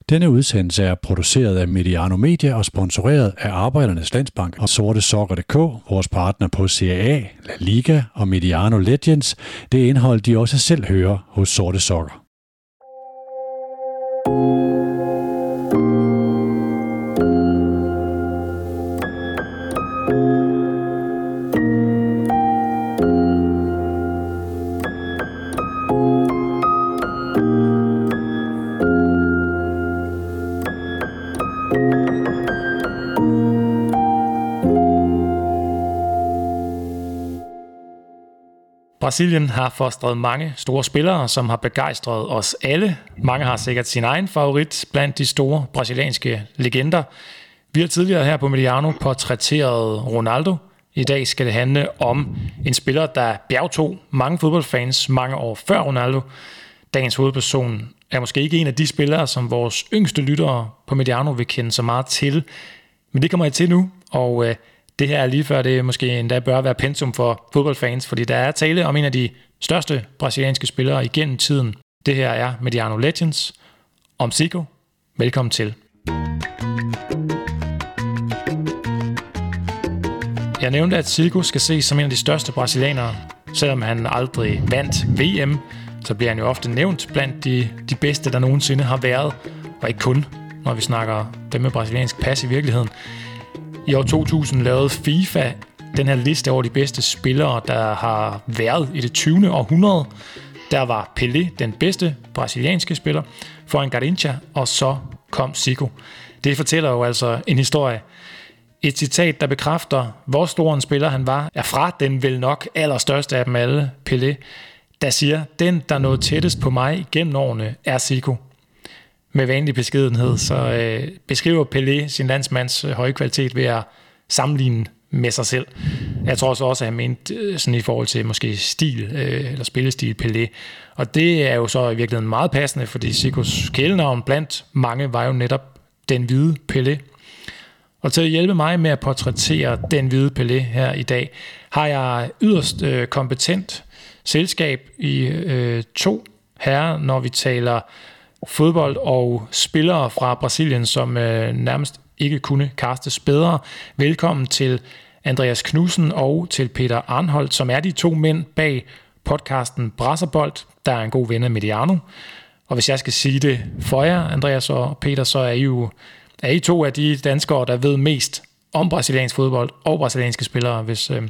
Denne udsendelse er produceret af Mediano Media og sponsoreret af Arbejdernes Landsbank og sortesokker.dk, vores partner på CAA, La Liga og Mediano Legends. Det indhold, de også selv hører hos Sorte Sokker. Brasilien har fostret mange store spillere, som har begejstret os alle. Mange har sikkert sin egen favorit blandt de store brasilianske legender. Vi har tidligere her på Mediano portrætteret Ronaldo. I dag skal det handle om en spiller, der bjergtog mange fodboldfans mange år før Ronaldo. Dagens hovedperson er måske ikke en af de spillere, som vores yngste lyttere på Mediano vil kende så meget til. Men det kommer jeg til nu, og det her er lige før det måske endda bør være pensum for fodboldfans, fordi der er tale om en af de største brasilianske spillere igennem tiden. Det her er Mediano Legends om Zico. Velkommen til. Jeg nævnte, at Zico skal ses som en af de største brasilianere. Selvom han aldrig vandt VM, så bliver han jo ofte nævnt blandt de bedste, der nogensinde har været. Og ikke kun, når vi snakker dem med brasiliansk pas i virkeligheden. I år 2000 lavede FIFA den her liste over de bedste spillere, der har været i det 20. århundrede. Der var Pelé den bedste brasilianske spiller foran Garrincha, og så kom Zico. Det fortæller jo altså en historie. Et citat, der bekræfter, hvor stor en spiller han var, er fra den vel nok allerstørste af dem alle, Pelé, der siger, den der nåede tættest på mig gennem årene, er Zico. Med vanlig beskedenhed, så beskriver Pelé sin landsmands høje kvalitet ved at sammenligne med sig selv. Jeg tror også, at han mente sådan i forhold til måske stil eller spillestil Pelé. Og det er jo så i virkeligheden meget passende, fordi Zicos kælenavn blandt mange var jo netop den hvide Pelé. Og til at hjælpe mig med at portrættere den hvide Pelé her i dag, har jeg yderst kompetent selskab i to herrer, når vi taler fodbold og spillere fra Brasilien, som nærmest ikke kunne kastes bedre. Velkommen til Andreas Knudsen og til Peter Arnholdt, som er de to mænd bag podcasten Brasserbold, der er en god ven af Mediano. Og hvis jeg skal sige det for jer, Andreas og Peter, så er I to af de danskere, der ved mest om brasiliansk fodbold og brasilianske spillere,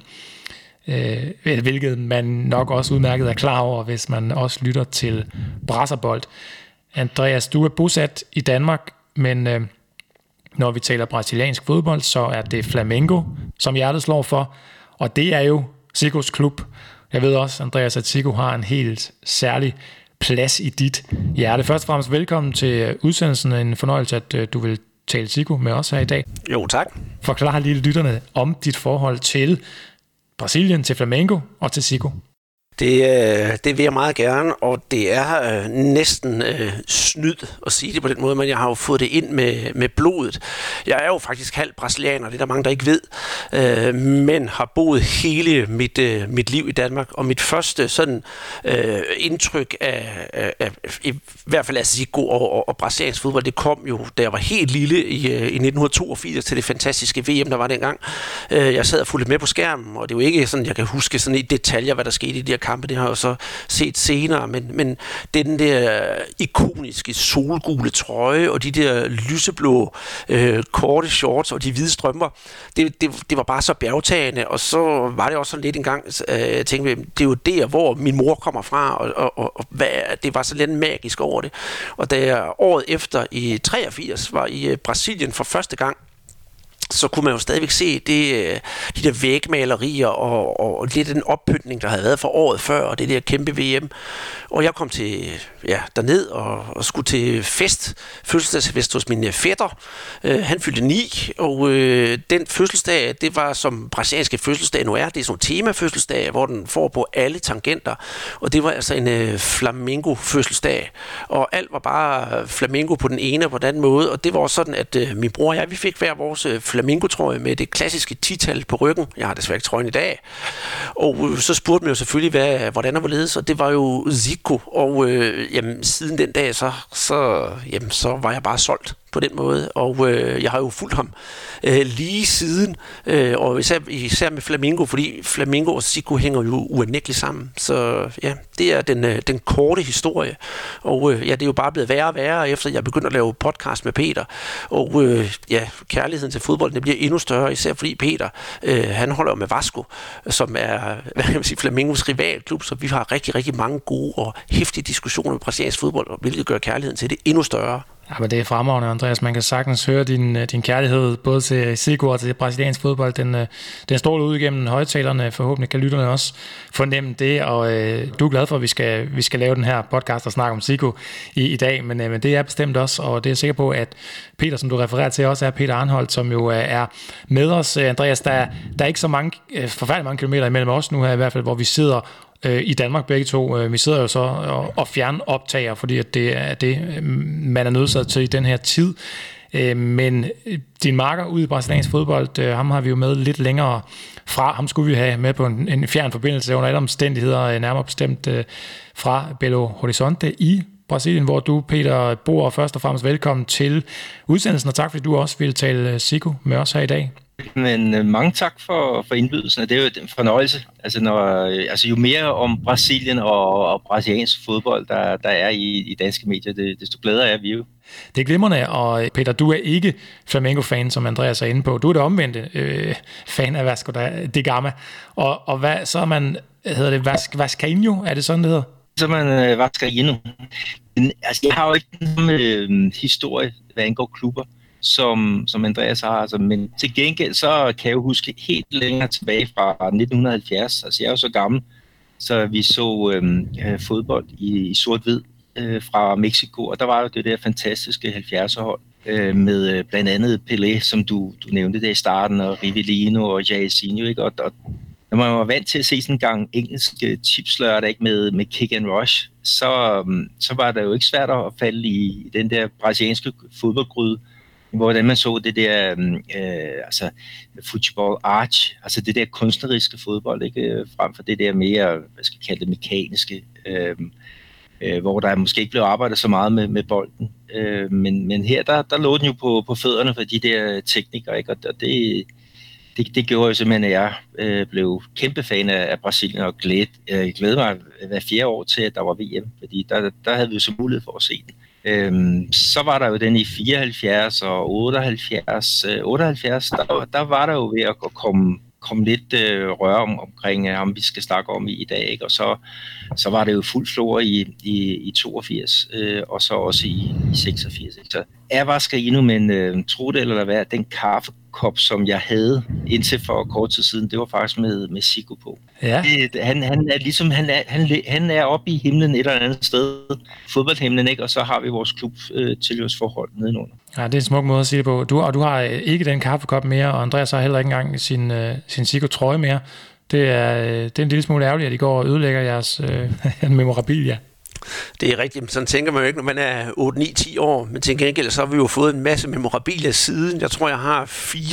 hvilket man nok også udmærket er klar over, hvis man også lytter til Brasserbold. Andreas, du er bosat i Danmark, men når vi taler brasiliansk fodbold, så er det Flamengo, som hjertet slår for, og det er jo Zicos klub. Jeg ved også, Andreas, at Zico har en helt særlig plads i dit hjerte. Først og fremmest velkommen til udsendelsen. En fornøjelse, at du vil tale Zico med os her i dag. Jo, tak. Forklar lige lytterne om dit forhold til Brasilien, til Flamengo og til Zico. Det vil jeg meget gerne, og det er næsten snyd at sige det på den måde, men jeg har jo fået det ind med blodet. Jeg er jo faktisk halv brasilianer, det er der mange, der ikke ved, men har boet hele mit liv i Danmark, og mit første sådan indtryk af i hvert fald af Zico og brasiliansk fodbold, det kom jo, da jeg var helt lille i 1982 til det fantastiske VM, der var dengang. Jeg sad og fulgte med på skærmen, og det er jo ikke sådan, jeg kan huske sådan i detaljer, hvad der skete i de her kampe, det har jeg jo så set senere, men den der ikoniske solgule trøje og de der lyseblå korte shorts og de hvide strømper, det var bare så bjergtagende, og så var det også sådan lidt en gang, jeg tænkte, det er jo der, hvor min mor kommer fra, og det var så lidt magisk over det. Og da jeg året efter i 83 var i Brasilien for første gang, så kunne man jo stadigvæk se de der vægmalerier og lidt den oppyntning, der havde været for året før, og det der kæmpe VM. Og jeg kom derned og skulle til fødselsdagsfest hos min fætter. Han fyldte 9, og den fødselsdag, det var som brasilianske fødselsdag nu er. Det er sådan en tema-fødselsdag, hvor den får på alle tangenter. Og det var altså en flamenco-fødselsdag. Og alt var bare flamenco på den ene og på den anden måde. Og det var også sådan, at min bror og jeg, vi fik hver vores flamingo-trøje med det klassiske 10-tal på ryggen. Jeg har desværre ikke trøjen i dag. Og så spurgte man jo selvfølgelig, hvordan og hvorledes, og det var jo Zico. Og siden den dag, så var jeg bare solgt på den måde, og jeg har jo fulgt ham lige siden, og især med Flamingo, fordi Flamingo og Zico hænger jo uanægteligt sammen. Så ja, det er den korte historie, og det er jo bare blevet værre og værre, efter jeg begyndte at lave podcast med Peter, og kærligheden til fodbolden bliver endnu større, især fordi Peter, han holder jo med Vasco, som er, hvad kan man sige, Flamingos rivalklub, så vi har rigtig, rigtig mange gode og heftige diskussioner med brasiliansk fodbold, hvilket gør kærligheden til det endnu større. Ja, men det er fremragende, Andreas. Man kan sagtens høre din kærlighed både til Zico og til brasiliansk fodbold. Den står ud igennem højtalerne. Forhåbentlig kan lytterne også fornemme det, og du er glad for, at vi skal lave den her podcast og snakke om Zico i dag, men det er bestemt også, og det er jeg sikker på, at Peter, som du refererer til, også er Peter Arnholdt, som jo er med os. Andreas, der er ikke så mange, forfærdeligt mange kilometer imellem os nu her i hvert fald, hvor vi sidder i Danmark begge to. Vi sidder jo så og fjernoptager, fordi at det er det, man er nødsaget til i den her tid. Men din marker ude i brasiliansk fodbold, ham har vi jo med lidt længere fra. Ham skulle vi have med på en fjern forbindelse under alle omstændigheder, nærmere bestemt fra Belo Horizonte i Brasilien, hvor du, Peter, bor. Først og fremmest velkommen til udsendelsen, og tak fordi du også ville tale Zico med os her i dag. Men mange tak for indbydelsen. Det er jo en fornøjelse. Altså jo mere om Brasilien og brasiliansk fodbold, der er i danske medier, desto glæder er vi jo. Det er glimrende, og Peter, du er ikke Flamengo-fan, som Andreas er inde på. Du er det omvendte fan af Vasco da Gama. Og hvad, så er man, hedder det Vascaíno? Er det sådan, det hedder? Så er man Vascaíno. Altså, jeg har jo ikke den historie, hvad angår klubber, som Andreas har, altså, men til gengæld så kan jeg jo huske helt længere tilbage fra 1970, altså jeg er jo så gammel, så vi så fodbold i sort-hvid fra Mexico, og der var jo det der fantastiske 70'er-hold med blandt andet Pelé, som du nævnte det i starten, og Rivellino og Jairzinho, ikke? Og når man var vant til at se sådan en gang engelsk tipslørdag, ikke, med kick and rush, så var det jo ikke svært at falde i den der brasilianske fodboldgryde, hvordan man så det der football arch, altså det der kunstneriske fodbold, ikke, frem for det der mere, hvad skal jeg kalde det, mekaniske, hvor der måske ikke blev arbejdet så meget med bolden. Men her, der lå den jo på fødderne for de der teknikere, ikke, og det gjorde jo simpelthen, at jeg blev kæmpe fan af Brasilien, og glædede mig hver 4 år til, at der var VM, fordi der havde vi jo så mulighed for at se den. Så var der jo den i 74 og 78. 78, der var der jo ved at komme lidt røre omkring ham, vi skal snakke om i dag, ikke? Og så var det jo fuld flor i 82, og så også i 86. Ikke? Så er Vascaíno, men tro det eller hvad, den kaffekop, som jeg havde indtil for kort tid siden, det var faktisk med Zico på. Ja. Han er ligesom, han er oppe i himlen et eller andet sted, fodboldhimlen, ikke? Og så har vi vores klub tilhørsforhold nedenunder. Ja, det er en smuk måde at sige det på. Du har ikke den kaffekop mere, og Andreas har heller ikke engang sin Zico-trøje mere. Det er en lille smule ærgerligt, at I går og ødelægger jeres memorabilia. Det er rigtigt, sådan tænker man jo ikke, når man er 8-9-10 år, men til gengæld så har vi jo fået en masse memorabilia siden. Jeg tror, jeg har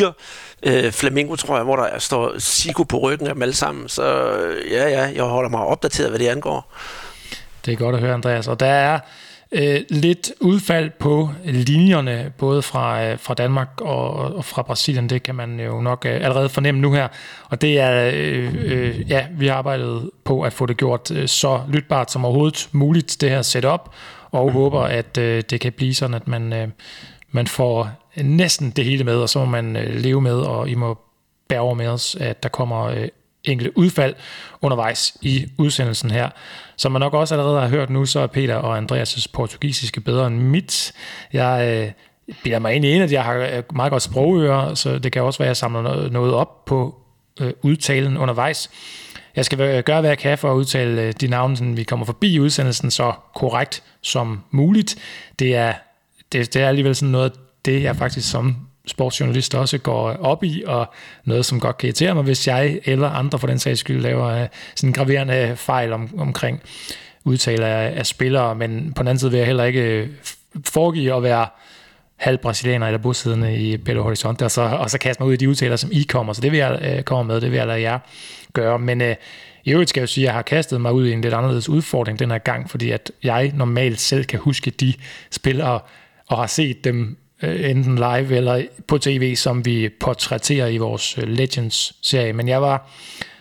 4 Flamingo, tror jeg, hvor der står Zico på ryggen af dem alle sammen, så jeg holder mig opdateret, hvad det angår. Det er godt at høre, Andreas, og der er lidt udfald på linjerne, både fra Danmark og fra Brasilien. Det kan man jo nok allerede fornemme nu her. Og det er, vi har arbejdet på at få det gjort så lytbart som overhovedet muligt, det her setup, og håber, at det kan blive sådan, at man får næsten det hele med, og så må man leve med, og I må bære over med os, at der kommer enkelte udfald undervejs i udsendelsen her. Som man nok også allerede har hørt nu, så er Peter og Andreas' portugisiske bedre end mit. Jeg bliver mig egentlig enig, at jeg har meget godt sprogøre, så det kan også være, at jeg samler noget op på udtalen undervejs. Jeg skal gøre, hvad jeg kan for at udtale de navne, så vi kommer forbi udsendelsen så korrekt som muligt. Det er alligevel sådan noget af det, jeg faktisk som sportsjournalist også går op i, og noget, som godt kan irritere mig, hvis jeg eller andre for den sags skyld laver sådan en graverende fejl omkring udtale af spillere, men på den anden side vil jeg heller ikke foregive at halv brasilianer eller bosiddende i Belo Horizonte, og så kaste mig ud i de udtaler, som I kommer. Så det vil jeg komme med, det vil jeg lade jer gøre. Men i øvrigt skal jeg jo sige, at jeg har kastet mig ud i en lidt anderledes udfordring den her gang, fordi at jeg normalt selv kan huske de spillere, og har set dem enten live eller på tv, som vi portrætterer i vores Legends-serie. Men jeg var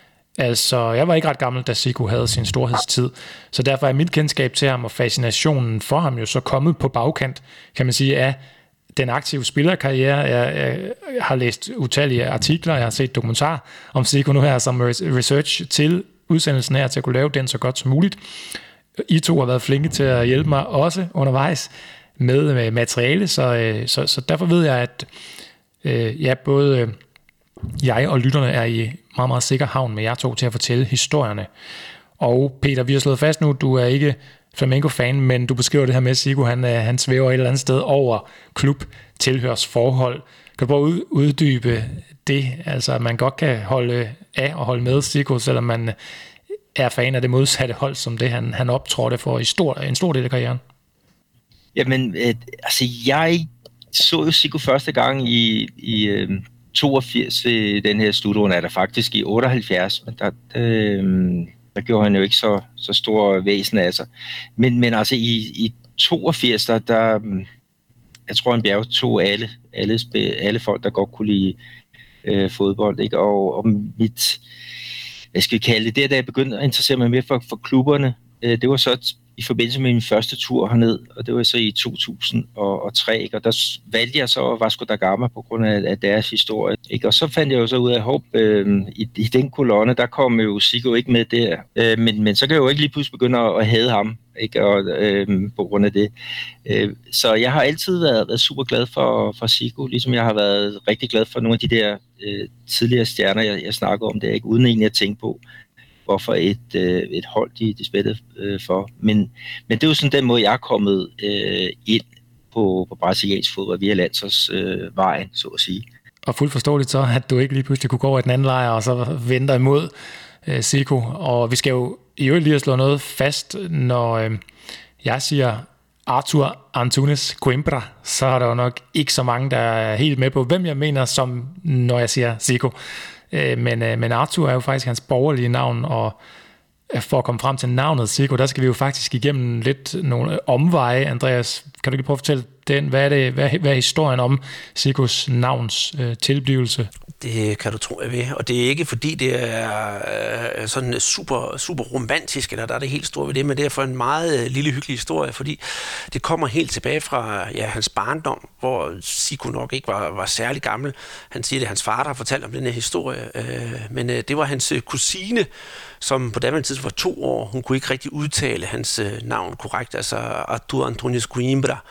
ikke ret gammel, da Zico havde sin storhedstid, så derfor er mit kendskab til ham og fascinationen for ham jo så kommet på bagkant, kan man sige, af den aktive spillerkarriere. Jeg har læst utallige artikler, jeg har set dokumentar om Zico nu her som research til udsendelsen her, til at kunne lave den så godt som muligt. I to har været flinke til at hjælpe mig også undervejs med materiale, så derfor ved jeg, at både jeg og lytterne er i meget, meget sikker havn med jer to til at fortælle historierne. Og Peter, vi har slået fast nu, du er ikke Flamengo-fan, men du beskriver det her med, at Zico han svæver et eller andet sted over klub-tilhørsforhold. Kan du prøve uddybe det? Altså, at man godt kan holde af og holde med Zico, selvom man er fan af det modsatte hold, som det han optrådte for en stor del af karrieren. Jamen, altså jeg så jo Zico første gang i 82 ved den her slutrunde, er der faktisk i 78, men der gjorde han jo ikke så stor væsen af sig. Men altså i 82, der jeg tror, han bjergtog alle folk, der godt kunne lide fodbold, ikke? Og mit, hvad skal vi kalde det, da jeg begyndte at interessere mig mere for klubberne, det var så i forbindelse med min første tur herned, og det var så i 2003, ikke? Og der valgte jeg så Vasco da Gama på grund af deres historie, ikke? Og så fandt jeg jo så ud af, i den kolonne, der kom jo Zico ikke med der, men så kan jeg jo ikke lige pludselig begynde at hade ham, ikke? Og på grund af det. Så jeg har altid været super glad for Zico, ligesom jeg har været rigtig glad for nogle af de der tidligere stjerner, jeg snakkede om det, ikke? Uden egentlig at tænke på, hvorfor et hold de spillede for. Men det er jo sådan den måde, jeg er kommet ind på brasiliansk fodbold via landsholdsvejen, så at sige. Og fuldt forståeligt så, at du ikke lige pludselig kunne gå over i den anden lejr, og så vente imod Zico. Og vi skal jo i øvrigt lige have slået noget fast, når jeg siger Arthur Antunes Coimbra, så er der jo nok ikke så mange, der er helt med på, hvem jeg mener, som når jeg siger Zico. Men Arthur er jo faktisk hans borgerlige navn, og for at komme frem til navnet Zico, der skal vi jo faktisk igennem lidt nogle omveje. Andreas, kan du ikke prøve at fortælle den? Hvad er historien om Zicos navns tilblivelse? Det kan du tro, jeg ved. Og det er ikke fordi, det er sådan super, super romantisk, eller der er det helt store ved det, men det er for en meget lille hyggelig historie, fordi det kommer helt tilbage fra hans barndom, hvor Zico nok ikke var særlig gammel. Han siger, det hans far, der har fortalt om den her historie, men det var hans kusine, som på daværende tidspunkt var 2 år. Hun kunne ikke rigtig udtale hans navn korrekt, altså Arthur Antunes Coimbra.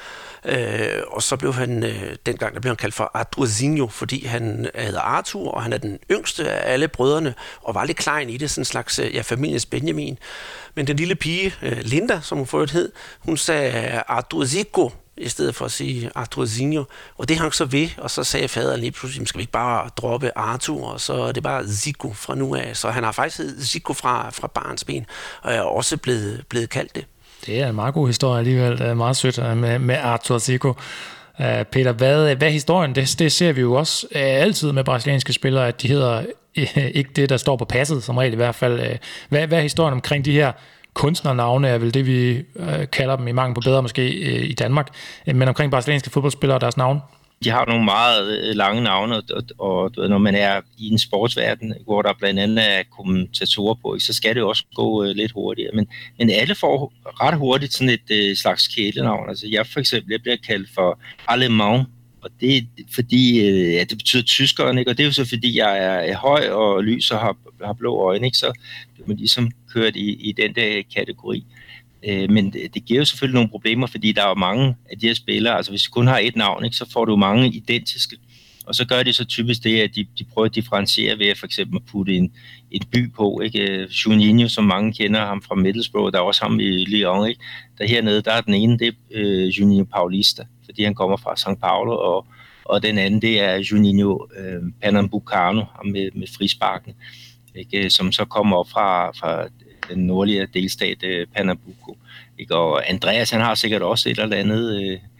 Og så blev han, dengang der blev han kaldt for Arthurzinho, fordi han hedder Arthur, og han er den yngste af alle brødrene, og var lidt klein i det, sådan en slags familiens Benjamin. Men den lille pige, Linda, som hun forøvrigt hed, hun sagde Arthurzico, i stedet for at sige Arthurzinho, og det hang så ved, og så sagde faderen lige pludselig, skal vi ikke bare droppe Arthur, og så er det bare Zico fra nu af. Så han har faktisk heddet Zico fra barnsben, og er også blevet kaldt det. Det er en meget god historie alligevel. Det er meget sødt med Arthur Zico. Peter, hvad er historien? Det ser vi jo også altid med brasilianske spillere, at de hedder ikke det, der står på passet, som regel i hvert fald. Hvad er historien omkring de her kunstnernavne, er vel det, vi kalder dem i mangel på bedre måske i Danmark, men omkring brasilianske fodboldspillere og deres navne? De har nogle meget lange navne, og når man er i en sportsverden, hvor der blandt andet er kommentatorer på, så skal det også gå lidt hurtigere. Men alle får ret hurtigt sådan et slags kælenavn. Altså jeg for eksempel, jeg bliver kaldt for Alemão, og det er fordi, det betyder tyskeren, ikke? Og det er jo så fordi, jeg er høj og lys og har blå øjne, ikke? Så bliver man ligesom kørt i den der kategori. Men det giver jo selvfølgelig nogle problemer, fordi der er jo mange af de her spillere, altså hvis du kun har et navn, ikke, så får du mange identiske, og så gør de så typisk det, at de prøver at differentiere ved at for eksempel at putte en by på, ikke? Juninho, som mange kender ham fra Middlesbrough, der er også ham i Lyon, ikke? Der hernede, der er den ene, det er Juninho Paulista, fordi han kommer fra São Paulo, og den anden, det er Juninho Pernambucano, ham med frisparken, ikke? Som så kommer op fra den nordlige delstat Pernambuco. Ikke? Og Andreas, han har sikkert også et eller andet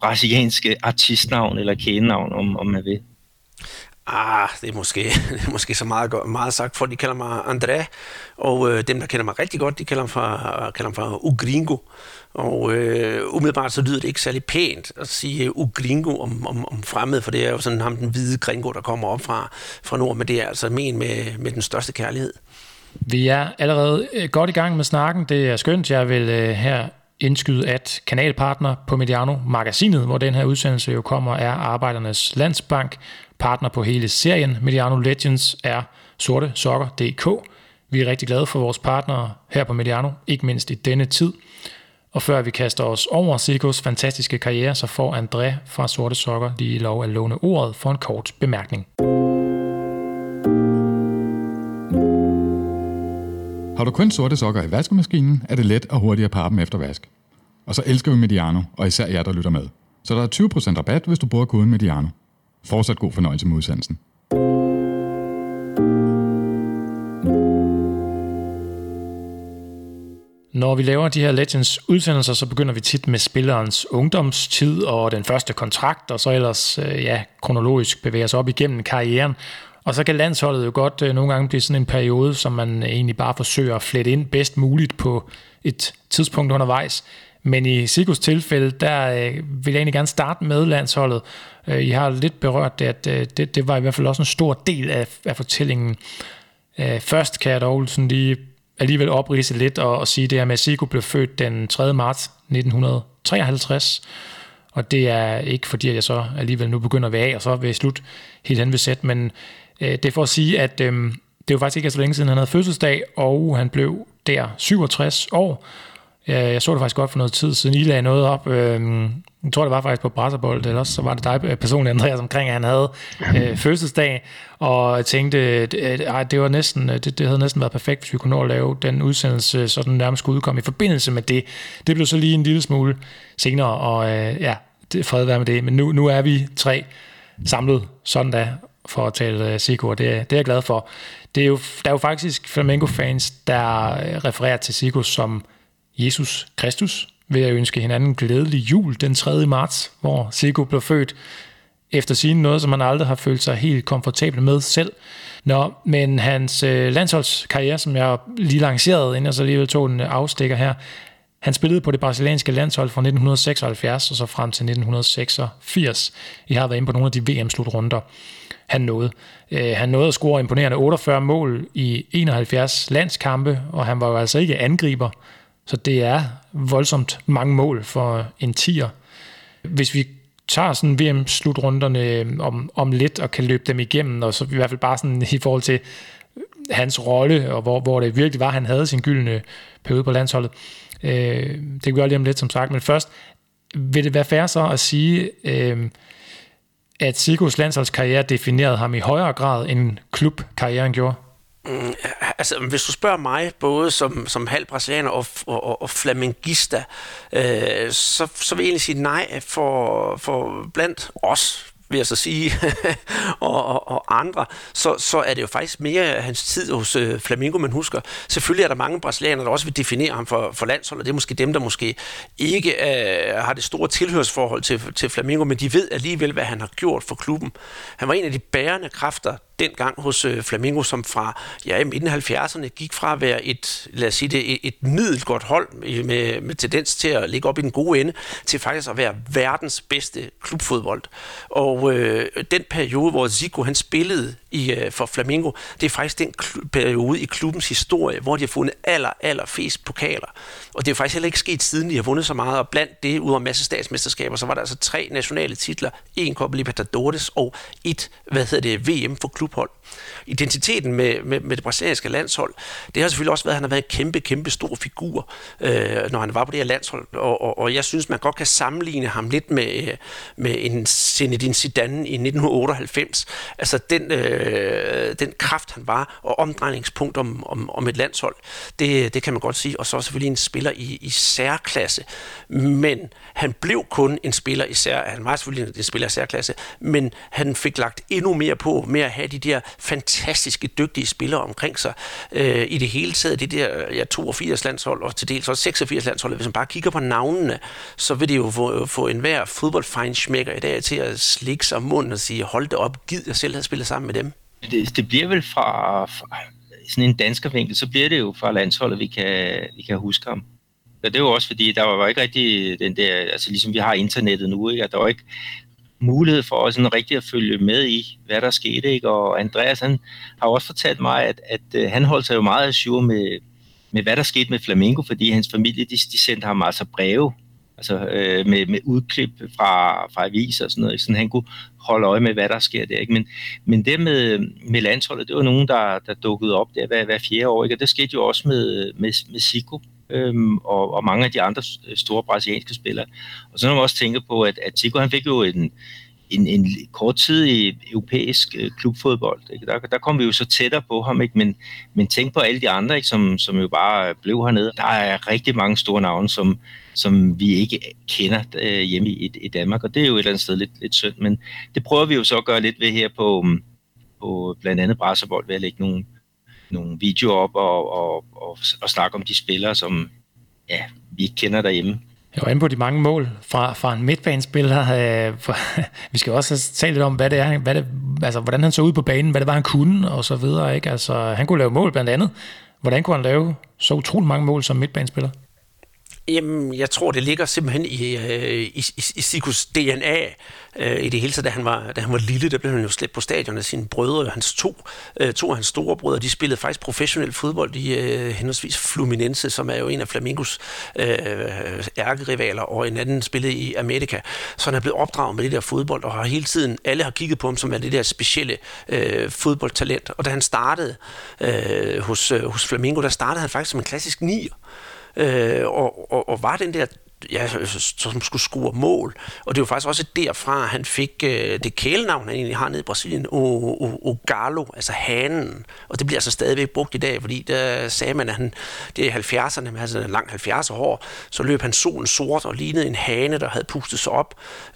brasilianske artistnavn eller kælenavn, om man vil. Det er måske så meget sagt, for de kalder mig André, og dem, der kender mig rigtig godt, de kalder mig for Ugringo. Og umiddelbart så lyder det ikke særlig pænt at sige Ugringo om fremmed, for det er jo sådan ham den hvide gringo, der kommer op fra nord, men det er altså med den største kærlighed. Vi er allerede godt i gang med snakken. Det er skønt. Jeg vil her indskyde, at kanalpartner på Mediano Magasinet, hvor den her udsendelse jo kommer, er Arbejdernes Landsbank. Partner på hele serien Mediano Legends er sortesokker.dk. Vi er rigtig glade for vores partnere her på Mediano, ikke mindst i denne tid. Og før vi kaster os over Sigos fantastiske karriere, så får André fra Sorte Sokker lige lov at låne ordet for en kort bemærkning. Har du kun sorte sokker i vaskemaskinen, er det let og hurtigt at parre dem efter vask. Og så elsker vi Mediano, og især jer, der lytter med. Så der er 20% rabat, hvis du bruger koden Mediano. Fortsat god fornøjelse med udsendelsen. Når vi laver de her Legends udsendelser, så begynder vi tit med spillerens ungdomstid og den første kontrakt, og så ellers kronologisk bevæger sig op igennem karrieren. Og så kan landsholdet jo godt nogle gange blive sådan en periode, som man egentlig bare forsøger at flette ind bedst muligt på et tidspunkt undervejs. Men i Sigos tilfælde, der vil jeg egentlig gerne starte med landsholdet. I har lidt berørt det, at det var i hvert fald også en stor del af fortællingen. Først kan jeg dog sådan lige alligevel opridse lidt og sige det her med, at Sigo blev født den 3. marts 1953. Og det er ikke fordi, at jeg så alligevel nu begynder at være af, og så vil jeg slutte helt hen ved sæt. Men det er for at sige, at det jo faktisk ikke er så længe siden, han havde fødselsdag, og han blev der 67 år. Jeg så det faktisk godt for noget tid siden. I lagde noget op. Jeg tror, det var faktisk på Brasserbold, eller så var det dig personligt, Andreas, omkring, at han havde fødselsdag. Og jeg tænkte, det var næsten, det havde næsten været perfekt, hvis vi kunne nå at lave den udsendelse, så den nærmest skulle udkomme i forbindelse med det. Det blev så lige en lille smule senere, og fred være med det. Men nu er vi 3 samlet søndag for at tale Sigo, og det er jeg glad for. Der er jo faktisk Flamengo-fans, der refererer til Sigo som Jesus Kristus, ved at ønske hinanden glædelig jul den 3. marts, hvor Sigo blev født, efter sigende noget, som han aldrig har følt sig helt komfortabel med selv. Men hans landsholdskarriere, som jeg lige lancerede, inden jeg så alligevel tog en afstikker her, han spillede på det brasilianske landshold fra 1976 og så frem til 1986. I har været inde på nogle af de VM-slutrunder, han nåede. Han nåede at score imponerende 48 mål i 71 landskampe, og han var jo altså ikke angriber, så det er voldsomt mange mål for en 10'er. Hvis vi tager sådan VM-slutrunderne om lidt og kan løbe dem igennem, og så i hvert fald bare sådan i forhold til hans rolle, og hvor det virkelig var, han havde sin gyldne periode på landsholdet. Det kan vi gøre lige om lidt, som sagt. Men først, vil det være fair så at sige, at Sigos landsholdskarriere definerede ham i højere grad, end klubkarrieren gjorde? Altså, hvis du spørger mig, både som halv brasilianer og flamengista, så vil jeg egentlig sige nej for blandt os, vil jeg så sige, og andre, så er det jo faktisk mere hans tid hos Flamengo, man husker. Selvfølgelig er der mange brasilianere, der også vil definere ham for landsholdet. Det er måske dem, der måske ikke har det store tilhørsforhold til Flamengo, men de ved alligevel, hvad han har gjort for klubben. Han var en af de bærende kræfter dengang hos Flamengo, som fra i midten af 70'erne gik fra at være et middelgodt hold med tendens til at ligge op i den gode ende, til faktisk at være verdens bedste klubfodbold. Og den periode, hvor Zico han spillede for Flamengo, det er faktisk den periode i klubbens historie, hvor de har fundet aller flest pokaler. Og det er faktisk heller ikke sket siden, de har vundet så meget, og blandt det, ud over en masse statsmesterskaber, så var der altså 3 nationale titler, 1 Copa Libertadores og 1 VM for klubhold. Identiteten med det brasilianske landshold, det har selvfølgelig også været, at han har været en kæmpe stor figur, når han var på det her landshold, og jeg synes, man godt kan sammenligne ham lidt med en Zinedine Zidane i 1998. Altså den kraft, han var, og omdrejningspunkt om et landshold. Det kan man godt sige. Og så selvfølgelig en spiller i særklasse. Men han blev kun en spiller i han var selvfølgelig en spiller i særklasse, men han fik lagt endnu mere på, med at have de der fantastiske, dygtige spillere omkring sig. I det hele taget, det der 82 landshold, og til dels også 86 landshold, hvis man bare kigger på navnene, så vil det jo få enhver fodboldfejnsmækker i dag til at slikke sig om munden og sige, hold det op, gid jeg selv havde spillet sammen med dem. Det bliver vel fra sådan en danskervinkel, så bliver det jo fra landsholdet, vi kan huske ham. Og det er jo også fordi, der var ikke rigtig den der, altså ligesom vi har internettet nu, ikke? At der var ikke mulighed for os sådan rigtig at følge med i, hvad der skete, ikke? Og Andreas, han har også fortalt mig, at han holdt sig jo meget ajour med hvad der skete med Flamengo, fordi hans familie, de sendte ham altså breve, altså med udklip fra aviser og sådan noget, sådan han kunne holde øje med, hvad der sker der, ikke? Men det med landsholdet, det var nogen, der dukkede op der hver 4 år, ikke? Og det skete jo også med Zico, og mange af de andre store brasilianske spillere. Og så når man også tænker på, at Zico, han fik jo en kort tid i europæisk klubfodbold, ikke? Der kom vi jo så tættere på ham, ikke? Men tænk på alle de andre, ikke? Som jo bare blev hernede. Der er rigtig mange store navne, som vi ikke kender hjemme i Danmark, og det er jo et eller andet sted lidt synd, men det prøver vi jo så at gøre lidt ved her på blandt andet Brasserbold, ved at lægge nogle videoer op og snakke om de spillere, som vi ikke kender derhjemme. Jeg var inde på de mange mål fra en midtbanespiller. Vi skal også tale lidt om, altså, hvordan han så ud på banen, hvad det var, han kunne, og så videre. Ikke? Altså, han kunne lave mål blandt andet. Hvordan kunne han lave så utroligt mange mål som midtbanespiller? Jamen, jeg tror, det ligger simpelthen i Zicos DNA. I det hele taget, da han var lille, der blev han jo slæbt på stadion af sine brødre. Hans to af hans store brødre, de spillede faktisk professionel fodbold i henholdsvis Fluminense, som er jo en af Flamengos ærkerivaler, og en anden spillede i Amerika. Så han er blevet opdraget med det der fodbold, og alle har kigget på ham som det der specielle fodboldtalent. Og da han startede hos Flamengo, der startede han faktisk som en klassisk nier. Og var den der, som skulle score mål. Og det var faktisk også derfra, han fik det kælenavn, han egentlig har nede i Brasilien, O Galo, altså hanen. Og det bliver altså stadigvæk brugt i dag, fordi der sagde man, at det er 70'erne, med altså en lang 70'er hår, så løb han solen sort og lignede en hane, der havde pustet sig op.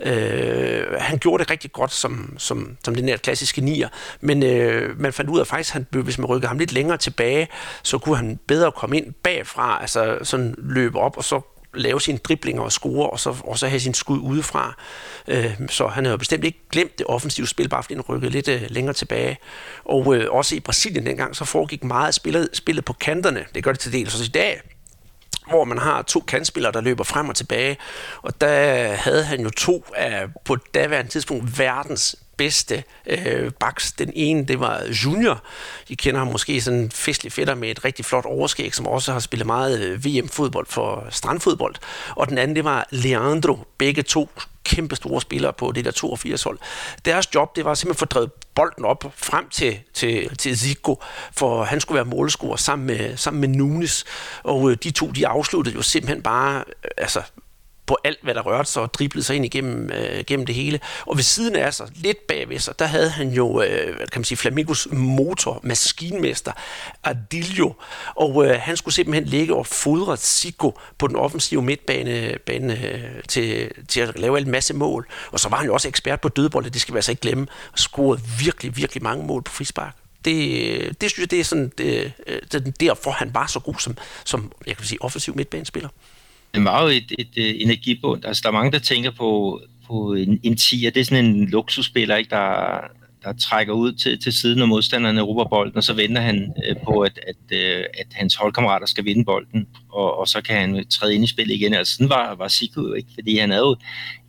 Han gjorde det rigtig godt som den der klassiske nier, men man fandt ud af faktisk, hvis man rykkede ham lidt længere tilbage, så kunne han bedre komme ind bagfra, altså sådan løbe op, og så lave sine driblinger og score, og så have sin skud udefra. Så han havde jo bestemt ikke glemt det offensive spil, bare fordi han rykkede lidt længere tilbage. Og også i Brasilien dengang, så foregik meget spillet på kanterne. Det gør det til dels også i dag, hvor man har 2 kantspillere, der løber frem og tilbage. Og der havde han jo 2 af på daværende tidspunkt verdens bedste backs. Den ene, det var Junior. I kender ham måske sådan en festlig fætter med et rigtig flot overskæg, som også har spillet meget VM-fodbold for strandfodbold. Og den anden, det var Leandro. Begge 2 kæmpe store spillere på det der 82-hold. Deres job, det var simpelthen at få drevet bolden op frem til Zico, for han skulle være målscorer sammen med Nunes. Og de 2, de afsluttede jo simpelthen bare, på alt, hvad der rørte sig, og driblede sig ind igennem det hele. Og ved siden af sig, lidt bagved sig, der havde han jo, kan man sige, Flamengos motor, maskinmester, Adilio. Og han skulle simpelthen ligge og fodre Zico på den offensive midtbane til at lave en masse mål. Og så var han jo også ekspert på dødbolde, det skal vi altså ikke glemme, og scorede virkelig, virkelig mange mål på frispark. Det synes jeg, det er sådan, derfor han var så god som jeg kan sige, offensiv midtbanespiller. Det var jo et energibund. Altså, der er mange, der tænker på en 10'er. Det er sådan en luksusspiller, ikke, der trækker ud til siden, når modstanderne erobrer bolden, og så venter han på, at hans holdkammerater skal vinde bolden, og så kan han træde ind i spillet igen. Altså, sådan var Zico jo ikke, fordi han havde jo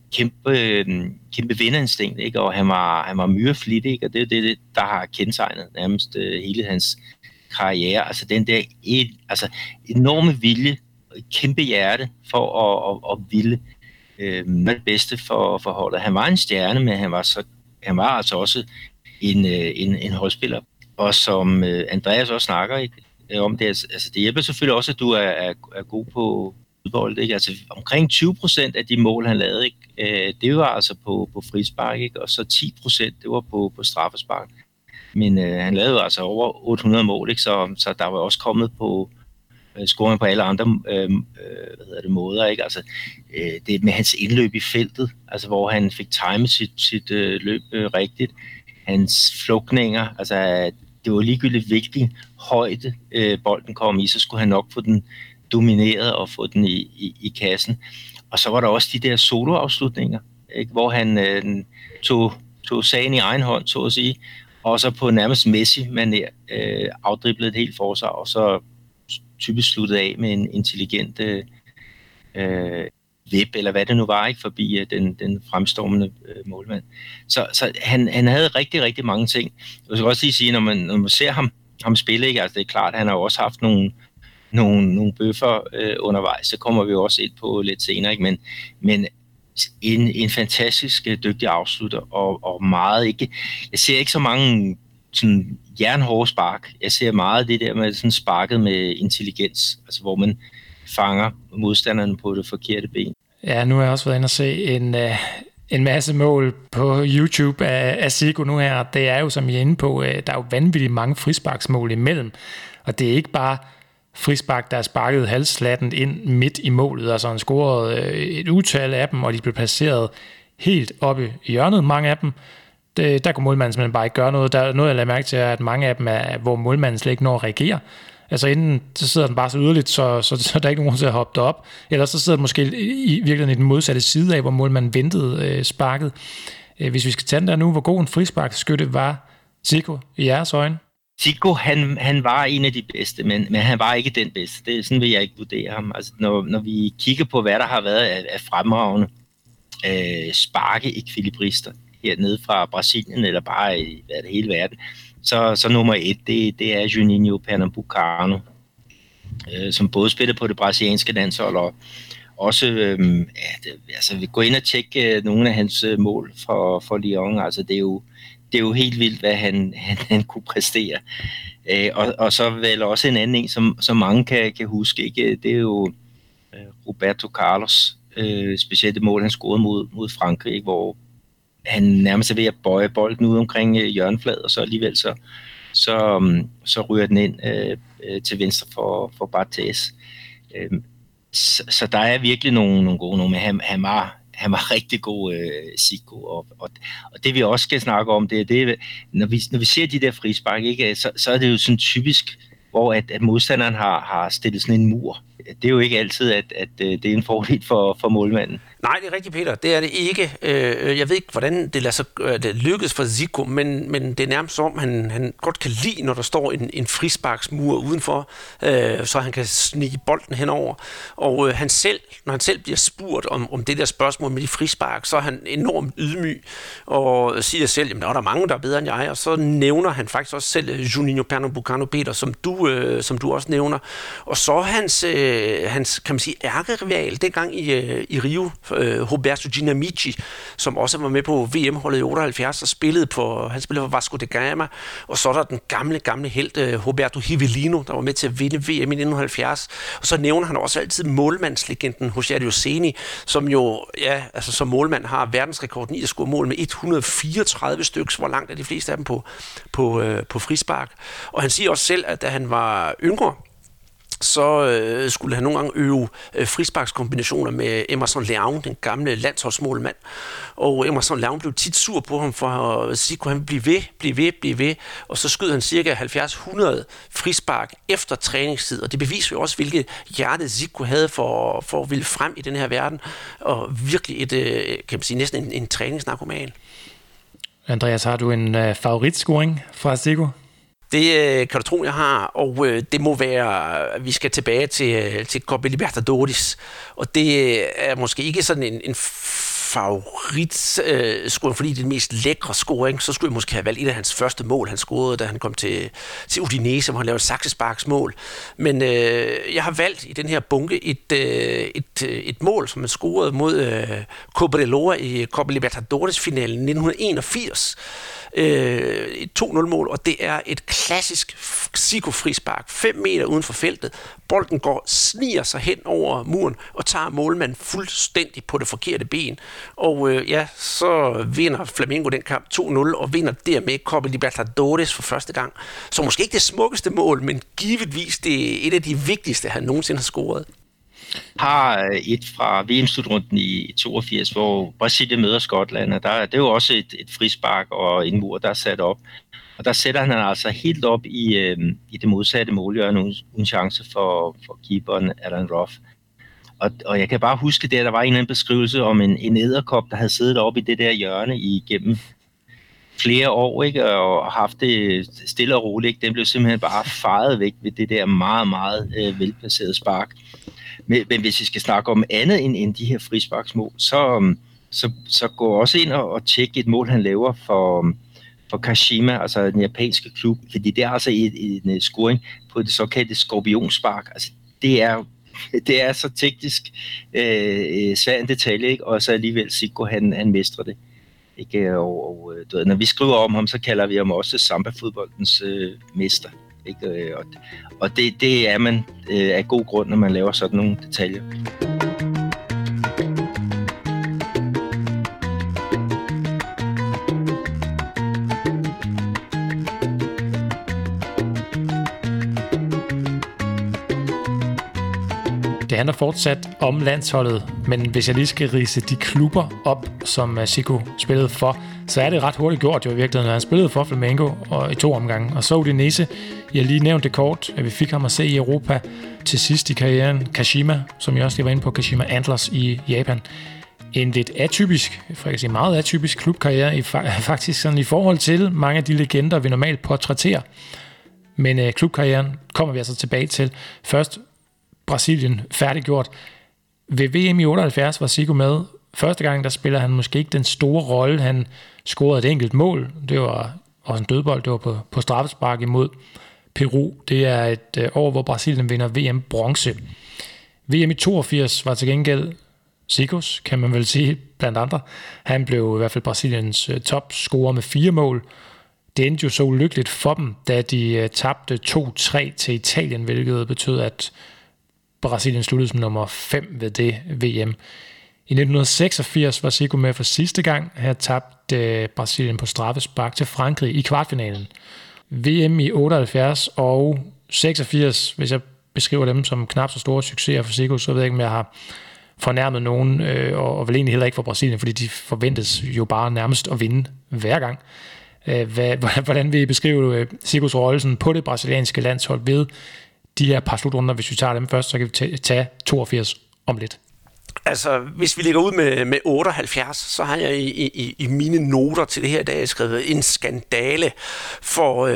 kæmpe vinderinstinkt, ikke, og han var myreflittig, ikke, og det er det, der har kendetegnet nærmest hele hans karriere. Altså, den der enorme vilje, kæmpe hjerte for at ville det bedste for holdet. Han var en stjerne, men han var altså også en holdspiller. Og som Andreas også snakker ikke, om det, altså det hjælper selvfølgelig også, at du er god på fodbold, ikke? Altså omkring 20% af de mål, han lavede, ikke? Det var altså på frispark, ikke? Og så 10% det var på straffespark. Men han lavede jo altså over 800 mål, ikke? Så der var også kommet på scoring på alle andre måder, ikke? Altså, det med hans indløb i feltet, altså hvor han fik timet sit løb rigtigt, hans flugtninger, altså det var ligegyldigt hvilken højde bolden kom i, så skulle han nok få den domineret og få den i kassen. Og så var der også de der soloafslutninger, ikke? Hvor han tog sagen i egen hånd, så at sige, og så på nærmest Messi-manér afdriblede et helt forsvar, og så typisk sluttede af med en intelligent web, eller hvad det nu var, ikke, forbi den fremstormende målmand. Så han havde rigtig, rigtig mange ting. Jeg skal også lige sige, når man ser ham spille, ikke, altså det er klart, han har jo også haft nogle bøffer undervejs, så kommer vi jo også ind på lidt senere, ikke? Men en fantastisk dygtig afslutter, og meget ikke. Jeg ser ikke så mange sådan jernhårde spark. Jeg ser meget det der med sådan sparket med intelligens, altså hvor man fanger modstanderne på det forkerte ben. Ja, nu har jeg også været inde og se en masse mål på YouTube af Zico nu her. Det er jo, som I er inde på, der er jo vanvittigt mange frisparksmål imellem, og det er ikke bare frispark, der er sparket halvslattent ind midt i målet. Altså han scorede et utal af dem, og de blev placeret helt oppe i hjørnet, mange af dem. Der kunne målmanden simpelthen bare ikke gøre noget. Der er noget, jeg lader mærke til, at mange af dem er, hvor målmanden slet ikke når at reagere. Altså inden, så sidder den bare så yderligt, så der er ikke nogen til at hoppe derop. Eller så sidder den måske i virkeligheden i den modsatte side af, hvor målmanden ventede sparket. Hvis vi skal tage den der nu, hvor god en frisparkskytte var Zico i jeres øjne? Zico, han var en af de bedste, men han var ikke den bedste. Det er sådan, vil jeg ikke vurdere ham. Altså, når vi kigger på, hvad der har været af fremragende sparke-ekvilibrister hernede fra Brasilien, eller bare i hele verden, så nummer 1, det er Juninho Pernambucano, som både spiller på det brasilianske landshold, og også vi går ind og tjekke nogle af hans mål for Lyon. Altså det er jo helt vildt, hvad han kunne præstere. Og så vel også en anden en, som mange kan huske, ikke? Det er jo Roberto Carlos, specielt det mål, han scorede mod Frankrig, ikke? Hvor han nærmest er ved at bøje bolden ud omkring hjørnefladet, og så alligevel så ryger den ind til venstre for Barthez. Så der er virkelig nogle gode nogle, men han var rigtig god, Zico, og det vi også skal snakke om, det når vi ser de der frispark, ikke, så er det jo sådan typisk, hvor at modstanderen har stillet sådan en mur. Det er jo ikke altid, at det er en fordel for målmanden. Nej, det er rigtigt, Peter. Det er det ikke. Jeg ved ikke, hvordan det lykkes for Zico, men det er nærmest som, han godt kan lide, når der står en frisparksmur udenfor, så han kan snige bolden henover. Og når han selv bliver spurgt om det der spørgsmål med de frispark, så er han enormt ydmyg og siger selv, jamen der er der mange, der er bedre end jeg, og så nævner han faktisk også selv Juninho Pernambucano, Peter, som du også nævner. Og så hans kan man sige, ærkerival dengang i Rio, Roberto Dinamici, som også var med på VM-holdet i 78 og han spillede for Vasco da Gama, og så er der den gamle helt Roberto Rivellino, der var med til at vinde VM i 1970, og så nævner han også altid målmandslegenden Rogério Ceni, som jo, som målmand har verdensrekorden i at score mål med 134 stykker, hvor langt er de fleste af dem på frispark. Og han siger også selv, at da han var yngre, så skulle han nogle gange øve frisparkskombinationer med Emerson Leão, den gamle landsholdsmålmand. Og Emerson Leão blev tit sur på ham for at sige, at han blive ved. Og så skød han cirka 70-100 frispark efter træningstid. Og det beviser jo også, hvilket hjerte Zico havde for at ville frem i den her verden. Og virkelig kan man sige, næsten en træningsnarkoman. Andreas, har du en favoritscoring fra Zico? Det kan du tro, jeg har, og det må være, vi skal tilbage til Copa Libertadores, og det er måske ikke sådan en favoritscoring, fordi det er den mest lækre scoring, så skulle jeg måske have valgt et af hans første mål, han scorede, da han kom til Udinese, hvor han lavede et saksesparksmål. Men jeg har valgt i den her bunke et mål, som han scorede mod Cobreloa i Copa Libertadores-finalen 1981, et 2-0-mål, og det er et klassisk Zico-frispark. 5 meter uden for feltet. Bolden sniger sig hen over muren og tager målmanden fuldstændig på det forkerte ben. Og så vinder Flamengo den kamp 2-0 og vinder dermed Copa Libertadores for første gang. Så måske ikke det smukkeste mål, men givetvis det er et af de vigtigste, han nogensinde har scoret. Har et fra VM-slutrunden i 82, hvor Brasilien møder Skotland, og det er jo også et frispark og en mur, der er sat op. Og der sætter han altså helt op i det modsatte målhjørne uden chance for keeperen Alan Roth. Og jeg kan bare huske der var en eller anden beskrivelse om en edderkop, der havde siddet oppe i det der hjørne igennem flere år, ikke? Og haft det stille og roligt. Ikke? Den blev simpelthen bare fejet væk ved det der meget, meget velplacerede spark. Men hvis vi skal snakke om andet end de her frisparksmål, så gå også ind og tjekke et mål, han laver for Kashima, altså den japanske klub, fordi det er altså en scoring på det såkaldte skorpionspark. Altså det er så teknisk svær en detalje, ikke? Og så alligevel Zico, han mestrer det. Ikke? Og når vi skriver om ham, så kalder vi ham også samba-fodboldens mester. Ikke? Og det er man af god grund, når man laver sådan nogle detaljer. Det handler fortsat om landsholdet, men hvis jeg lige skal ridse de klubber op, som Zico spillede for, så er det ret hurtigt gjort jo i virkeligheden, når han spillede for Flamengo og i 2 omgange. Og så Udinese, jeg lige nævnt det kort, at vi fik ham at se i Europa til sidst i karrieren. Kashima, som jeg også lige var inde på, Kashima Antlers i Japan. En lidt atypisk, for jeg kan sige meget atypisk klubkarriere, faktisk sådan i forhold til mange af de legender, vi normalt portrætterer. Men klubkarrieren kommer vi altså tilbage til. Først Brasilien færdiggjort. Ved VM i 78 var Zico med. Første gang, der spiller han måske ikke den store rolle. Han scorede et enkelt mål. Det var også en dødbold. Det var på straffespark imod Peru. Det er et år, hvor Brasilien vinder VM bronze. VM i 82 var til gengæld Zicos, kan man vel sige, blandt andre. Han blev i hvert fald Brasiliens topscorer med 4 mål. Det endte jo så ulykkeligt for dem, da de tabte 2-3 til Italien, hvilket betød, at Brasilien sluttede som nummer 5 ved det VM. I 1986 var Zico med for sidste gang. Her tabte Brasilien på straffespark til Frankrig i kvartfinalen. VM i 78 og 86, hvis jeg beskriver dem som knap så store succeser for Zico, så ved jeg ikke, om jeg har fornærmet nogen, og vel egentlig heller ikke for Brasilien, fordi de forventes jo bare nærmest at vinde hver gang. Hvordan vil I beskrive Zicos rolle på det brasilianske landshold ved de her par slutrunder? Hvis vi tager dem først, så kan vi tage 82 om lidt. Altså, hvis vi ligger ud med 78, så har jeg i mine noter til det her, da jeg skrevet en skandale for,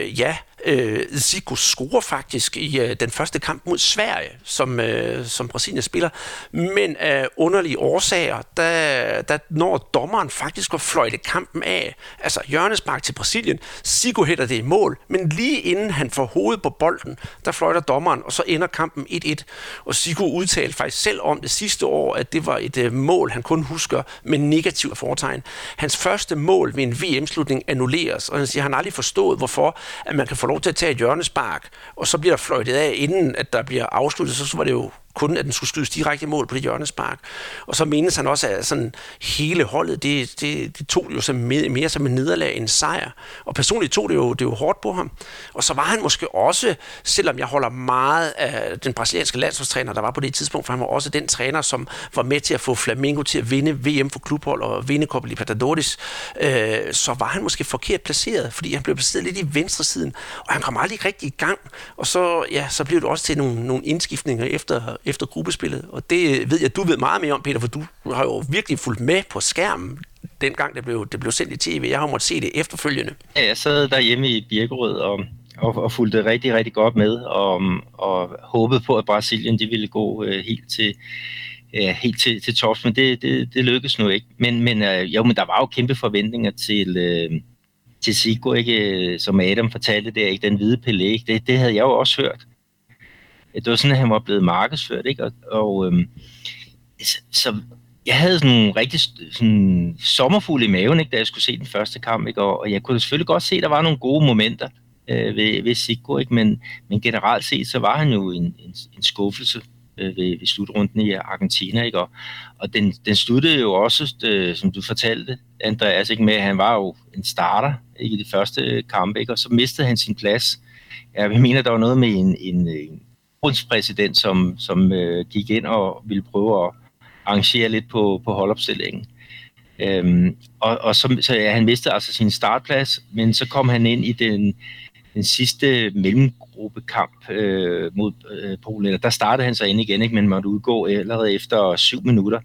Zico scorer faktisk i den første kamp mod Sverige, som Brasilien spiller, men af underlige årsager, der når dommeren faktisk at fløjte kampen af, altså hjørnespark til Brasilien. Zico hætter det i mål, men lige inden han får hovedet på bolden, der fløjter dommeren, og så ender kampen 1-1. Og Zico udtalte faktisk selv om det sidste år, at det var et mål, han kun husker med negativ fortegn. Hans første mål ved en VM-slutning annulleres, og han siger, at han aldrig forstået, hvorfor at man kan få lov til at tage et hjørnespark, og så bliver der fløjtet af, inden at der bliver afsluttet, så var det jo kun, at den skulle skydes direkte i mål på det hjørnespark. Og så menes han også, at sådan hele holdet, det tog det jo som mere som en nederlag end sejr. Og personligt tog det jo hårdt på ham. Og så var han måske også, selvom jeg holder meget af den brasilianske landsholdstræner, der var på det tidspunkt, for han var også den træner, som var med til at få Flamengo til at vinde VM for klubhold og vinde Copa Libertadores, så var han måske forkert placeret, fordi han blev placeret lidt i venstre siden, og han kom aldrig rigtig i gang. Og så blev det også til nogle indskiftninger efter gruppespillet, og det ved jeg, du ved meget mere om, Peter, for du har jo virkelig fulgt med på skærmen, dengang det blev sendt i tv. Jeg har måttet se det efterfølgende. Ja, jeg sad derhjemme i Birkerød og fulgte rigtig, rigtig godt med, og håbede på, at Brasilien de ville gå helt til tops, men det lykkedes nu ikke. Men der var jo kæmpe forventninger til Zico, ikke, som Adam fortalte der, ikke, den hvide Pelé, det havde jeg jo også hørt. Det var sådan, at han var blevet markedsført, ikke? Så Jeg havde sådan nogle rigtig sådan sommerfugle i maven, ikke, da jeg skulle se den første kamp, ikke? Og jeg kunne selvfølgelig godt se, at der var nogle gode momenter ved Zico, ikke? Men generelt set, så var han jo en skuffelse ved slutrunden i Argentina, ikke? Og den sluttede jo også, som du fortalte, Andreas, ikke, med, at han var jo en starter, ikke, i de første kampe, ikke? Og så mistede han sin plads. Jeg mener, der var noget med en rundspræsident, som gik ind og ville prøve at arrangere lidt på holdopstillingen. Og så han mistede altså sin startplads, men så kom han ind i den sidste mellemgruppekamp mod Polen. Der startede han så ind igen, ikke, men måtte udgå allerede efter 7 minutter.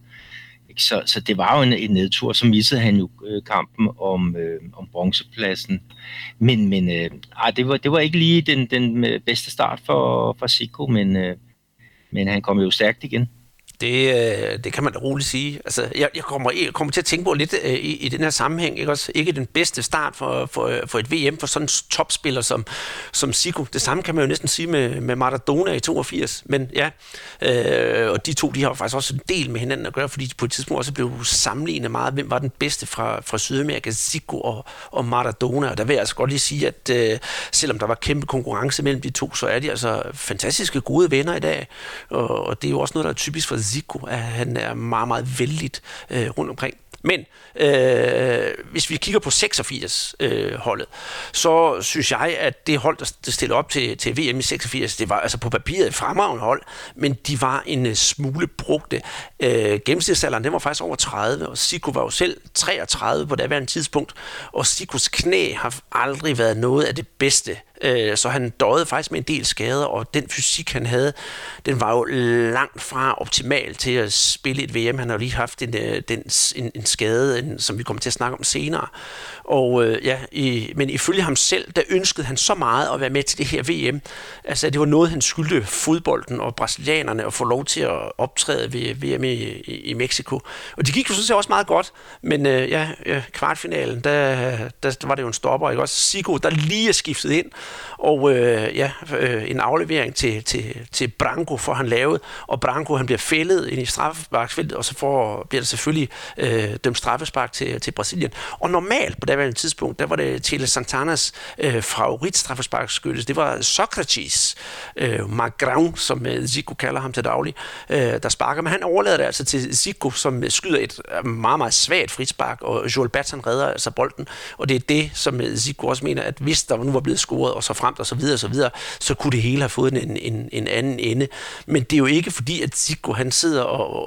Så det var jo en nedtur, så missede han jo kampen om bronzepladsen. Men det var ikke lige den bedste start for Zico, men han kom jo stærkt igen. Det kan man da roligt sige. Altså, jeg kommer til at tænke på lidt i den her sammenhæng, ikke også? Ikke den bedste start for et VM for sådan en topspiller som Zico. Det samme kan man jo næsten sige med Maradona i 82. Men ja, og de to, de har faktisk også en del med hinanden at gøre, fordi de på et tidspunkt også blev sammenlignet meget. Hvem var den bedste fra Sydamerika? Zico og Maradona. Og der vil jeg altså godt lige sige, at selvom der var kæmpe konkurrence mellem de to, så er de altså fantastiske gode venner i dag. Og det er jo også noget, der er typisk for Zico, at han er meget, meget vældigt rundt omkring. Men hvis vi kigger på 86-holdet, så synes jeg, at det hold, der stillede op til VM i 86, det var altså på papiret et fremragende hold, men de var en smule brugte. Gennemsnitsalderen, den var faktisk over 30, og Zico var jo selv 33 på daværende tidspunkt, og Zicos knæ har aldrig været noget af det bedste. Så han døjede faktisk med en del skader, og den fysik, han havde, den var jo langt fra optimal til at spille et VM. Han har jo lige haft en skade, som vi kommer til at snakke om senere. Og men ifølge ham selv, der ønskede han så meget at være med til det her VM. Altså, det var noget, han skyldte fodbolden og brasilianerne at få lov til at optræde ved VM i Mexico. Og det gik jo sådan set også meget godt, men kvartfinalen, der var det jo en stopper, ikke også? Zico, der lige er skiftet ind, og en aflevering til Branco, for han lavede, og Branco, han bliver fældet ind i straffesparksfeltet, og så bliver der selvfølgelig dømt straffespark til Brasilien. Og normalt på daværende tidspunkt, der var det Tele Santanas favorit straffesparkskytte. Det var Socrates, Magrão, som Zico kalder ham til daglig, der sparker, men han overlader det altså til Zico, som skyder et meget, meget svagt frispark, og Joel Batson redder altså bolden, og det er det, som Zico også mener, at hvis der nu var blevet scoret, og så frem og så videre, så kunne det hele have fået en anden ende. Men det er jo ikke fordi, at Zico, han sidder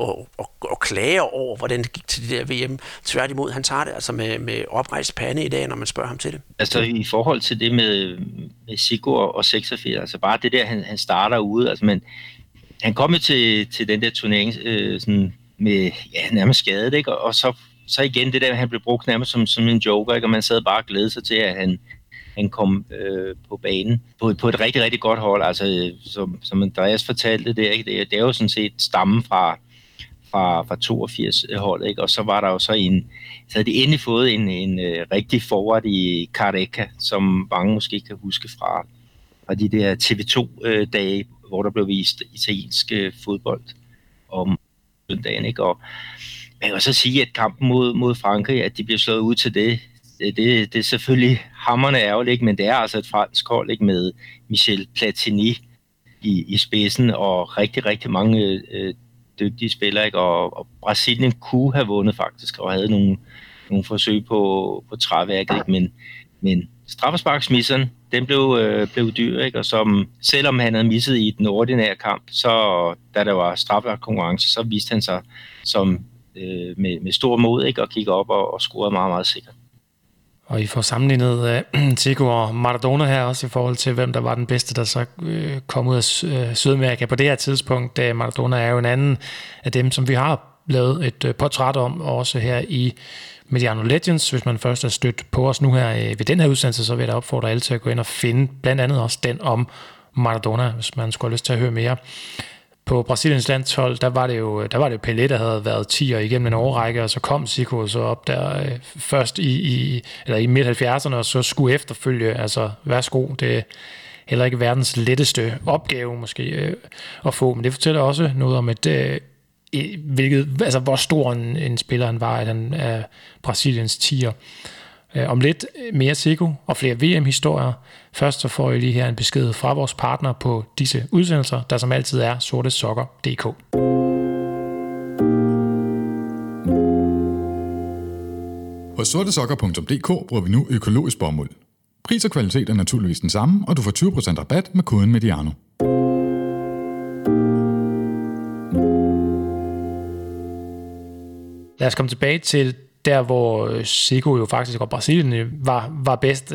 og klager over, hvordan det gik til det der VM. Tværtimod, han tager det altså med oprejst pande i dag, når man spørger ham til det. Altså i forhold til det med Zico og 86, altså bare det der, han starter ude, altså, men han kom til den der turnering sådan med nærmest skadet, ikke? Og så igen det der, han blev brugt nærmest som en joker, ikke? Og man sad bare og glædede sig til, at han kom på banen på et rigtig, rigtig godt hold. Altså, som Andreas fortalte, det er jo sådan set stammen fra 82-holdet, ikke? Og så var der jo så havde de endelig fået en rigtig forward i Careca, som mange måske kan huske fra de der TV2-dage, hvor der blev vist italiensk fodbold om søndagen, ikke? Og man kan også sige, at kampen mod Frankrig, at de bliver slået ud til det er selvfølgelig hamrende ærgerligt, men det er altså et fransk hold, ikke, med Michel Platini i spidsen og rigtig, rigtig mange dygtige spillere, ikke? Og Brasilien kunne have vundet faktisk og havde nogle forsøg på træværket, ikke? Men straffesparksmisseren, den blev dyr, ikke? Og selvom han havde misset i den ordinære kamp, så da der var straffesparkskonkurrence, så viste han sig som med stor mod, ikke? Og kiggede op og scorede meget, meget sikkert. Og I får sammenlignet Zico og Maradona her også i forhold til, hvem der var den bedste, der så kom ud af Sydamerika på det her tidspunkt. Maradona er jo en anden af dem, som vi har lavet et portræt om, også her i Mediano Legends. Hvis man først er stødt på os nu her ved den her udsendelse, så vil jeg da opfordre alle til at gå ind og finde blandt andet også den om Maradona, hvis man skulle have lyst til at høre mere. På Brasiliens landshold, der var det jo Pelé, der havde været 10'er igennem en årrække, og så kom Zico så op der først i midt-70'erne, og så skulle efterfølge, altså værsgo, det er heller ikke verdens letteste opgave måske at få, men det fortæller også noget om hvor stor en spiller han var, at han er Brasiliens tier. Om lidt mere Zico og flere VM-historier. Først så får I lige her en besked fra vores partner på disse udsendelser, der som altid er sortesokker.dk. Hos sortesokker.dk bruger vi nu økologisk bomuld. Pris og kvalitet er naturligvis den samme, og du får 20% rabat med koden MEDIANO. Lad os komme tilbage til der, hvor Zico jo faktisk og Brasilien var bedst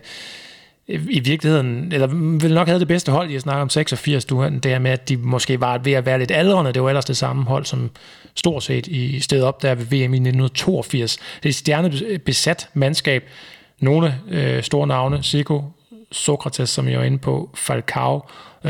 i virkeligheden, eller vel nok havde det bedste hold i at snakke om 86, det her med, at de måske var ved at være lidt aldrende. Det var ellers det samme hold, som stort set i stedet op der ved VM i 1982. Det er et stjernebesat mandskab. Nogle store navne, Zico, Sokrates, som jeg var inde på, Falcao,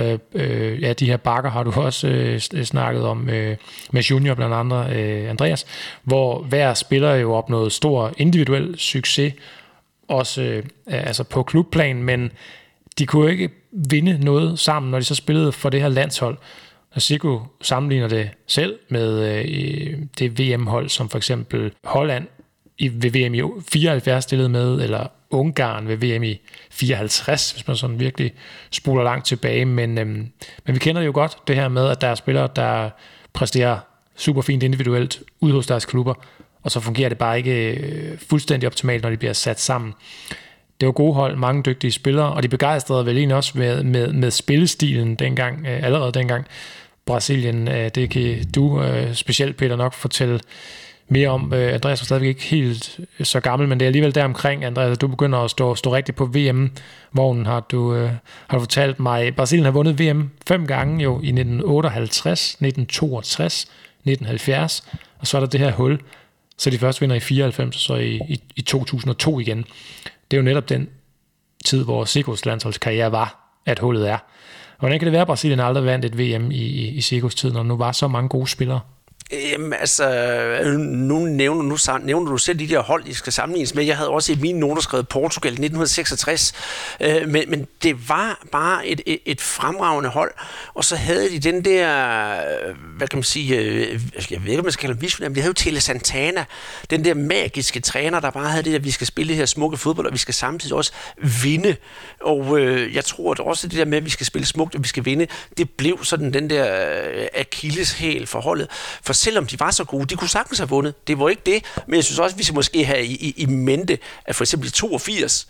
de her bakker har du også snakket om med Junior blandt andre, Andreas, hvor hver spiller jo opnåede stor individuel succes, også altså på klubplan, men de kunne ikke vinde noget sammen, når de så spillede for det her landshold. Og Zico sammenligner det selv med det VM-hold, som for eksempel Holland ved VM i 74 stillede med, eller Ungarn ved VM i 54, hvis man sådan virkelig spoler langt tilbage. Men vi kender det jo godt, det her med, at der er spillere, der præsterer super fint individuelt ude hos deres klubber, og så fungerer det bare ikke fuldstændig optimalt, når de bliver sat sammen. Det var gode hold, mange dygtige spillere, og de begejstrede vel egentlig også med spillestilen dengang, allerede dengang. Brasilien, det kan du specielt, Peter, nok fortælle mere om. Andreas var stadigvæk ikke helt så gammel, men det er alligevel der omkring, Andreas, du begynder at stå rigtig på VM-vognen, har du fortalt mig. Brasilien har vundet VM 5 gange jo, i 1958, 1962, 1970, og så er der det her hul, så de først vinder i 94, og så i 2002 igen. Det er jo netop den tid, hvor Zicos landsholdskarriere var, at hullet er. Hvordan kan det være, at Brasilien aldrig vandt et VM i Zicos tid, når der nu var så mange gode spillere? Jamen, altså, nu nævner du selv de der hold, de skal sammenlignes med. Jeg havde også i mine noter skrevet Portugal i 1966, men det var bare et fremragende hold, og så havde de den der, hvad kan man sige, jeg ved ikke, om man skal kalde dem visionære, men de havde jo Tele Santana, den der magiske træner, der bare havde det, at vi skal spille det her smukke fodbold, og vi skal samtidig også vinde. Og jeg tror, at også det der med, at vi skal spille smukt, og vi skal vinde, det blev sådan den der akilleshæl for holdet. For selvom de var så gode, de kunne sagtens have vundet. Det var ikke det, men jeg synes også, at vi skal måske have i mente, at for eksempel i 82,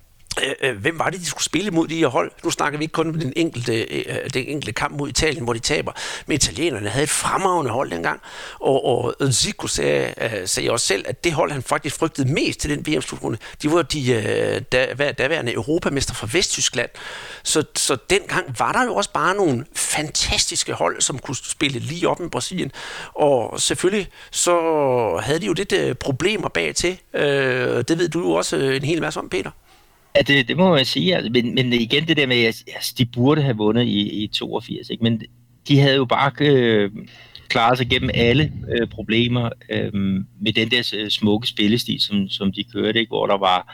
hvem var det, de skulle spille imod de her hold? Nu snakker vi ikke kun om den enkelte kamp mod Italien, hvor de taber, men italienerne havde et fremragende hold dengang, og Zico sagde også selv, at det hold, han faktisk frygtede mest til den VM-slutrunde, de var de daværende europamester fra Vesttyskland. Så dengang var der jo også bare nogle fantastiske hold, som kunne spille lige op med Brasilien, og selvfølgelig så havde de jo lidt problemer bagtil. Det ved du jo også en hel masse om, Peter. Ja, det må man sige, altså. Men igen det der med, at de burde have vundet i 82, ikke? Men de havde jo bare klaret sig gennem alle problemer med den der smukke spillestil, som de kørte, ikke? Hvor der var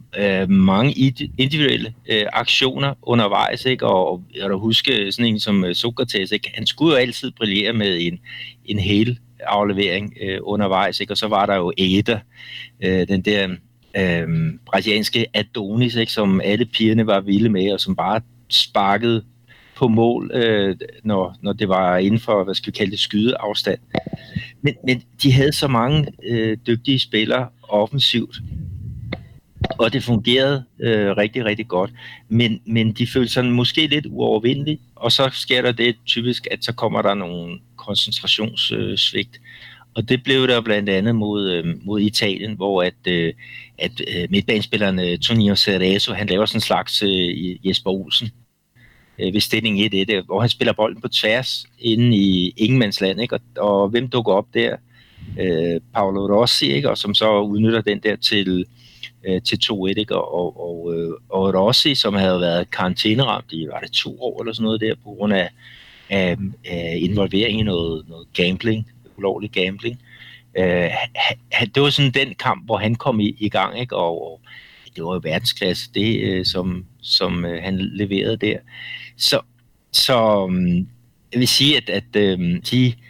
mange individuelle aktioner undervejs, ikke? Og jeg kan huske sådan en som Sokrates, ikke? Han skulle jo altid brillere med en hel aflevering undervejs, ikke? Og så var der jo Eder, den der brasilianske Adonis, ikke, som alle pigerne var vilde med, og som bare sparkede på mål, når det var inden for, hvad skal vi kalde det, skydeafstand. Men de havde så mange dygtige spillere offensivt, og det fungerede rigtig, rigtig godt. Men de følte sig måske lidt uovervindelige, og så sker der det typisk, at så kommer der nogle koncentrationssvigt. Og det blev der blandt andet mod Italien, hvor at midtbanespilleren Toninho Cerezo, han laver sådan en slags Jesper Olsen ved stilling 1-1, hvor han spiller bolden på tværs inde i ingenmandsland, ikke? Og hvem dukker op der? Paolo Rossi, ikke? Og som så udnytter den der til 2-1, ikke? Og Rossi, som havde været karantæneramt i, var det 2 år eller sådan noget der, på grund af involvering i noget gambling, ulovlig gambling. Det var sådan den kamp, hvor han kom i gang, ikke? Og det var jo verdensklasse, det som han leverede der. Så jeg vil sige, at de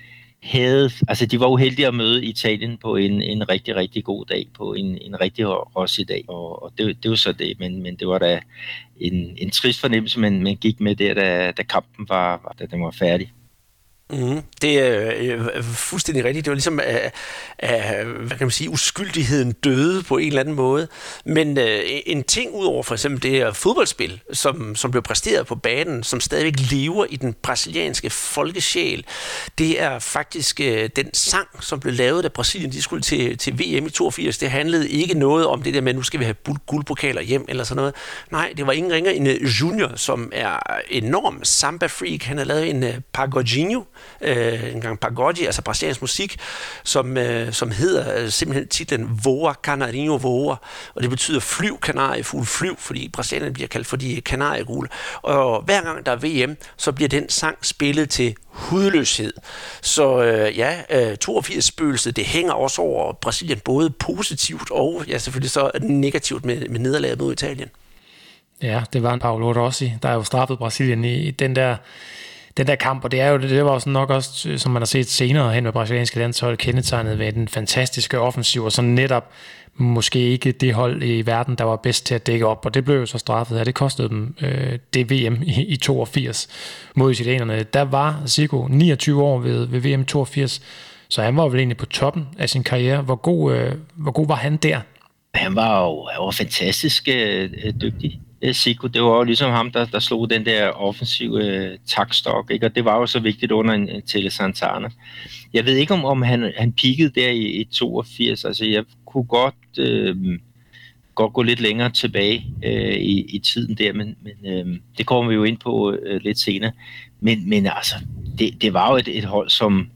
de var uheldige at møde Italien på en rigtig, rigtig god dag, på en rigtig Rossi-dag, og det var så det, men det var da en trist fornemmelse, man gik med der, da kampen da den var færdig. Det er fuldstændig rigtigt. Det var ligesom, hvad kan man sige, uskyldigheden døde på en eller anden måde. Men en ting udover for eksempel det her fodboldspil, som blev præsteret på banen, som stadigvæk lever i den brasilianske folkesjæl, det er faktisk den sang, som blev lavet, da Brasilien de skulle til VM i 82. Det handlede ikke noget om det der med, nu skal vi have guldpokaler hjem eller sådan noget. Nej, det var ingen ringer end Junior, som er enorm samba-freak. Han har lavet en pagodinho, en gang pagode, altså brasiliansk musik, som hedder simpelthen titlen Voa Canarinho Voa, og det betyder flyv, kanariefugl, flyv, fordi brasilianerne bliver kaldt for de kanariefugle. Og hver gang der er VM, så bliver den sang spillet til hudløshed. Så 82-spøgelset, det hænger også over Brasilien, både positivt og selvfølgelig så negativt med nederlaget mod Italien. Ja, det var en Paolo Rossi, der jo straffede Brasilien i den der kamp, og det var også nok også, som man har set senere hen med brasilianske landshold, kendetegnet ved den fantastiske offensiv, og så netop måske ikke det hold i verden, der var bedst til at dække op, og det blev jo så straffet her. Det kostede dem det VM i 82 mod italienerne. Der var Zico 29 år ved VM 82, så han var vel egentlig på toppen af sin karriere. Hvor god var han der? Han var fantastisk dygtig. Zico, det var jo ligesom ham, der slog den der offensive takstok, ikke? Og det var jo så vigtigt under en Tele Santana. Jeg ved ikke, om han peakede der i 82, altså jeg kunne godt gå lidt længere tilbage i tiden der, men det kommer vi jo ind på lidt senere. Men altså, det var jo et hold,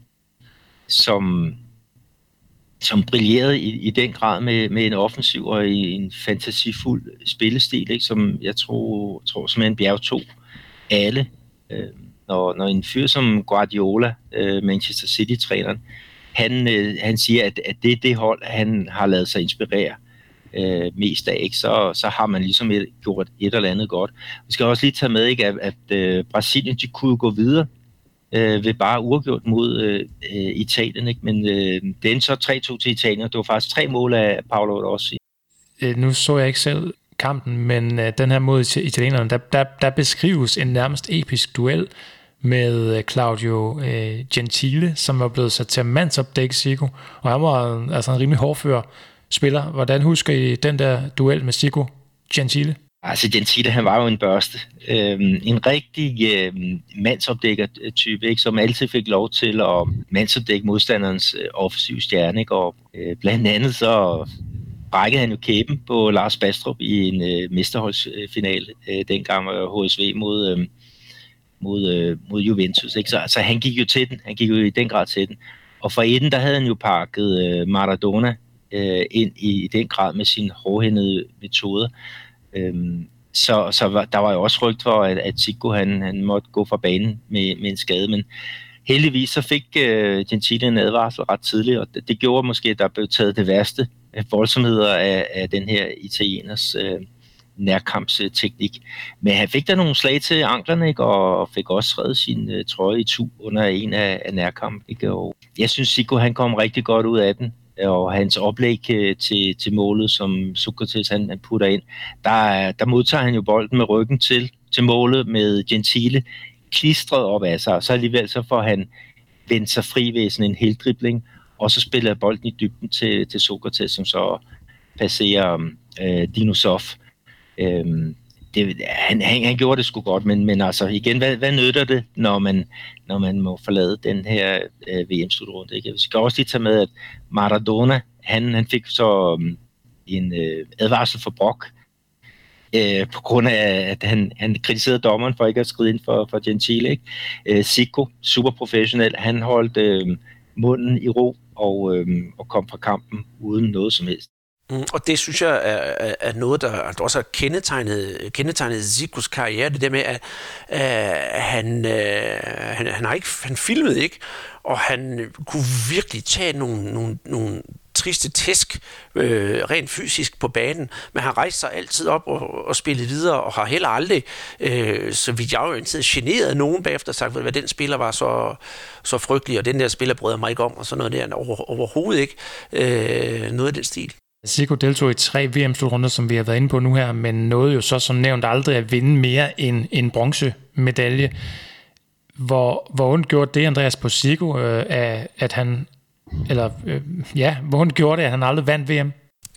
som brillerede i den grad med en offensiv og en fantasifuld spillestil, ikke? Som jeg tror simpelthen bjergtog alle. Når en fyr som Guardiola, Manchester City-træneren, han siger, at det er det hold, han har lavet sig inspirere mest af, ikke? Så har man ligesom gjort et eller andet godt. Vi skal også lige tage med, ikke, at Brasilien, de kunne gå videre ved bare uafgjort mod Italien, ikke? Men det endte så 3-2 til Italien, og det var faktisk 3 mål af Paolo Rossi. Nu så jeg ikke selv kampen, men den her mod italienerne, der beskrives en nærmest episk duel med Claudio Gentile, som var blevet sat til at mandsopdække Zico, og han var altså en rimelig hårdfør spiller. Hvordan husker I den der duel med Zico Gentile? Altså Gentile, han var jo en børste. En rigtig mandsopdækker-type, ikke, som altid fik lov til at mandsopdække modstanderens offensive stjerne, ikke? Og blandt andet så brækkede han jo kæben på Lars Bastrup i en mesterholdsfinale, dengang HSV mod Juventus, ikke? Så han gik jo til den. Han gik jo i den grad til den. Og for enden, der havde han jo pakket Maradona ind i den grad med sine hårdhændede metoder. Så der var jo også frygt for, at Zico han måtte gå fra banen med en skade, men heldigvis så fik Gentile en advarsel ret tidligt, og det gjorde måske, at der blev taget det værste voldsomheder af den her italieners nærkampsteknik. Men han fik der nogle slag til anklerne, ikke? Og fik også reddet sin trøje i tu under en af nærkampen, ikke? Og jeg synes, Zico han kom rigtig godt ud af den, og hans oplæg til målet, som Sokrates han putter ind, der modtager han jo bolden med ryggen til målet med Gentile klistret op af sig, og så alligevel så får han vendt sig fri ved sådan en heldribling, og så spiller bolden i dybden til Sokrates, som så passerer Dinosov. Han gjorde det sgu godt, men altså igen, hvad nytter det, når man må forlade den her VM-slutrunde, ikke? Vi skal også lige tage med, at Maradona, han fik så en advarsel for brok, på grund af, at han kritiserede dommeren for ikke at skride ind for Gentile, ikke? Zico, super professionel, han holdt munden i ro og kom fra kampen uden noget som helst. Og det synes jeg er noget, der også har kendetegnet Zicos karriere, det der med, at han filmede ikke, og han kunne virkelig tage nogle triste tæsk rent fysisk på banen, men han rejste sig altid op og spillede videre, og har heller aldrig, så vidt jeg jo altid generet nogen bagefter, sagt, at den spiller var så frygtelig, og den der spiller brød mig ikke om, og sådan noget der, overhovedet ikke noget af den stil. Zico deltog i 3 VM-slutrunder, som vi har været inde på nu her, men nåede jo så som nævnt aldrig at vinde mere end en bronzemedalje. Hvor ondt gjorde det, Andreas, på Zico, at han, hvor ondt gjorde det, at han aldrig vandt VM?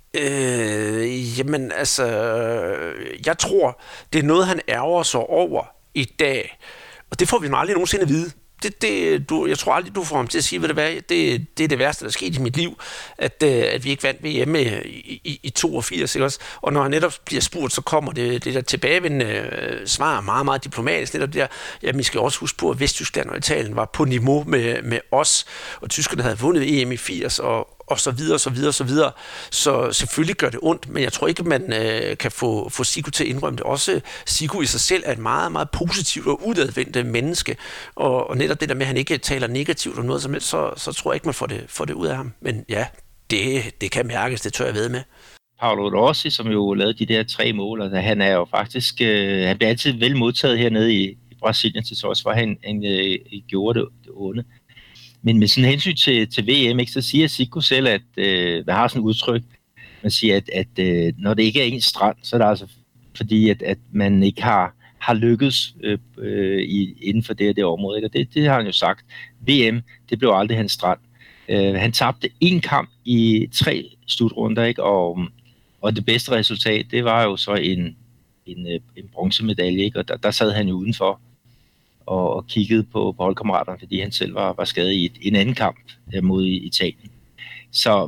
Jamen altså, jeg tror, det er noget, han ærger sig over i dag, og det får vi aldrig nogensinde at vide. Jeg tror aldrig, du får ham til at sige, hvad det er det værste, der er sket i mit liv, at vi ikke vandt VM i 82, ikke også? Og når han netop bliver spurgt, så kommer det der tilbagevendende svar meget, meget diplomatisk. Netop der, jamen, I skal også huske på, at Vesttyskland og Italien var på niveau med os, og tyskerne havde vundet EM i 80, og så videre, så videre, så videre. Så selvfølgelig gør det ondt, men jeg tror ikke, man kan få Zico til at indrømme det. Også Zico i sig selv er et meget, meget positivt og udadvendt menneske, og netop det der med, at han ikke taler negativt om noget som helst, så tror jeg ikke, man får det ud af ham. Men ja, det kan mærkes, det tør jeg ved med. Paolo Rossi, som jo lavede de der 3 mål, altså, han er jo faktisk, han bliver altid vel modtaget hernede i Brasilien, til trods for, at han gjorde det onde. Men med sådan hensyn til VM, ikke, så siger Zico selv, at man har sådan et udtryk, man siger, at når det ikke er ens strand, så er det altså fordi, at man ikke har lykkes inden for det område. Ikke? Og det har han jo sagt. VM, det blev aldrig hans strand. Han tabte 1 kamp i 3 slutrunder, ikke? Og det bedste resultat, det var jo så en bronzemedalje, ikke? Og der sad han jo udenfor og kiggede på holdkammeraterne, fordi han selv var skadet i en anden kamp mod Italien. Så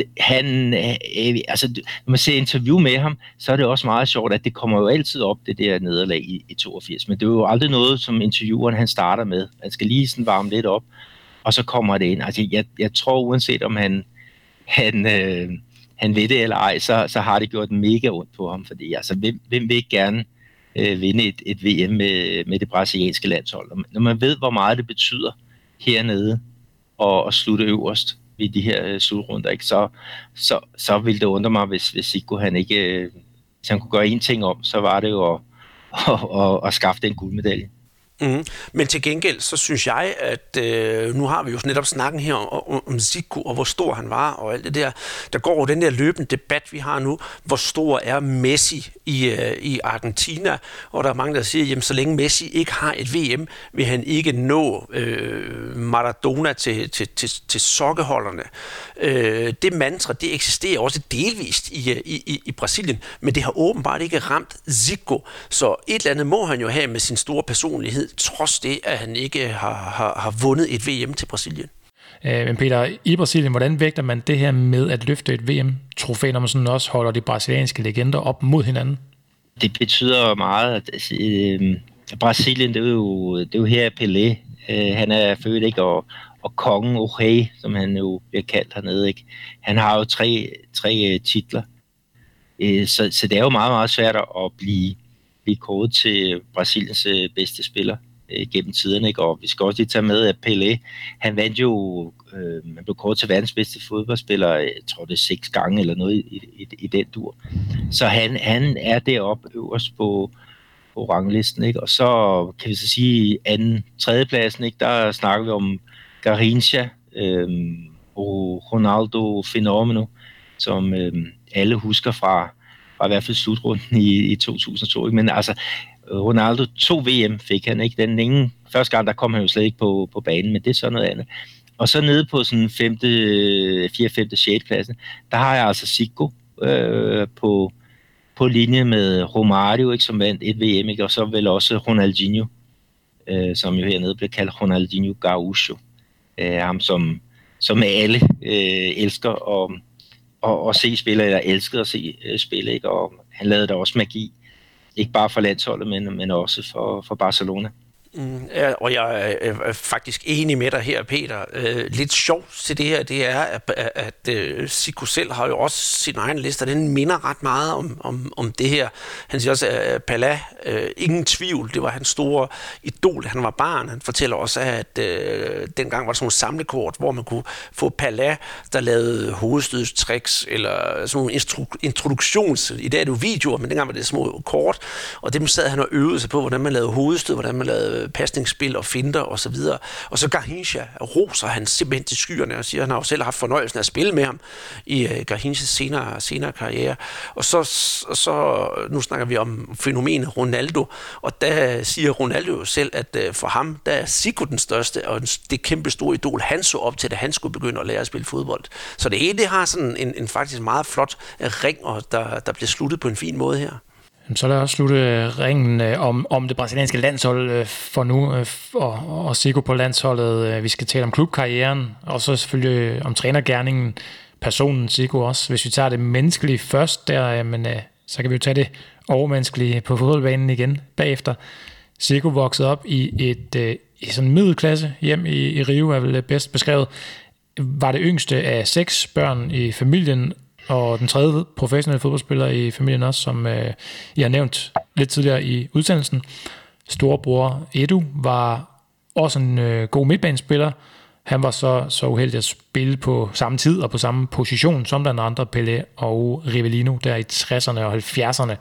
altså, når man ser interview med ham, så er det også meget sjovt, at det kommer jo altid op, det der nederlag i 82. Men det er jo aldrig noget, som intervieweren han starter med. Han skal lige sådan varme lidt op, og så kommer det ind. Altså, jeg tror, uanset om han ved det eller ej, så har det gjort mega ondt på ham. Fordi altså, hvem vil ikke gerne vinde et VM med det brasilianske landshold? Når man ved, hvor meget det betyder hernede at slutte øverst ved de her slutrunder, ikke? Så ville det undre mig, hvis Zico hvis han kunne gøre en ting om, så var det jo at skaffe den guldmedalje. Mm. Men til gengæld, så synes jeg, at nu har vi jo netop snakken her om Zico, og hvor stor han var, og alt det der. Der går jo den der løbende debat, vi har nu, hvor stor er Messi i Argentina, og der er mange, der siger, jamen så længe Messi ikke har et VM, vil han ikke nå Maradona til sokkeholderne. Det mantra, det eksisterer også delvist i Brasilien, men det har åbenbart ikke ramt Zico, så et eller andet må han jo have med sin store personlighed, trods det, at han ikke har vundet et VM til Brasilien. Men Peter, i Brasilien, hvordan vægter man det her med at løfte et VM-trofæ, når man sådan også holder de brasilianske legender op mod hinanden? Det betyder meget, at Brasilien, det er jo her Pelé. Han er født, ikke? Og kongen Ojei, som han jo bliver kaldt hernede, ikke? Han har jo tre titler. Så det er jo meget, meget svært at blive kåret til Brasiliens bedste spiller gennem tiderne, ikke? Og vi skal også lige tage med, at Pelé, han vandt jo, man blev kåret til verdens bedste fodboldspiller, jeg tror det er 6 gange eller noget i den dur. Så han er deroppe øverst på ranglisten, ikke? Og så kan vi så sige tredjepladsen, ikke? Der snakker vi om Garrincha og Ronaldo Fenomeno, som alle husker fra i hvert fald slutrunden i 2002. Ikke? Men altså, Ronaldo 2 VM fik han, ikke? Første gang, der kom han jo slet ikke på banen, men det er så noget andet. Og så nede på sådan 4., 5., 6. pladsen, der har jeg altså Zico på linje med Romario, ikke, som vandt et VM, ikke? Og så vel også Ronaldinho, som jo hernede blev kaldt Ronaldinho Gaúcho. Ham som alle elsker at se spille, eller elskede at se spille, ikke? Og han lavede der også magi, ikke bare for landsholdet, men også for Barcelona. Og jeg er faktisk enig med dig her, Peter. Lidt sjovt til det her, det er, at Zico selv har jo også sin egen liste, og den minder ret meget om det her. Han siger også, at Pala, ingen tvivl, det var hans store idol, han var barn. Han fortæller også, at dengang var der sådan nogle samlekort, hvor man kunne få Pala, der lavede hovedstødstricks, eller sådan nogle introduktions... I dag er det jo videoer, men dengang var det små kort, og dem sad han og øvede sig på, hvordan man lavede hovedstød, hvordan man lavede pasningsspil og finter og så videre. Og så Garrincha roser han simpelthen til skyerne og siger, at han har jo selv haft fornøjelsen af at spille med ham i Garrinchas senere karriere. Og så nu snakker vi om fænomenet Ronaldo, og der siger Ronaldo jo selv, at for ham, der er Zico den største, og det kæmpe store idol, han så op til, da han skulle begynde at lære at spille fodbold. Så det hele, det har sådan en faktisk meget flot ring, og der bliver sluttet på en fin måde her. Så lad os slutte ringen om det brasilianske landshold for nu, og Zico på landsholdet. Vi skal tale om klubkarrieren, og så selvfølgelig om trænergerningen, personen Zico også. Hvis vi tager det menneskelige først, så kan vi jo tage det overmenneskelige på fodboldbanen igen bagefter. Zico voksede op i et sådan middelklasse hjem i Rio, er vel bedst beskrevet. Var det yngste af 6 børn i familien, og den tredje professionelle fodboldspiller i familien også, som I har nævnt lidt tidligere i udsendelsen. Storebror Edu var også en god midtbanespiller. Han var så uheldig at spille på samme tid og på samme position som blandt andre Pelé og Rivellino der i 60'erne og 70'erne.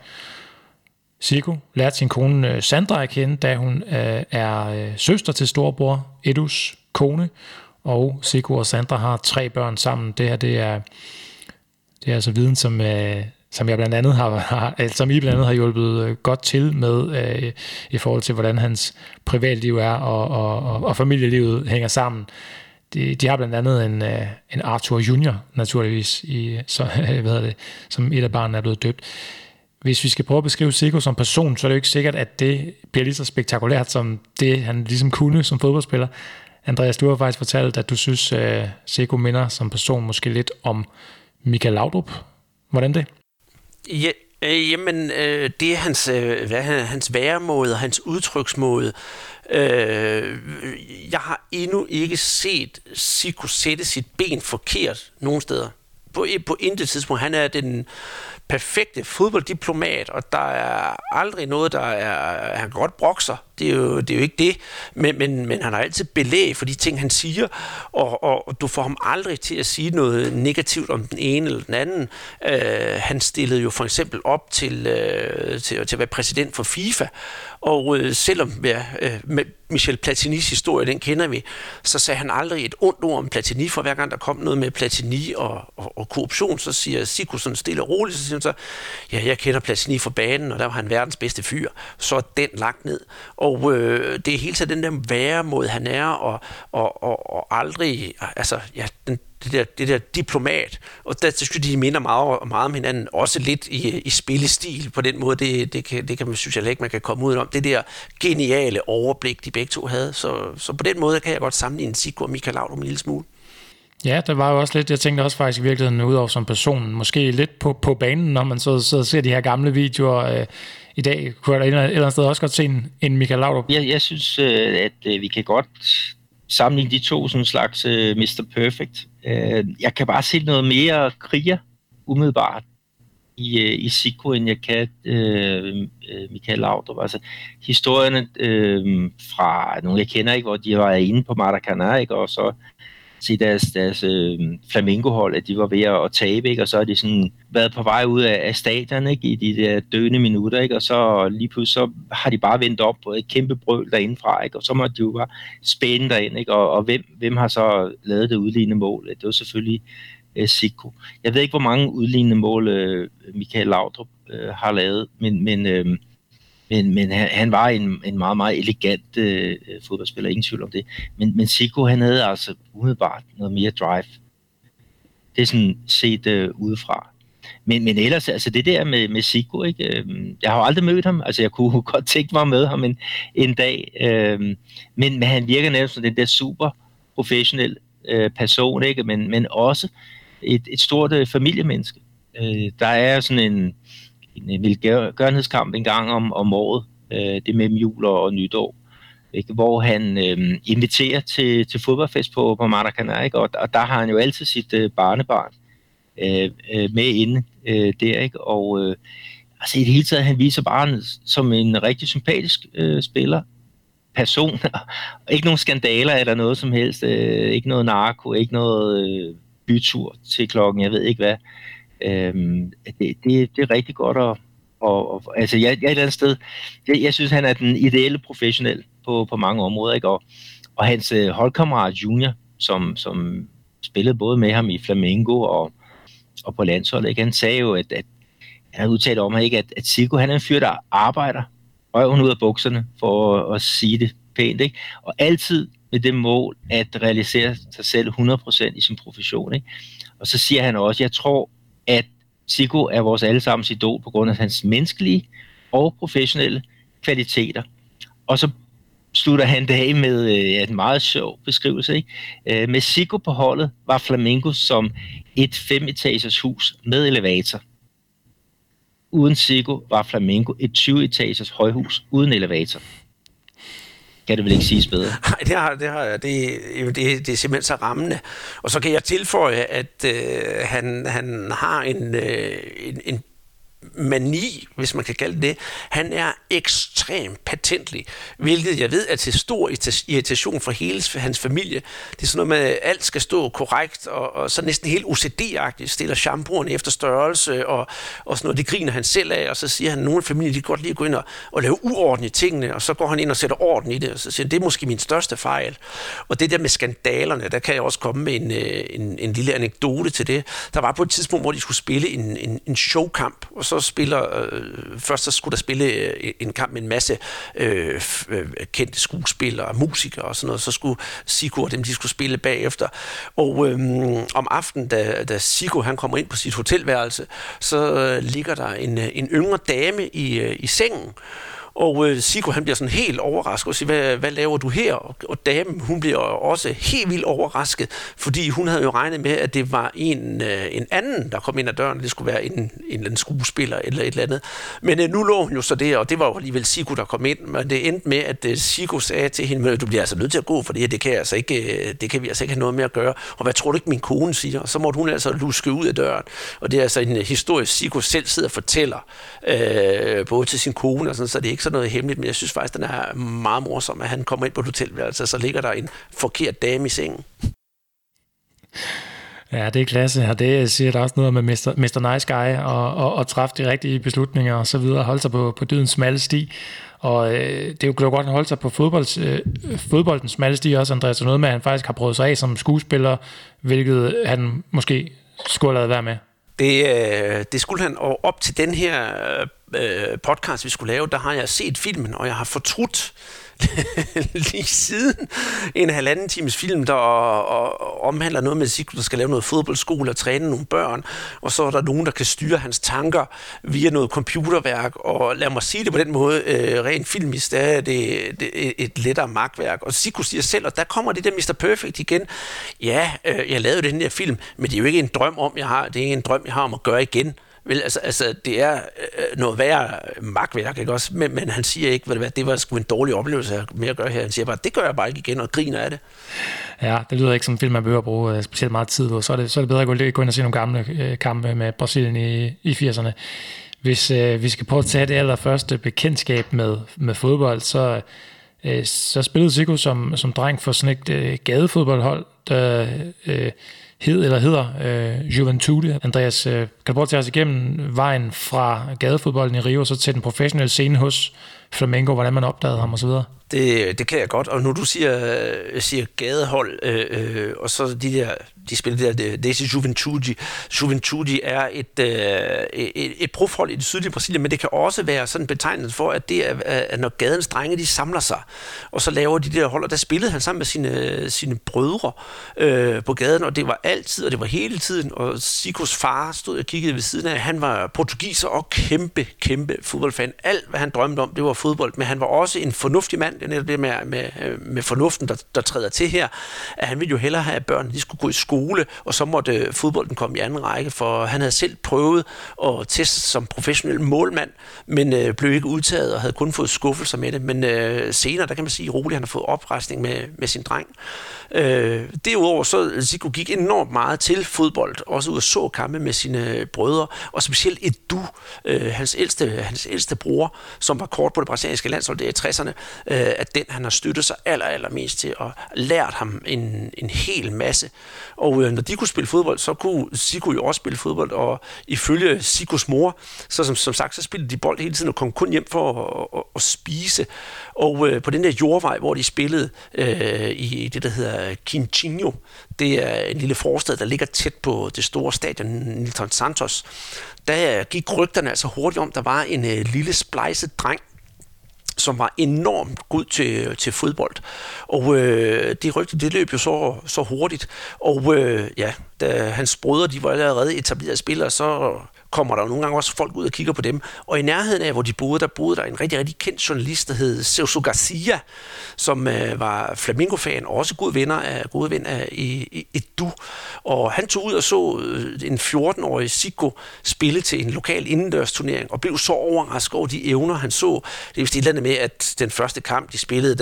Zico lærte sin kone Sandra at kende, da hun er søster til storebror Edus kone, og Zico og Sandra har 3 børn sammen. Det her, det er altså viden, som jeg blandt andet som I blandt andet har hjulpet godt til med i forhold til, hvordan hans privatliv er og familielivet hænger sammen. De har blandt andet en Arthur Junior, naturligvis, som et af barnene er blevet døbt. Hvis vi skal prøve at beskrive Zico som person, så er det jo ikke sikkert, at det bliver lige så spektakulært, som det han ligesom kunne som fodboldspiller. Andreas, du har faktisk fortalt, at du synes, Zico minder som person måske lidt om Michael Laudrup. Hvordan det? Ja, jamen, det er hans væremåde og hans udtryksmåde. Jeg har endnu ikke set Zico sætte sit ben forkert nogen steder. På intet tidspunkt. Han er den perfekte fodbolddiplomat, og der er aldrig noget, han kan godt brokke sig. Det er jo ikke det, men han har altid belæg for de ting, han siger, og du får ham aldrig til at sige noget negativt om den ene eller den anden. Han stillede jo for eksempel op til at være præsident for FIFA, og selvom med Michel Platinis historie, den kender vi, så sagde han aldrig et ondt ord om Platini, for hver gang der kom noget med Platini og korruption, så siger Zico sådan stille og roligt, så siger han så, ja, jeg kender Platini fra banen, og der var han verdens bedste fyr. Så er den lagt ned. Og det er hele tiden den der væremåde, han er, og aldrig, altså, ja, det der diplomat, og der synes de minder meget om hinanden, også lidt i spillestil på den måde, det kan man, synes jeg ikke, man kan komme ud om. Det der geniale overblik, de begge to havde, så på den måde kan jeg godt sammenligne Zico og Michael Laudrup en lille smule. Ja, der var jo også lidt, jeg tænkte også faktisk i virkeligheden udover som person, måske lidt på banen, når man så ser de her gamle videoer i dag, kunne jeg et eller andet sted også godt se en Michael Laudrup. Jeg synes, at vi kan godt sammenligne de to sådan slags Mr. Perfect. Jeg kan bare se noget mere kriger umiddelbart i Zico, end jeg kan Michael Laudrup. Altså historierne fra nogle jeg kender ikke, hvor de var inde på Maracanã, ikke, og så se deres Flamengo-hold, at de var ved at tabe, ikke? Og så har de sådan været på vej ud af stadion, ikke? I de der døende minutter, ikke? Og så lige pludselig så har de bare vendt op på et kæmpe brøl derindefra, ikke? Og så må de jo bare spænde derind, ikke? Og hvem har så lavet det udlignende mål? Det var selvfølgelig Zico. Jeg ved ikke, hvor mange udlignende mål Michael Laudrup har lavet, men han var en meget, meget elegant fodboldspiller, ingen tvivl om det. Men Zico, han havde altså umiddelbart noget mere drive. Det er sådan set udefra. Men ellers, altså det der med Zico, ikke? Jeg har jo aldrig mødt ham, altså jeg kunne godt tænke mig med ham en dag, men han virker nærmest som den der super professionel person, ikke? Men også et stort familiemenneske. Der er sådan en velgørenhedskamp en gang om året, det med jul og nytår, ikke? Hvor han inviterer til fodboldfest på Maracanã, ikke? Og der har han jo altid sit barnebarn med inde der, ikke? Og altså i det hele taget, han viser bare som en rigtig sympatisk spiller, person, ikke nogen skandaler eller noget som helst, ikke noget narko, ikke noget bytur til klokken, jeg ved ikke hvad. Det er rigtig godt altså jeg et eller andet sted, jeg synes han er den ideelle professionel på mange områder, ikke? Og hans holdkammerat Junior, som spillede både med ham i Flamengo og på landsholdet, ikke? Han sagde jo, at han havde udtalt om, ikke, at Zico, han er en fyr, der arbejder røven ud af bukserne, for at sige det pænt, ikke? Og altid med det mål at realisere sig selv 100% i sin profession, ikke? Og så siger han også, jeg tror, at Zico er vores allesammens idol på grund af hans menneskelige og professionelle kvaliteter. Og så slutter han det af med en meget sjov beskrivelse, ikke? Med Zico på holdet var Flamengo som et 5-etagers hus med elevator. Uden Zico var Flamengo et 20-etagers højhus uden elevator. Kan det vel ikke siges bedre? Nej, det er simpelthen så rammende. Og så kan jeg tilføje, at han har en mani, hvis man kan kalde det. Han er ekstremt patentlig, hvilket jeg ved er til stor irritation for hele hans familie. Det er sådan noget med, at alt skal stå korrekt, og så næsten helt OCD-agtigt, stiller shampooen efter størrelse, og sådan noget. Det griner han selv af, og så siger han, at nogle familier, de kan godt lide at gå ind og lave uorden i tingene, og så går han ind og sætter orden i det, og så siger han, det er måske min største fejl. Og det der med skandalerne, der kan jeg også komme med en lille anekdote til det. Der var på et tidspunkt, hvor de skulle spille en showkamp, og så først så skulle der spille en kamp med en masse kendte skuespillere og musikere og sådan noget, så skulle Zico og dem, de skulle spille bagefter. Og om aftenen, da Zico han kommer ind på sit hotelværelse, så ligger der en yngre dame i sengen. Og Zico, han bliver sådan helt overrasket og siger, hvad laver du her? Og damen, hun bliver også helt vildt overrasket, fordi hun havde jo regnet med, at det var en anden, der kom ind ad døren, det skulle være en eller anden skuespiller eller et eller andet. Men nu lå hun jo så der, og det var jo alligevel Zico, der kom ind, men det endte med, at Zico sagde til hende, du bliver altså nødt til at gå, for det kan vi altså ikke have noget med at gøre. Og hvad tror du ikke, min kone siger? Og så måtte hun altså luske ud af døren. Og det er altså en historie, Zico selv sidder og fortæller, både til sin kone, og sådan, så det er ikke sådan noget hemmeligt, men jeg synes faktisk, den er meget morsom, at han kommer ind på et hotelværelse, og så ligger der en forkert dame i sengen. Ja, det er klasse, og det siger der også noget med Mr. Nice Guy, og træffe de rigtige beslutninger, og så videre, holde sig på dydens smalle sti. Og det er jo godt at holde sig på fodboldens smalle sti også, Andreas, og noget med, at han faktisk har prøvet sig af som skuespiller, hvilket han måske skulle have lavet være med. Det skulle han, og op til den her podcast, vi skulle lave, der har jeg set filmen, og jeg har fortrudt lige siden en 1,5 times film, der omhandler noget med Zico, der skal lave noget fodboldskole og træne nogle børn, og så er der nogen, der kan styre hans tanker via noget computerværk, og lad mig sige det på den måde, rent filmisk, der er det et lettere magtværk, og Zico siger selv, og der kommer det der Mr. Perfect igen, ja, jeg lavede den her film, men det er jo ikke en drøm om, jeg har, det er ikke en drøm, jeg har om at gøre igen. Vel, altså, det er noget værre magtværk, ikke også? Men han siger ikke, det var sgu en dårlig oplevelse med at gøre her. Han siger bare, det gør jeg bare ikke igen, og griner af det. Ja, det lyder ikke som en film, man behøver at bruge specielt meget tid på. Så er det bedre at gå ind og se nogle gamle kampe med Brasilien i 80'erne. Hvis vi skal prøve at tage det allerførste bekendtskab med fodbold, så spillede Zico som dreng for sådan et gadefodboldhold, der hedder Juventude. Andreas, kan du prøve at tage os igennem vejen fra gadefodbolden i Rio så til den professionelle scene hos Flamengo, hvordan man opdagede ham osv.? Det kan jeg godt, og nu du siger gadehold, og så de spiller det er Juventude. Juventude er et profhold i det sydlige Brasilien, men det kan også være sådan en betegnelse for, at det er når gadens drenge, de samler sig, og så laver de der hold, og der spillede han sammen med sine brødre på gaden, og det var altid, og det var hele tiden, og Zicos far stod og kiggede ved siden af, han var portugiser og kæmpe fodboldfan. Alt, hvad han drømte om, det var fodbold, men han var også en fornuftig mand. Det er det med fornuften, der træder til her, at han ville jo hellere have, at børn de skulle gå i skole, og så måtte fodbolden komme i anden række, for han havde selv prøvet at teste som professionel målmand, men blev ikke udtaget og havde kun fået skuffelser med det. Men senere, der kan man sige roligt, han har fået oprejsning med sin dreng. Derudover så Zico gik enormt meget til fodbold, også ud og så kampe med sine brødre, og specielt Edu, hans ældste bror, som var kort på det brasilianske landshold der i 60'erne, at den han har støttet sig allermest til og lært ham en hel masse. Og når de kunne spille fodbold, så kunne Zico jo også spille fodbold, og ifølge Zicos mor, så som sagt, så spillede de bold hele tiden og kom kun hjem for at spise. Og på den der jordvej, hvor de spillede i det, der hedder Quintinho, det er en lille forstad, der ligger tæt på det store stadion Nilton Santos, der gik rygterne altså hurtigt om, der var en lille splejset dreng, som var enormt god til fodbold. Og det rygte, det løb jo så hurtigt. Og da hans brødre, de var allerede etablerede spillere, så kommer der jo nogle gange også folk ud og kigger på dem. Og i nærheden af, hvor de boede, der en rigtig, rigtig kendt journalist, der hed Celso Garcia, som var Flamengo-fan, og også gode ven af Edu. Og han tog ud og så en 14-årig Zico spille til en lokal indendørsturnering, og blev så overrasket over de evner, han så. Det er vist et eller andet med, at den første kamp, de spillede,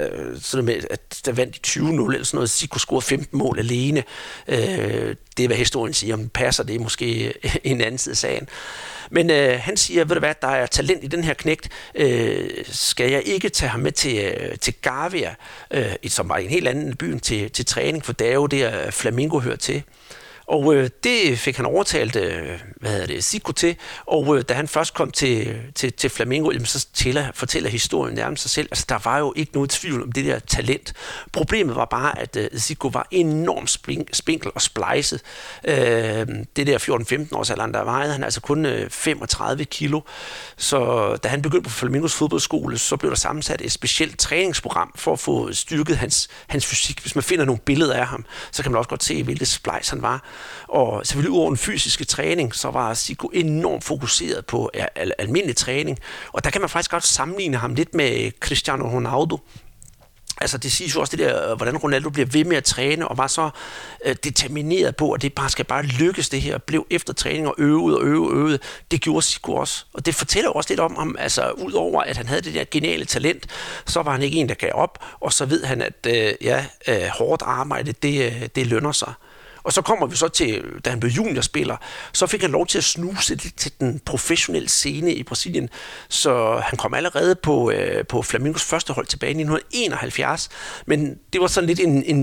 der vandt de 20-0 eller sådan noget. Zico scorede 15 mål alene. Det er, hvad historien siger. Om den passer, det er måske en anden side af sagen. Men han siger, ved du hvad, der er talent i den her knægt. Skal jeg ikke tage ham med til Gavia, som var en helt anden by, til træning, for det er jo der Flamengo hører til. Og det fik han overtalt Zico til, og da han først kom til Flamengo, så fortæller historien nærmest sig selv. Altså, der var jo ikke noget tvivl om det der talent. Problemet var bare, at Zico var enormt spinkel og splejset. Det der 14-15 års alderen, der vejede han altså kun 35 kilo. Så da han begyndte på Flamengos fodboldskole, så blev der sammensat et specielt træningsprogram for at få styrket hans fysik. Hvis man finder nogle billeder af ham, så kan man også godt se, hvilket splejs han var. Og selvfølgelig ud over den fysiske træning, så var Zico enormt fokuseret på almindelig træning. Og der kan man faktisk godt sammenligne ham lidt med Cristiano Ronaldo. Altså det siges jo også det der, hvordan Ronaldo bliver ved med at træne, og var så determineret på, at det skal bare lykkes det her, blev efter træning og øvede. Det gjorde Zico også. Og det fortæller også lidt om ham, altså udover at han havde det der geniale talent, så var han ikke en, der gav op, og så ved han, at hårdt arbejde, det lønner sig. Og så kommer vi så til, da han blev juniorspiller, så fik han lov til at snuse til den professionelle scene i Brasilien. Så han kom allerede på Flamengos første hold tilbage i 1971. Men det var sådan lidt en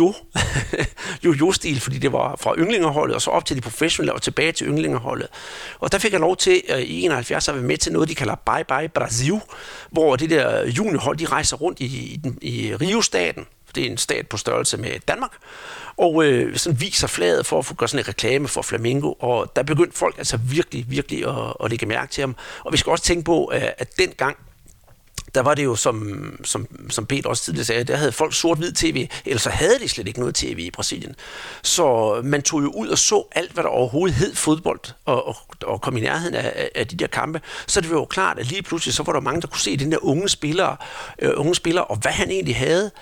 jojo-stil, fordi det var fra ynglingerholdet og så op til de professionelle og tilbage til ynglingerholdet. Og der fik han lov til i 71 at være med til noget, de kalder Bye Bye Brasil, hvor det der juniorhold, de rejser rundt i Rio-staten. Det er en stat på størrelse med Danmark, og sådan viser flaget for at få sådan en reklame for Flamengo, og der begyndte folk altså virkelig at lægge mærke til ham. Og vi skal også tænke på, at dengang, der var det jo, som Peter også tidligere sagde, der havde folk sort-hvid tv, ellers så havde de slet ikke noget tv i Brasilien. Så man tog jo ud og så alt, hvad der overhovedet hed fodbold, og kom i nærheden af de der kampe. Så det var jo klart, at lige pludselig, så var der mange, der kunne se den der unge spillere, og hvad han egentlig havde.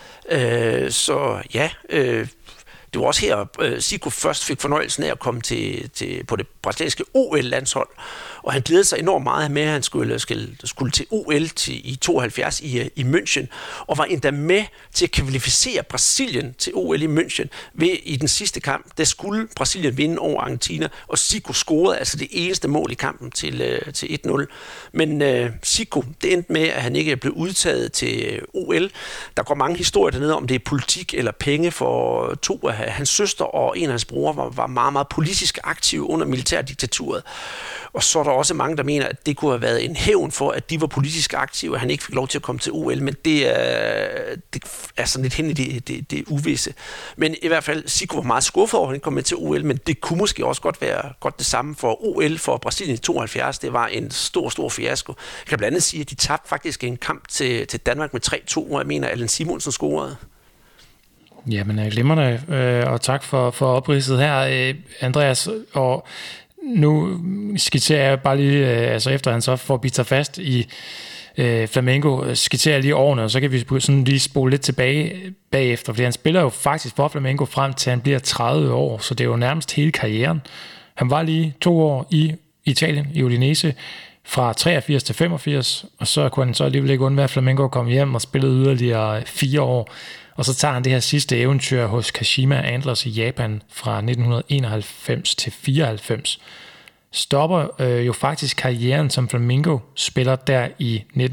Det var også her, Zico først fik fornøjelsen af at komme på det brasilianske OL-landshold, og han glædede sig enormt meget med, at han skulle til OL i 72 i München, og var endda med til at kvalificere Brasilien til OL i München ved i den sidste kamp, der skulle Brasilien vinde over Argentina, og Zico scorede altså det eneste mål i kampen til 1-0. Men Zico, det endte med, at han ikke blev udtaget til OL. Der går mange historier dernede om, det er politik eller penge, for to af hans søster og en af hans bror var meget, meget politisk aktive under militærdiktaturet. Og så er der også mange, der mener, at det kunne have været en hævn for, at de var politisk aktive, og han ikke fik lov til at komme til OL, men det er sådan lidt hen i det uvisse. Men i hvert fald, Zico var meget skuffet over, at han ikke kom med til OL, men det kunne måske også godt være godt det samme for OL for Brasilien i 72. Det var en stor fiasko. Jeg kan blandt andet sige, at de tabte faktisk en kamp til Danmark med 3-2, hvor jeg mener, Allan Simonsen scorede. Jamen, glimrende, og tak for opridset her, Andreas. Og nu skitserer jeg bare lige, efter han så får bidt sig fast Flamengo skitserer lige årene, og så kan vi sådan lige spole lidt tilbage bagefter, fordi han spiller jo faktisk for Flamengo frem til han bliver 30 år, så det er jo nærmest hele karrieren. Han var lige 2 år i Italien, i Udinese, fra 83 til 85, og så kunne han så alligevel ikke undvære, at Flamengo kom hjem og spillede yderligere 4 år. Og så tager han det her sidste eventyr hos Kashima Antlers i Japan fra 1991 til 94. Stopper jo faktisk karrieren som Flamengo-spiller der i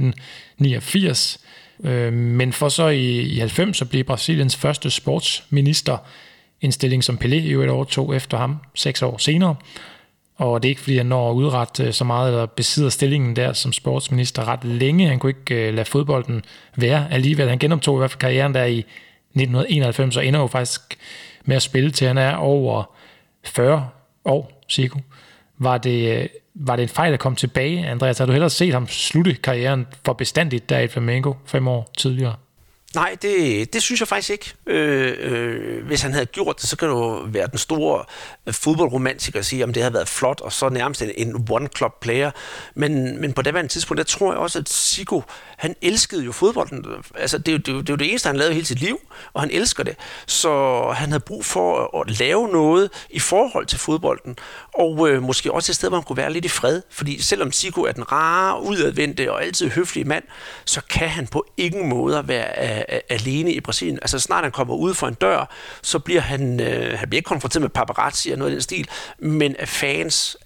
1989, men for så i 90 at blive Brasiliens første sportsminister, en stilling som Pelé jo et år tog efter ham 6 år senere. Og det er ikke fordi han når at udrette så meget eller besidder stillingen der som sportsminister ret længe. Han kunne ikke lade fodbolden være alligevel. Han genoptog i hvert fald karrieren der i 1991 og ender jo faktisk med at spille til han er over 40 år, Zico. Var det en fejl at komme tilbage, Andreas? Har du hellere set ham slutte karrieren for bestandigt der i Flamengo 5 år tidligere? Nej, det synes jeg faktisk ikke. Hvis han havde gjort det, så kan det jo være den store fodboldromantiker at sige, om det havde været flot, og så nærmest en one-club-player. Men på daværende tidspunkt, der tror jeg også, at Zico, han elskede jo fodbolden. Altså, det er jo det eneste, han lavede hele sit liv, og han elsker det. Så han havde brug for at lave noget i forhold til fodbolden, og måske også et sted, hvor han kunne være lidt i fred. Fordi selvom Zico er den rare, udadvendte og altid høflige mand, så kan han på ingen måde være alene i Brasilien. Altså snart han kommer ud for en dør, så bliver han bliver ikke konfronteret med paparazzi og noget i den stil, men af fans.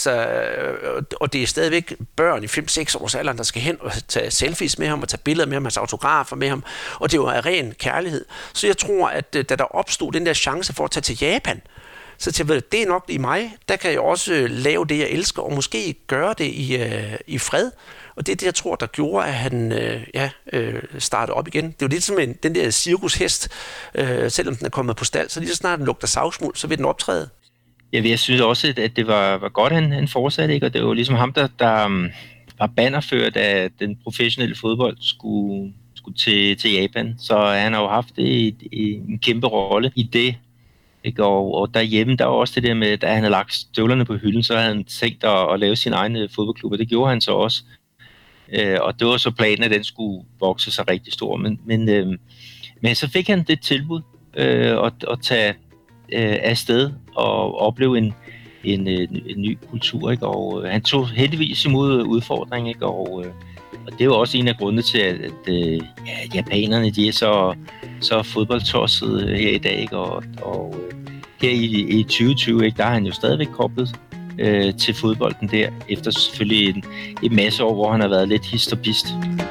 Og det er stadigvæk børn i 5-6 års alderen, der skal hen og tage selfies med ham og tage billeder med ham, hans autografer med ham, og det er jo af ren kærlighed. Så jeg tror, at da der opstod den der chance for at tage til Japan, så til at det er nok i mig, der kan jeg også lave det, jeg elsker, og måske gøre det i fred. Og det er det, jeg tror, der gjorde, at han startede op igen. Det er jo lidt som den der cirkushest, selvom den er kommet på stald, så lige så snart den lugter savsmuld, så vil den optræde. Ja, jeg synes også, at det var godt, han fortsatte, ikke? Og det var ligesom ham, der var bannerført, at den professionelle fodbold skulle til Japan. Så han har jo haft en kæmpe rolle i det. Ikke? Og derhjemme, der var også det der med, da han havde lagt støvlerne på hylden, så havde han tænkt at lave sin egen fodboldklub, og det gjorde han så også. Og det var så planen, at den skulle vokse sig rigtig stor. Men så fik han det tilbud at tage afsted og opleve en ny kultur. Ikke? Og han tog heldigvis imod udfordringen. Ikke? Og det er jo også en af grundene til, at japanerne de er så fodboldtossede her i dag. Ikke? Og her i 2020, ikke, der er han jo stadigvæk koblet til fodbolden der, efter selvfølgelig en masse år, hvor han har været lidt hist og pist.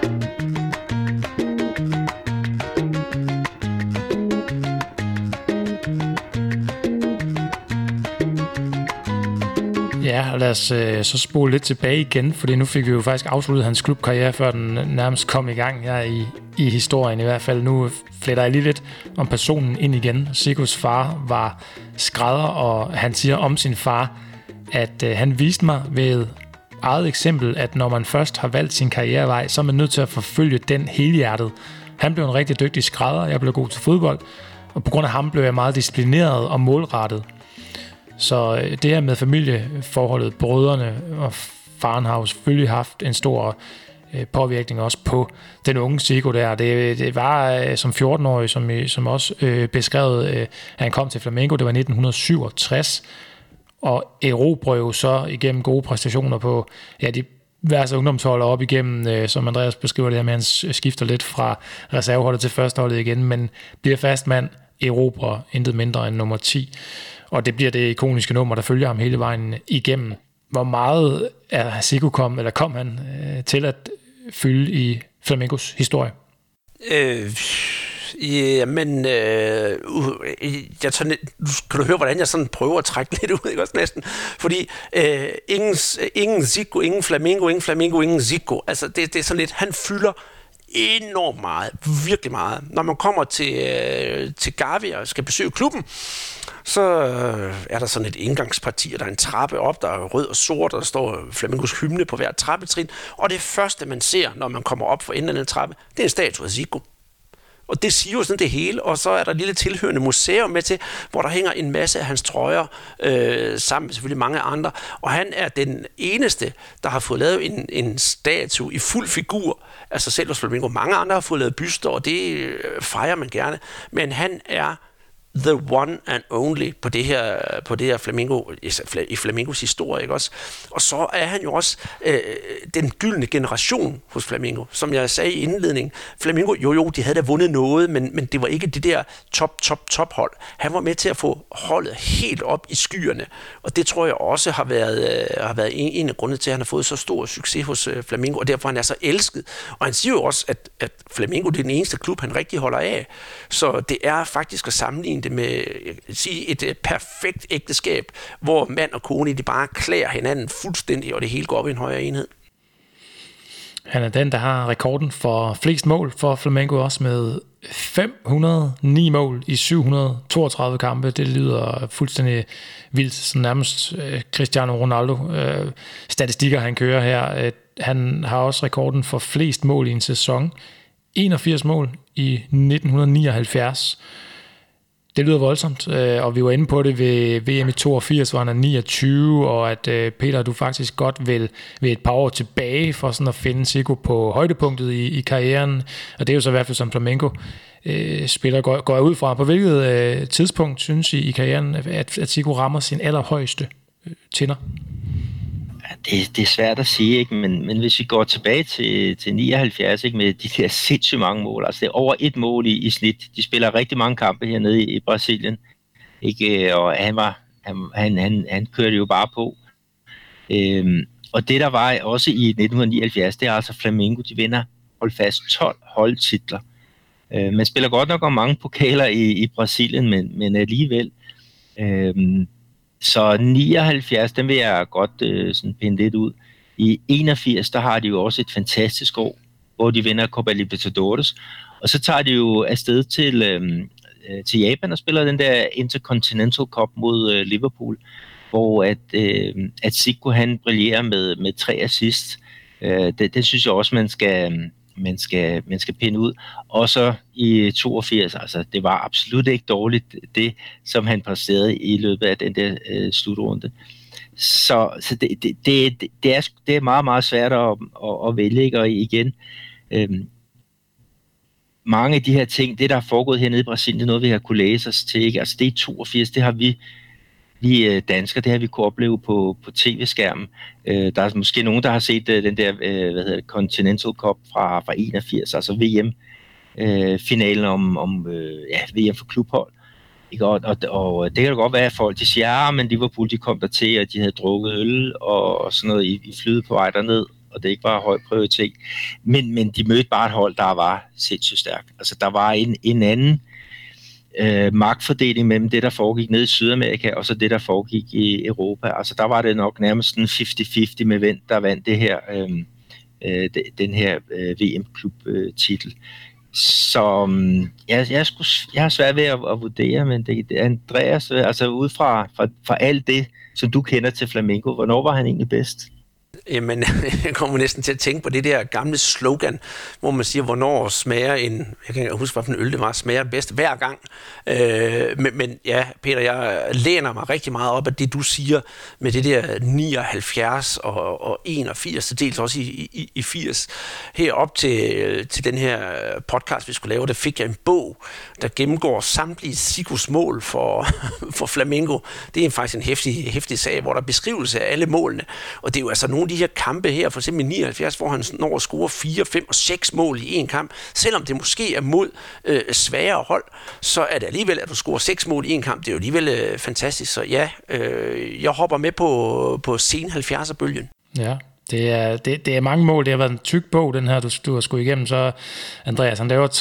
Ja, og lad os så spole lidt tilbage igen, fordi nu fik vi jo faktisk afsluttet hans klubkarriere, før den nærmest kom i gang her i historien i hvert fald. Nu fletter jeg lige lidt om personen ind igen. Zicos far var skrædder, og han siger om sin far, at han viste mig ved eget eksempel, at når man først har valgt sin karrierevej, så er man nødt til at forfølge den helhjertet. Han blev en rigtig dygtig skrædder, jeg blev god til fodbold, og på grund af ham blev jeg meget disciplineret og målrettet. Så det her med familieforholdet, brødrene og faren har jo selvfølgelig haft en stor påvirkning også på den unge Zico der. Det var som 14-årig, som også beskrevet, at han kom til Flamengo, det var 1967, og erobrer jo så igennem gode præstationer på de diverse ungdomshold op igennem, som Andreas beskriver det her med, han skifter lidt fra reserveholdet til førsteholdet igen, men bliver fastmand, erobrer intet mindre end nummer 10. Og det bliver det ikoniske nummer, der følger ham hele vejen igennem. Hvor meget er Zico kom han til at fylde i Flamengos historie? Jamen, jeg tager kan du høre, hvordan jeg sådan prøver at trække lidt ud, ikke også næsten? Fordi ingen Zico, ingen Flamengo, ingen Zico. Altså, det er sådan lidt, han fylder enormt meget, virkelig meget. Når man kommer til Gavi og skal besøge klubben, så er der sådan et indgangsparti, og der er en trappe op, der er rød og sort, og der står Flamengos hymne på hver trappetrin. Og det første, man ser, når man kommer op for enden af den trappe, det er en statue af Zico. Og det siger jo sådan det hele, og så er der et lille tilhørende museum med til, hvor der hænger en masse af hans trøjer, sammen med selvfølgelig mange andre. Og han er den eneste, der har fået lavet en statue i fuld figur af sig selv hos Flamengo. Mange andre har fået lavet byster, og det fejrer man gerne. Men han er the one and only på det her Flamengo, i Flamengos historie, ikke også? Og så er han jo også den gyldne generation hos Flamengo. Som jeg sagde i indledningen, Flamengo, jo, de havde da vundet noget, men det var ikke det der top hold. Han var med til at få holdet helt op i skyerne, og det tror jeg også har været en af grundene til, at han har fået så stor succes hos Flamengo, og derfor han er så elsket. Og han siger jo også, at Flamengo det er den eneste klub, han rigtig holder af. Så det er faktisk at sammenligne det med et perfekt ægteskab, hvor mand og kone de bare klæder hinanden fuldstændig, og det hele går op i en højere enhed. Han er den, der har rekorden for flest mål for Flamengo, også med 509 mål i 732 kampe. Det lyder fuldstændig vildt, så nærmest Cristiano Ronaldo statistikker, han kører her. Han har også rekorden for flest mål i en sæson. 81 mål i 1979. Det lyder voldsomt, og vi var inde på det ved VM i 82, hvor han er 29, og at Peter, du faktisk godt vil et par år tilbage for sådan at finde Zico på højdepunktet i karrieren, og det er jo så i hvert fald som Flamengo spiller går jeg ud fra. På hvilket tidspunkt synes I karrieren, at Zico rammer sin allerhøjeste tinder? Det er svært at sige, ikke? Men hvis vi går tilbage til 79, ikke? Med de der sindssygt mange mål, altså det er over 1 mål i snit. De spiller rigtig mange kampe hernede i Brasilien, ikke? Og han kørte jo bare på. Og det der var også i 1979, det er altså Flamengo, de vinder, hold fast, 12 holdtitler. Man spiller godt nok om mange pokaler i Brasilien, men alligevel. Så 79, den vil jeg godt sådan pinde lidt ud. I 81, der har de jo også et fantastisk år, hvor de vinder Copa Libertadores. Og så tager de jo afsted til Japan og spiller den der Intercontinental Cup mod Liverpool, hvor at Zico han brillerer med 3 assists. Det synes jeg også, man skal pinde ud. Og så i 82, altså det var absolut ikke dårligt, det som han præsterede i løbet af den der slutrunde. Så det er meget, meget svært at vælge, ikke? Og igen, mange af de her ting, det der er foregået hernede i Brasilien, det er noget, vi har kunne læse os til, ikke? Altså det er 82, det har vi danskere, det har vi kunne opleve på tv-skærmen. Der er måske nogen, der har set den der Continental Cup fra 81, altså VM finalen om VM for klubhold. Ikke? Og det kan da godt være, at folk de siger, men Liverpool de kom der til, og de havde drukket øl og sådan noget i flyet på vej derned, og det ikke var høj prioritet. Men de mødte bare et hold, der var sindssygt stærkt. Altså der var en anden magtfordeling mellem det, der foregik nede i Sydamerika, og så det, der foregik i Europa. Altså der var det nok nærmest en 50-50 med hvem, der vandt det her, den her VM-klub-titel. Så jeg har svært ved at vurdere, men det Andreas, altså ud fra alt det, som du kender til Flamengo, hvornår var han egentlig bedst? Jamen, jeg kommer næsten til at tænke på det der gamle slogan, hvor man siger, hvornår smager jeg kan ikke huske, hvilken øl det var, smager bedst hver gang. Men ja, Peter, jeg læner mig rigtig meget op af det, du siger med det der 79 og 81, dels også i 80. Herop til den her podcast, vi skulle lave, der fik jeg en bog, der gennemgår samtlige Zicos mål for Flamengo. Det er faktisk en heftig sag, hvor der er beskrivelse af alle målene, og det er jo altså nogle af de her kampe her, for eksempel 79, hvor han når at score 4, 5 og 6 mål i en kamp. Selvom det måske er mod svagere hold, så er det alligevel, at du scorer 6 mål i en kamp. Det er jo alligevel fantastisk. Så ja, jeg hopper med på sen 70'er-bølgen. Ja. Det er mange mål. Det har været en tyk bog, den her, du har skulle igennem. Så Andreas, han laver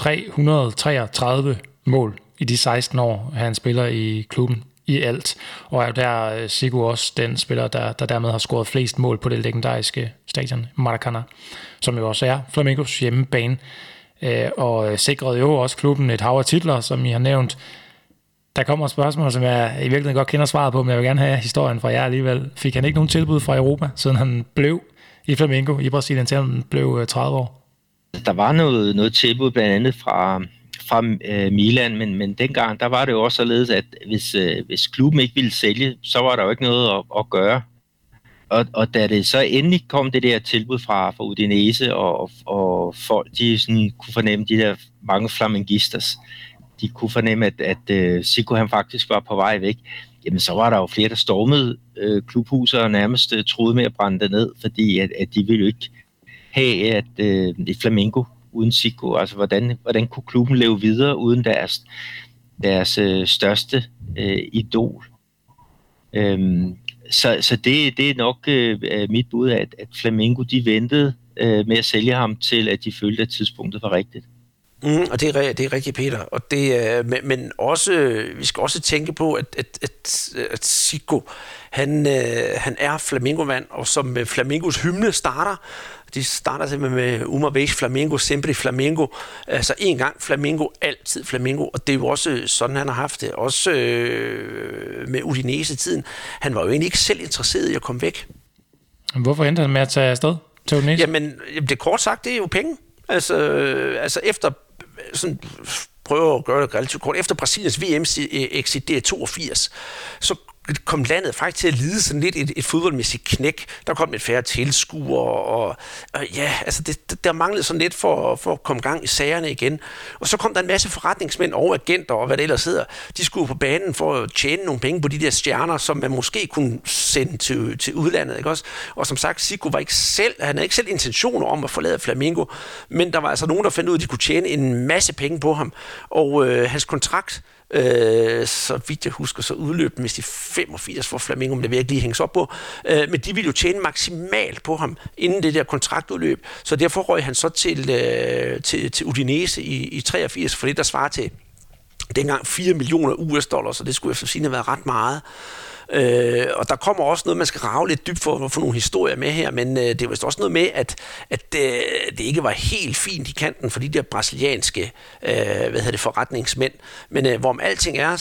333 mål i de 16 år, han spiller i klubben i alt. Og er jo der Zico også den spiller, der dermed har scoret flest mål på det legendariske stadion Maracanã, som jo også er Flamengos hjemmebane. Og sikrede jo også klubben et hav af titler, som I har nævnt. Der kommer et spørgsmål, som jeg i virkeligheden godt kender svaret på, men jeg vil gerne have historien fra jer alligevel. Fik han ikke nogen tilbud fra Europa, siden han blev i Flamengo i Brasilien, til han blev 30 år? Der var noget tilbud blandt andet fra fra Milan, men dengang, der var det jo også således, at hvis klubben ikke ville sælge, så var der jo ikke noget at gøre. Og da det så endelig kom det der tilbud fra Udinese, og folk, de sådan kunne fornemme, de der mange flamengistas, de kunne fornemme, at Zico han faktisk var på vej væk, jamen så var der jo flere, der stormede klubhuset og nærmest troede med at brænde det ned, fordi at de ville jo ikke have et Flamengo uden Zico. Altså hvordan kunne klubben leve videre uden deres største idol? Så det er nok mit bud, at Flamengo de ventede med at sælge ham til, at de følte, at tidspunktet var rigtigt. Og det er rigtigt, Peter. Og det, men også, vi skal også tænke på, at Zico, han er Flamengo-mand, og som Flamengos hymne starter, de starter simpelthen med Uma vez Flamengo, sempre Flamengo. Altså en gang Flamengo, altid Flamengo. Og det er jo også sådan, han har haft det. Også med Udinese-tiden. Han var jo egentlig ikke selv interesseret i at komme væk. Hvorfor endte han med at tage afsted til Udinese? Jamen, det kort sagt, det er jo penge. Altså efter sådan prøver at gøre det relativt kort. Efter Brasiliens VM-exit, det er 82, så kom landet faktisk til at lide sådan lidt et fodboldmæssigt knæk. Der kom lidt færre tilskuere, og ja, altså der manglede sådan lidt for at komme gang i sagerne igen. Og så kom der en masse forretningsmænd og agenter og hvad det ellers hedder. De skulle på banen for at tjene nogle penge på de der stjerner, som man måske kunne sende til udlandet, ikke også? Og som sagt, Zico var ikke selv, han havde ikke selv intentioner om at forlade Flamengo, men der var altså nogen, der fandt ud af, at de kunne tjene en masse penge på ham. Og hans kontrakt, så vidt jeg husker, så udløb den i 85 for Flamengo, men det vil jeg ikke lige hænges op på. Men de ville jo tjene maksimalt på ham inden det der kontraktudløb. Så derfor røg han så til Udinese i 83, for det der svarer til dengang 4 millioner US-dollar, så det skulle efter sigende have været ret meget. Og der kommer også noget, man skal rave lidt dybt for at få nogle historier med her, men det er vist også noget med, at det ikke var helt fint i kanten for de der brasilianske forretningsmænd. Men hvorom alting er,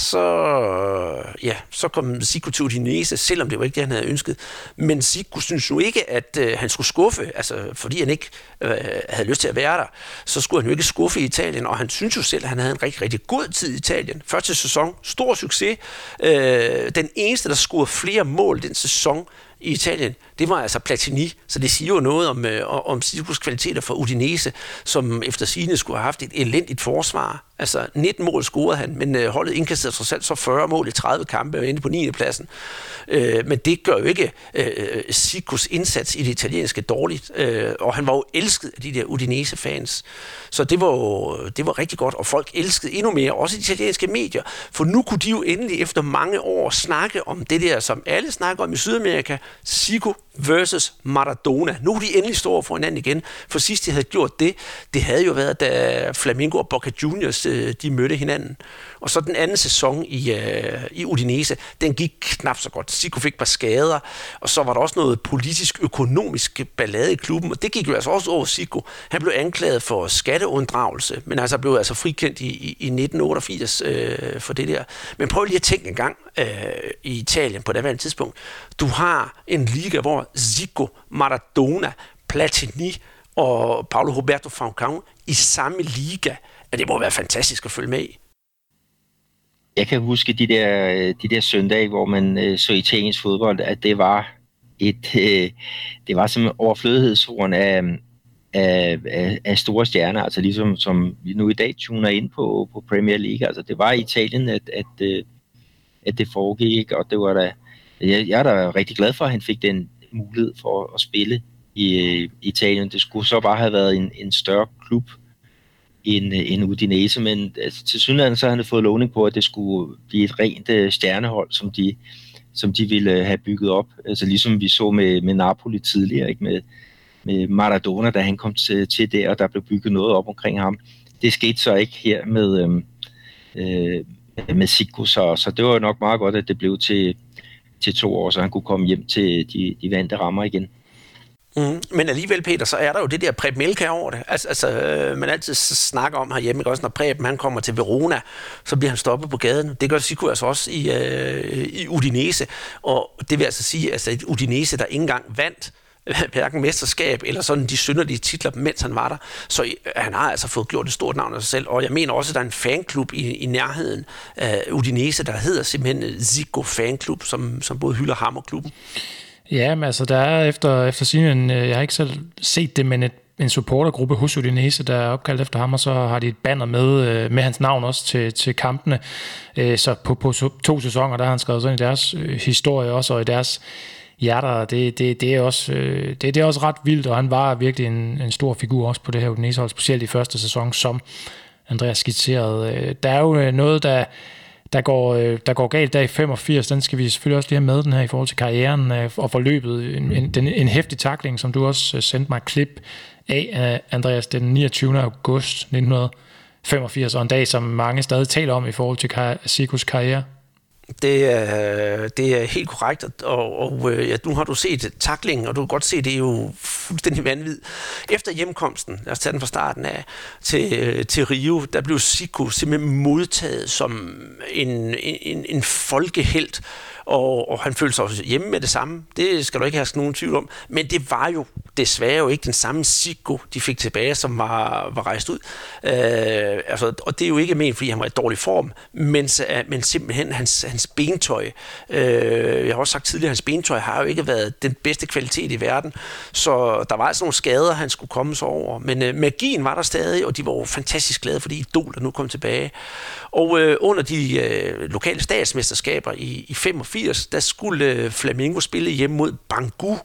så kom Zico til Udinese, selvom det var ikke det, han havde ønsket. Men Zico synes jo ikke, at han skulle skuffe, altså fordi han ikke havde lyst til at være der, så skulle han jo ikke skuffe i Italien, og han synes jo selv, at han havde en rigtig, rigtig god tid i Italien. Første sæson, stor succes. Den eneste, der scorede flere mål den sæson i Italien, det var altså Platini, så det siger jo noget om Zicos kvaliteter for Udinese, som efter sigende skulle have haft et elendigt forsvar. Altså 19 mål scorede han, men holdet indkasserede trods alt så 40 mål i 30 kampe og endte på 9. pladsen. Men det gør jo ikke Zicos indsats i det italienske dårligt, og han var jo elsket af de der Udinese-fans. Så det var rigtig godt, og folk elskede endnu mere, også de italienske medier, for nu kunne de jo endelig efter mange år snakke om det der, som alle snakker om i Sydamerika, Zico versus Maradona. Nu kunne de endelig stå for hinanden igen, for sidst de havde gjort det havde jo været, da Flamengo og Boca Juniors de mødte hinanden. Og så den anden sæson i Udinese, den gik knap så godt. Zico fik et par skader, og så var der også noget politisk-økonomisk ballade i klubben, og det gik jo altså også over Zico. Han blev anklaget for skatteunddragelse, men altså blev altså frikendt i 1988 for det der. Men prøv lige at tænke en gang i Italien på det tidspunkt. Du har en liga, hvor Zico, Maradona, Platini og Paulo Roberto Falcão i samme liga. Ja, det må være fantastisk at følge med i. Jeg kan huske de der søndage, hvor man så italiensk fodbold, at det var som overflødighedshorn af store stjerner, altså ligesom som vi nu i dag tuner ind på Premier League. Altså det var i Italien, at det foregik, og det var da, jeg er da rigtig glad for, at han fik den mulighed for at spille i Italien. Det skulle så bare have været en større klub end Udinese, men altså, til synligheden så har han fået lovning på, at det skulle blive et rent stjernehold, som de ville have bygget op. Altså ligesom vi så med Napoli tidligere, ikke? Med Maradona, da han kom til der, og der blev bygget noget op omkring ham. Det skete så ikke her med Zico, så det var nok meget godt, at det blev til 2 år, så han kunne komme hjem til de vante rammer igen. Men alligevel, Peter, så er der jo det der Preben Elka over det. Altså man altid snakker om herhjemme, ikke? Også når Preben han kommer til Verona, så bliver han stoppet på gaden. Det gør Zico altså også i Udinese. Og det vil altså sige, altså et Udinese, der ikke engang vandt hverken mesterskab eller sådan de synderlige titler, mens han var der. Så han har altså fået gjort et stort navn af sig selv, og jeg mener også, at der er en fanklub i nærheden af Udinese, der hedder simpelthen Zico Fanklub, som både hylder ham og klubben. Ja, men altså der er efter sigende, jeg har ikke selv set det, men en supportergruppe hos Udinese, der er opkaldt efter ham, og så har de et banner med hans navn også til kampene. Så på 2 sæsoner, der har han skrevet sådan i deres historie også, og i deres hjerter. Det er også ret vildt, og han var virkelig en stor figur også på det her Udinese-hold, specielt i første sæson, som Andreas skitserede. Der er jo noget, der går galt der i 85, den skal vi selvfølgelig også lige have med, den her i forhold til karrieren og forløbet. En heftig tackling, som du også sendte mig et klip af, Andreas, den 29. august 1985, og en dag, som mange stadig taler om i forhold til Zicos karriere. Det er helt korrekt, og nu har du set tacklingen, og du kan godt se, det er jo fuldstændig vanvittigt. Efter hjemkomsten, lad os tage den fra starten af, til Rio, der blev Zico simpelthen modtaget som en folkehelt, og han følte sig også hjemme med det samme. Det skal du ikke have nogen tvivl om. Men det var jo desværre jo ikke den samme Zico, de fik tilbage, som var rejst ud. Og det er jo ikke ment, fordi han var i dårlig form, men simpelthen hans bentøj. Jeg har også sagt tidligere, hans bentøj har jo ikke været den bedste kvalitet i verden, så der var altså nogle skader, han skulle komme sig over. Men magien var der stadig, og de var jo fantastisk glade for de idol, der nu kom tilbage. Og under de lokale statsmesterskaber i 85, der skulle Flamengo spille hjemme mod Bangu.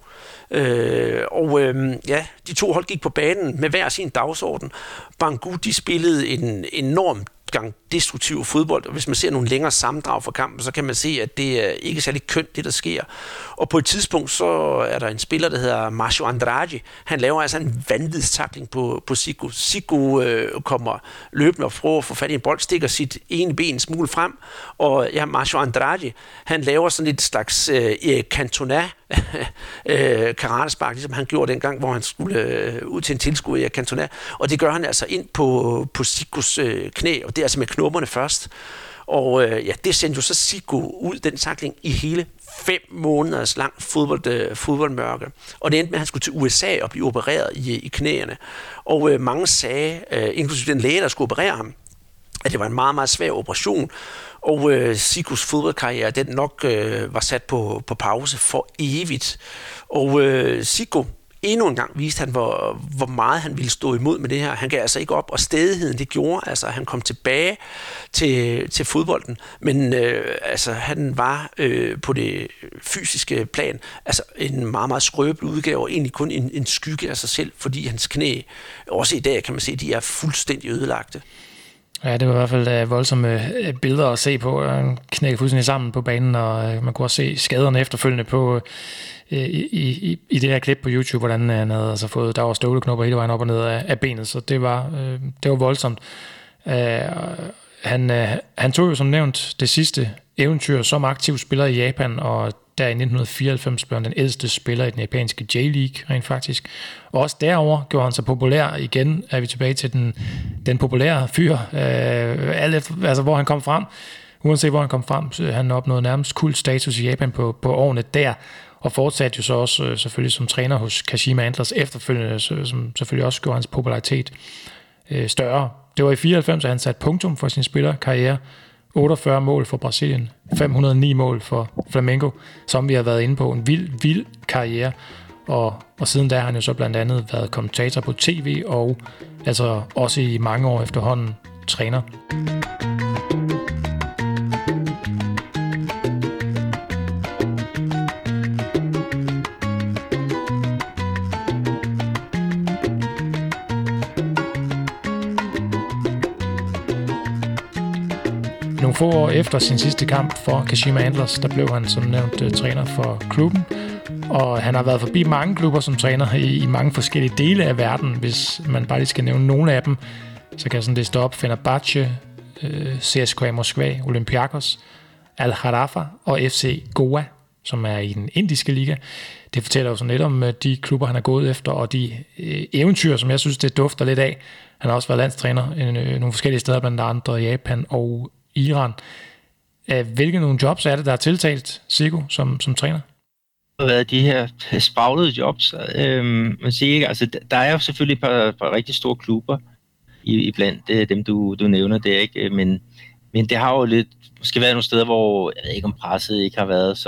De 2 hold gik på banen med hver sin dagsorden. Bangu, de spillede en enorm gang destruktiv fodbold, og hvis man ser nogle længere sammendrag fra kampen, så kan man se, at det er ikke særlig kønt, det der sker. Og på et tidspunkt, så er der en spiller, der hedder Marcio Andrade. Han laver altså en vanvidstackling på Zico. Zico kommer løbende og prøver at få fat i en bold, stikker sit ene ben en smule frem, og Marcio Andrade, han laver sådan et slags Cantona karatespark, ligesom han gjorde dengang, hvor han skulle ud til en tilskuer i Cantona, og det gør han altså ind på Zicos knæ, og det er altså med knopperne først. Og det sendte jo så Zico ud, den tackling, i hele 5 måneders lang fodboldmørke. Og det endte med, at han skulle til USA og blive opereret i knæene. Og mange sagde, inklusive den læge, der skulle operere ham, at det var en meget, meget svær operation, og Zicos fodboldkarriere, den nok var sat på pause for evigt. Og Zico, endnu en gang viste han, hvor meget han ville stå imod med det her. Han gav altså ikke op, og stædigheden, det gjorde, altså han kom tilbage til fodbolden, men han var på det fysiske plan, altså en meget, meget skrøbelig udgave, og egentlig kun en skygge af sig selv, fordi hans knæ, også i dag kan man se, de er fuldstændig ødelagte. Ja, det var i hvert fald voldsomme billeder at se på. Han knækkede fuldstændig sammen på banen, og man kunne også se skaderne efterfølgende på i det her klip på YouTube, hvordan han havde altså fået, der var støvleknopper hele vejen op og ned af benet, så det var voldsomt. Han tog jo som nævnt det sidste eventyr som aktiv spiller i Japan, og der i 1994 blev han den ældste spiller i den japanske J-League, rent faktisk. Og også derover gjorde han sig populær. Igen er vi tilbage til den populære fyr, altså hvor han kom frem. Uanset hvor han kom frem, han opnåede nærmest kultstatus i Japan på årene der, og fortsatte jo så også selvfølgelig som træner hos Kashima Antlers efterfølgende, som selvfølgelig også gjorde hans popularitet større. Det var i 94, at han satte punktum for sin spillerkarriere. 48 mål for Brasilien, 509 mål for Flamengo, som vi har været inde på. En vild karriere. Og siden da har han jo så blandt andet været kommentator på tv, og altså også i mange år efterhånden træner. Nogle få år efter sin sidste kamp for Kashima Antlers, der blev han som nævnt træner for klubben, og han har været forbi mange klubber som træner i mange forskellige dele af verden. Hvis man bare lige skal nævne nogle af dem, så kan jeg sådan liste op: Fenerbahce, CSKA Moskva, Olympiakos, Al-Harafa og FC Goa, som er i den indiske liga. Det fortæller jo sådan lidt om de klubber, han har gået efter, og de eventyr, som jeg synes, det dufter lidt af. Han har også været landstræner nogle forskellige steder, blandt andre Japan og Iran. Hvilke nogle jobs er det, der er tiltalt Zico som træner? været de her spraglede jobs. Man siger ikke, altså der er jo selvfølgelig et par rigtig store klubber i blandt dem, du nævner der, ikke? Men det har jo lidt måske været nogle steder, hvor jeg ved ikke, om presset ikke har været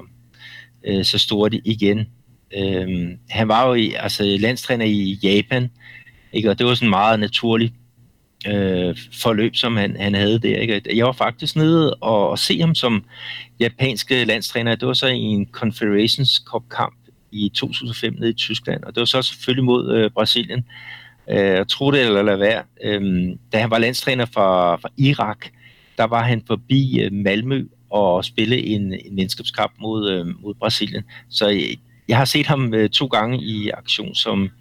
så stort igen. Han var jo landstræner i Japan, ikke? Og det var sådan meget naturligt forløb, som han havde der, ikke? Jeg var faktisk nede og se ham som japanske landstræner. Det var så i en Confederations Cup kamp i 2005 nede i Tyskland, og det var så selvfølgelig mod Brasilien. Tro det eller lad være. Da han var landstræner fra Irak, der var han forbi Malmø og spille en venskabskamp mod Brasilien. Så jeg har set ham 2 gange i aktion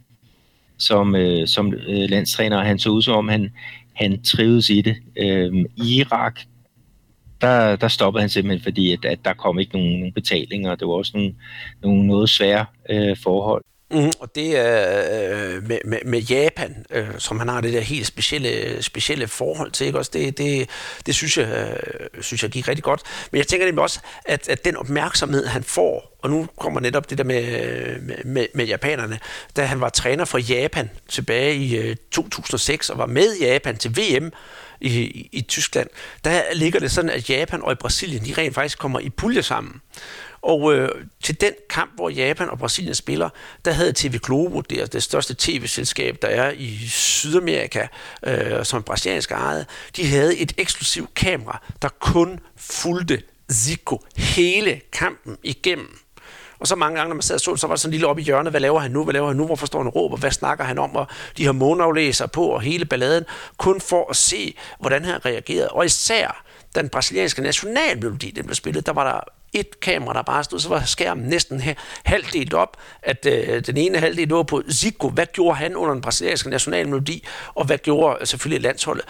som landstræner, og han så ud som om han trivedes i det. I Irak, der stoppede han simpelthen, fordi at der kom ikke nogen betalinger, og det var også nogle noget svære forhold. Og det er med Japan, som han har det der helt specielle forhold til, ikke også? Det synes jeg gik rigtig godt. Men jeg tænker nemlig også, at den opmærksomhed, han får, og nu kommer netop det der med japanerne, da han var træner for Japan tilbage i 2006 og var med Japan til VM i Tyskland, der ligger det sådan, at Japan og Brasilien, de rent faktisk kommer i pulje sammen. Og til den kamp, hvor Japan og Brasilien spiller, der havde TV Globo, det største tv-selskab, der er i Sydamerika, som brasiliansk ejet, de havde et eksklusivt kamera, der kun fulgte Zico hele kampen igennem. Og så mange gange, når man sad og så var det sådan lille oppe i hjørnet, hvad laver han nu, hvorfor står han og råber, hvad snakker han om, og de har måneaflæser på, og hele balladen, kun for at se, hvordan han reagerede. Og især den brasilianske nationalmelodi, den blev spillet, der var der et kamera, der bare stod, så var skærmen næsten halvdelt op, at den ene halvdel lå på Zico. Hvad gjorde han under den brasilianske nationalmelodi, og hvad gjorde selvfølgelig landsholdet?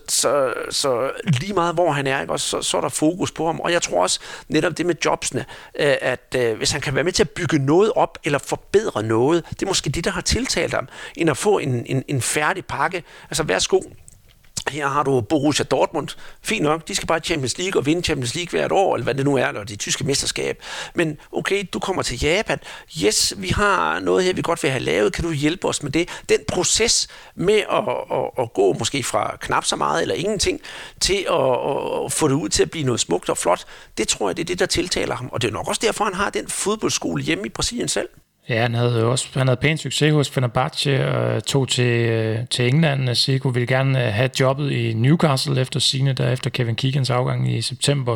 Så lige meget, hvor han er, ikke? Også, så er der fokus på ham. Og jeg tror også netop det med jobsene, at hvis han kan være med til at bygge noget op, eller forbedre noget, det er måske det, der har tiltalt ham, end at få en færdig pakke. Altså værsgo. Her har du Borussia Dortmund. Fint nok, de skal bare Champions League og vinde Champions League hvert år, eller hvad det nu er, eller det tyske mesterskab. Men okay, du kommer til Japan. Yes, vi har noget her, vi godt vil have lavet. Kan du hjælpe os med det? Den proces med at gå måske fra knap så meget eller ingenting, til at få det ud til at blive noget smukt og flot, det tror jeg, det er det, der tiltaler ham. Og det er nok også derfor, han har den fodboldskole hjemme i Brasilien selv. Ja, han havde pænt succes hos Fenerbahce og tog til England. Zico ville gerne have jobbet i Newcastle efter sigende, der efter Kevin Keegans afgang i september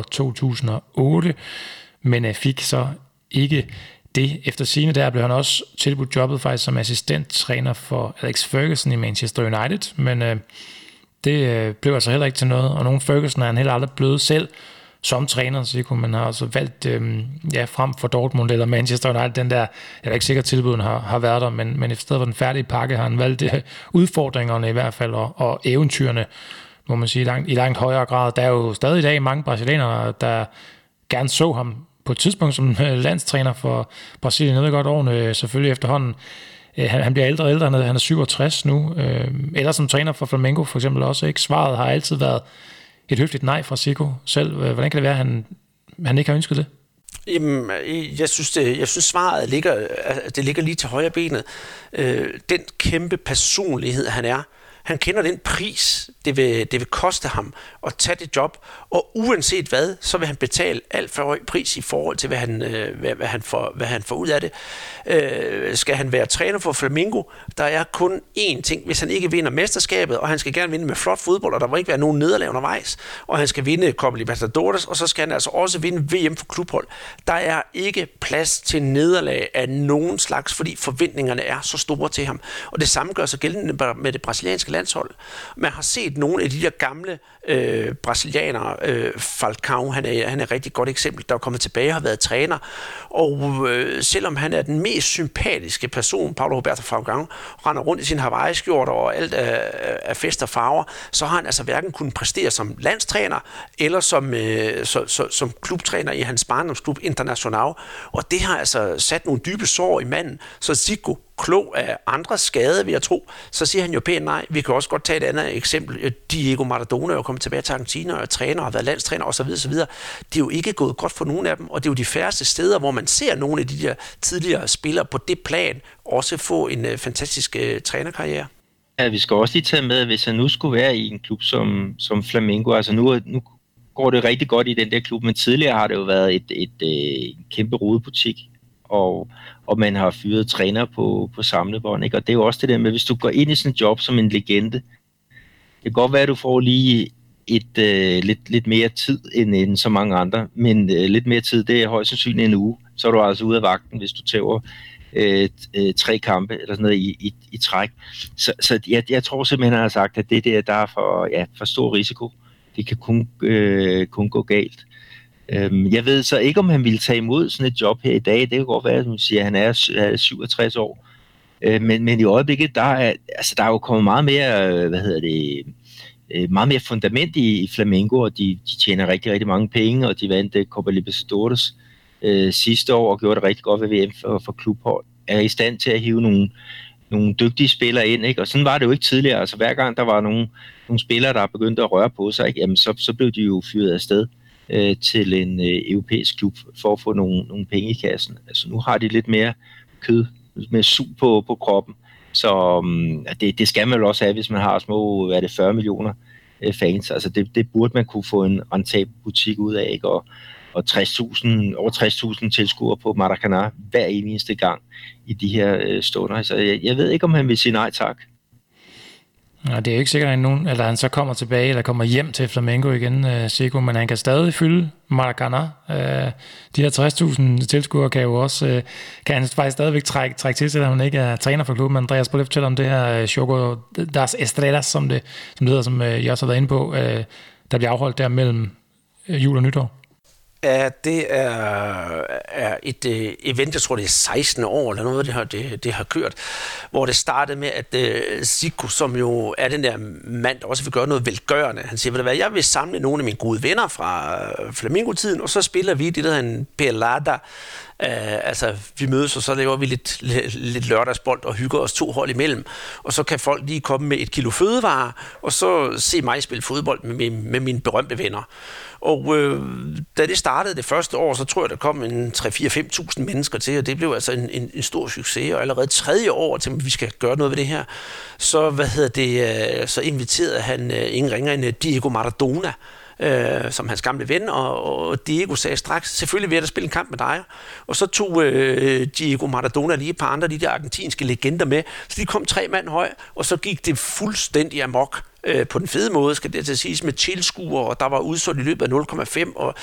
2008, men fik så ikke det. Efter sigende der blev han også tilbudt jobbet faktisk som assistenttræner for Alex Ferguson i Manchester United, men det blev altså heller ikke til noget, og nogen Ferguson er han heller aldrig blevet selv som træner, så kunne man have altså valgt frem for Dortmund eller Manchester United, den der, jeg er ikke sikker, tilbuden har været der, men i stedet for den færdige pakke har han valgt udfordringerne i hvert fald, og eventyrene, må man sige, i langt højere grad. Der er jo stadig i dag mange brasilianere, der gerne så ham på et tidspunkt som landstræner for Brasilien. Jeg ved godt, årene selvfølgelig efterhånden. Han bliver ældre og ældre, han er 67 nu, eller som træner for Flamengo for eksempel også, ikke? Svaret har altid været et høfligt nej fra Zico selv. Hvordan kan det være, at han ikke har ønsket det? Jamen, jeg synes svaret ligger lige til højre benet. Den kæmpe personlighed, han er. Han kender den pris, det vil koste ham at tage det job, og uanset hvad, så vil han betale alt for høj pris i forhold til, hvad han får ud af det. Skal han være træner for Flamengo, der er kun én ting. Hvis han ikke vinder mesterskabet, og han skal gerne vinde med flot fodbold, og der må ikke være nogen nederlag undervejs, og han skal vinde Copa Libertadores, og så skal han altså også vinde VM for klubhold. Der er ikke plads til nederlag af nogen slags, fordi forventningerne er så store til ham. Og det samme gør sig gældende med det brasilianske landshold. Man har set nogle af de der gamle brasilianere, Falcao, han er et rigtig godt eksempel, der er kommet tilbage og har været træner, og selvom han er den mest sympatiske person, Paulo Roberto Falcao, render rundt i sin Hawaii-skjorter og alt af fest og farver, så har han altså hverken kunnet præstere som landstræner eller som klubtræner i hans barndomsklub Internacional, og det har altså sat nogle dybe sår i manden, så Zico klog af andres skade, vil jeg tro, så siger han jo pænt nej. Vi kan også godt tage et andet eksempel. Diego Maradona er jo kommet tilbage til Argentina og træner og har været landstræner osv. Det er jo ikke gået godt for nogen af dem, og det er jo de færreste steder, hvor man ser nogle af de der tidligere spillere på det plan også få en fantastisk trænerkarriere. Ja, vi skal også lige tage med, at hvis han nu skulle være i en klub som Flamengo, altså nu går det rigtig godt i den der klub, men tidligere har det jo været et kæmpe rodebutik, og man har fyret træner på samlebånd, ikke? Og det er jo også det der med, hvis du går ind i sådan en job som en legende, det kan godt være, at du får lige lidt mere tid end så mange andre, men lidt mere tid, det er højst sandsynligt en uge, så er du altså ude af vagten, hvis du tæver 3 kampe eller sådan noget i træk. Så jeg tror simpelthen, han har sagt, at det der er for stor risiko. Det kan kun gå galt. Jeg ved så ikke, om han ville tage imod sådan et job her i dag. Det kan godt være, at man siger, at han er 67 år. Men i øjeblikket, der er jo kommet meget mere, meget mere fundament i Flamengo, og de tjener rigtig, rigtig mange penge, og de vandt Copa Libertadores sidste år og gjorde det rigtig godt ved VM for klubhold. Er i stand til at hive nogle dygtige spillere ind, ikke? Og sådan var det jo ikke tidligere. Altså hver gang der var nogle spillere, der begyndte at røre på sig, ikke? Jamen så blev de jo fyret afsted til en europæisk klub for at få nogle penge i kassen. Altså nu har de lidt mere kød, med sug på kroppen. Så det skal man jo også have, hvis man har små 40 millioner fans. Altså det burde man kunne få en rentabel butik ud af, ikke? Og over 60.000 tilskuere på Maracanã hver eneste gang i de her stunder. Så jeg ved ikke, om han vil sige nej tak. Ja, det er jo ikke sikkert, at han så kommer tilbage eller kommer hjem til Flamengo igen, Zico, men han kan stadig fylde Maracanã. De her 60.000 tilskuere kan jo også kan han faktisk stadigvæk trække til, selvom han ikke er træner for klubben. Andreas, prøv lige at fortælle om det her Jogo das Estrellas, som det hedder, som jeg også har været inde på, der bliver afholdt der mellem jul og nytår. Ja, det er et event, jeg tror det er 16 år eller noget, det har kørt, hvor det startede med, at Zico, som jo er den der mand, der også vil gøre noget velgørende, han siger, ved du hvad, jeg vil samle nogle af mine gode venner fra Flamengo-tiden, og så spiller vi det der en pelada. Altså, vi mødes, og så laver vi lidt lørdagsbold og hygger os 2 hold imellem. Og så kan folk lige komme med 1 kilo fødevarer, og så se mig spille fodbold med mine berømte venner. Og da det startede det første år, så tror jeg, der kom en 3-4-5.000 mennesker til, og det blev altså en stor succes. Og allerede 3. år, til vi skal gøre noget ved det her, så, så inviterede han ingen ringer end Diego Maradona, som hans gamle ven, og Diego sagde straks, selvfølgelig vil jeg da spille en kamp med dig. Og så tog Diego Maradona lige et par andre, de der argentinske legender med, så de kom 3 mand høj, og så gik det fuldstændig amok. På den fede måde, skal det til at siges, med tilskuere, og der var udsolgt i løbet af 0,5, og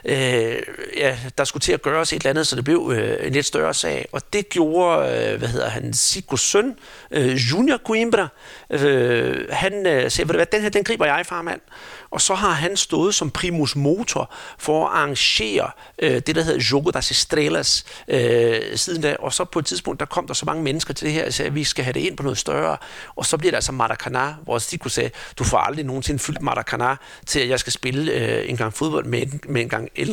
der skulle til at gøres et eller andet, så det blev en lidt større sag. Og det gjorde, Zicos søn, Junior Coimbra, han sagde, den griber jeg, farmand. Og så har han stået som primus motor for at arrangere det, der hedder Jogo das Estrellas siden da. Og så på et tidspunkt, der kom der så mange mennesker til det her, og sagde, at vi skal have det ind på noget større. Og så bliver det altså Maracanã, hvor Zico sagde, du får aldrig nogensinde fyldt Maracanã til, at jeg skal spille en gang fodbold med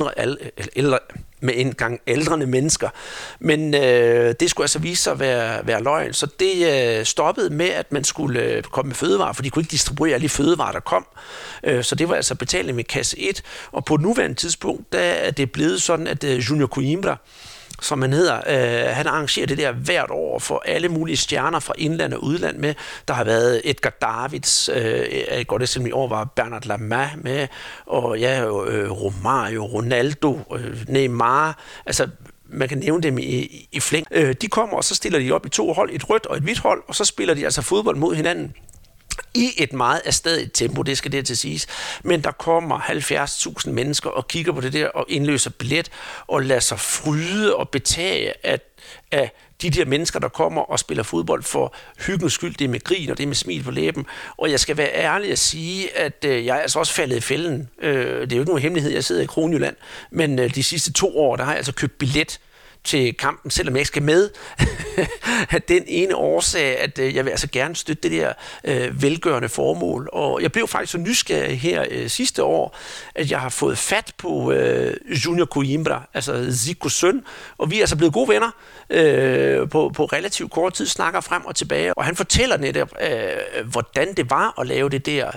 en gang ældrende mennesker. Men det skulle altså vise sig at være løgn. Så det stoppede med, at man skulle komme med fødevarer, for de kunne ikke distribuere alle de fødevarer, der kom. Så det var altså betaling med kasse 1. Og på nuværende tidspunkt, der er det blevet sådan, at Junior Coimbra, som han hedder, han arrangerer det der hvert år for alle mulige stjerner fra indland og udland med. Der har været Edgar Davids, godt eksempel i år var Bernard Lama med, og ja, Romario, Ronaldo, Neymar, altså man kan nævne dem i flæng. De kommer, og så stiller de op i 2 hold, et rødt og et hvidt hold, og så spiller de altså fodbold mod hinanden i et meget afstadigt tempo, det skal det til siges. Men der kommer 70.000 mennesker og kigger på det der og indløser billet og lader sig fryde og betage af de der mennesker, der kommer og spiller fodbold for hyggens skyld. Det er med grin, og det er med smil på læben. Og jeg skal være ærlig at sige, at jeg er altså også faldet i fælden. Det er jo ikke nogen hemmelighed, jeg sidder i Kronjylland, men de sidste 2 år, der har jeg altså købt billet til kampen, selvom jeg ikke skal med, af den ene årsag, at jeg vil altså gerne støtte det der velgørende formål. Og jeg blev faktisk så nysgerrig her sidste år, at jeg har fået fat på Junior Coimbra, altså Zicos søn, og vi er altså blevet gode venner på relativt kort tid, snakker frem og tilbage, og han fortæller netop, hvordan det var at lave det der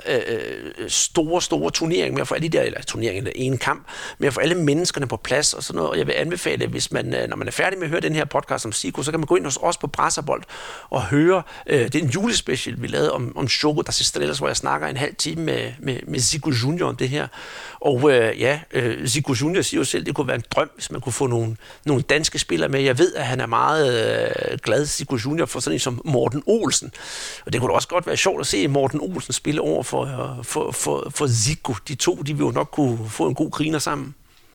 store turnering med at få alle de der, eller turnering eller en kamp, med at få alle menneskerne på plads og sådan noget. Og jeg vil anbefale, hvis man, når man er færdig med at høre den her podcast om Zico, så kan man gå ind hos os på Brasserbold og høre, det er en julespecial, vi lavede om Choco das Estrellas, hvor jeg snakker en halv time med Zico Junior om det her. Og Zico Junior siger jo selv, det kunne være en drøm, hvis man kunne få nogle danske spillere med. Jeg ved, at han er meget glad, Zico Junior, for sådan en som Morten Olsen. Og det kunne da også godt være sjovt at se Morten Olsen spille over for Zico. De to, de vil jo nok kunne få en god griner sammen.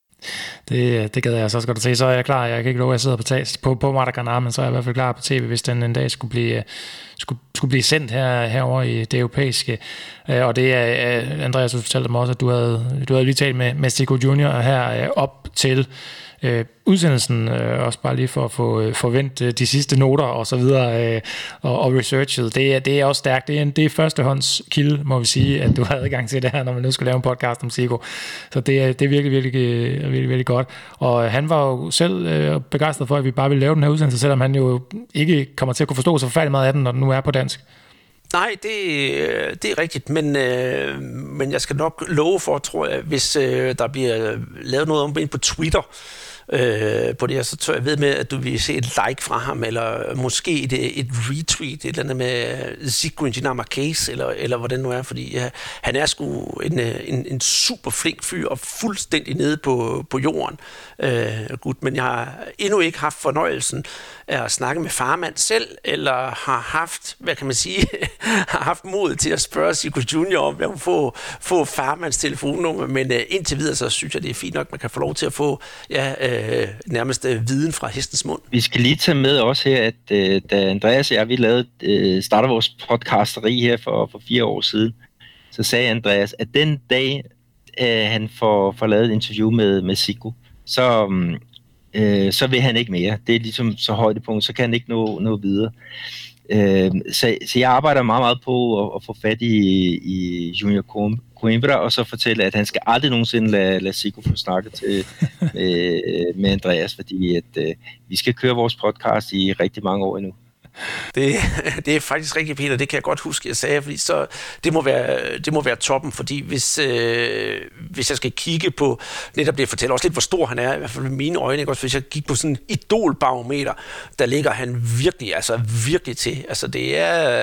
Det gad jeg så også godt at se. Så er jeg klar. Jeg kan ikke love, at jeg sidder på Maracanã, men så er jeg i hvert fald klar på tv, hvis den en dag skulle blive sendt herover i det europæiske. Og det er, Andreas, du fortalte mig også, at du havde lige talt med Zico Junior her op til udsendelsen, også bare lige for at få forventet de sidste noter og så videre, og researchet. Det er også stærkt. Det er førstehånds kilde, må vi sige, at du har adgang til det her, når man nu skal lave en podcast om Zico. Så det er virkelig godt. Og han var jo selv begejstret for, at vi bare ville lave den her udsendelse, selvom han jo ikke kommer til at kunne forstå så forfærdeligt meget af den, når den nu er på dansk. Nej, det er rigtigt, men jeg skal nok love for, tror jeg, hvis der bliver lavet noget om på Twitter, på det her, så tør jeg ved med, at du vil se et like fra ham, eller måske et retweet, et eller andet med Zico Dinamarcase, eller hvordan nu er, fordi han er sgu en super flink fyr, og fuldstændig nede på jorden. Men jeg har endnu ikke haft fornøjelsen af at snakke med farmand selv, eller har haft, hvad kan man sige, har haft mod til at spørge Zico Junior om, jeg må få farmands telefonnummer, men indtil videre, så synes jeg, det er fint nok, man kan få lov til at få nærmest viden fra hestens mund. Vi skal lige tage med også her, at da Andreas og jeg, vi startede vores podcasteri her for 4 år siden, så sagde Andreas, at den dag, han får lavet et interview med Zico, så vil han ikke mere. Det er ligesom så højdepunkt, så kan han ikke nå videre. Så jeg arbejder meget, meget på at få fat i Junior Coimbra, og så fortælle, at han skal aldrig nogensinde lade Zico få snakket med Andreas, fordi at vi skal køre vores podcast i rigtig mange år endnu. Det er faktisk rigtig, Peter, det kan jeg godt huske, jeg sagde, fordi så det må være toppen, fordi hvis jeg skal kigge på netop det, fortæller også lidt, hvor stor han er, i hvert fald med mine øjne, ikke? Også hvis jeg kigger på sådan en idolbarometer, der ligger han virkelig til. Altså det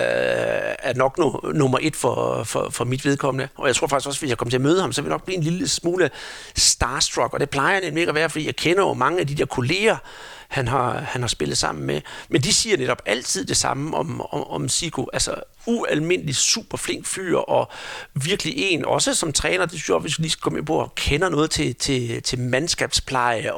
er nok nummer 1 for mit vedkommende, og jeg tror faktisk også, hvis jeg kommer til at møde ham, så vil jeg nok blive en lille smule starstruck, og det plejer jeg nemlig ikke at være, fordi jeg kender jo mange af de der kolleger, han har spillet sammen med. Men de siger netop altid det samme om Zico. Altså ualmindelig super flink fyr, og virkelig en, også som træner, det synes jeg, hvis vi lige skal komme ind på, og kender noget til mandskabspleje,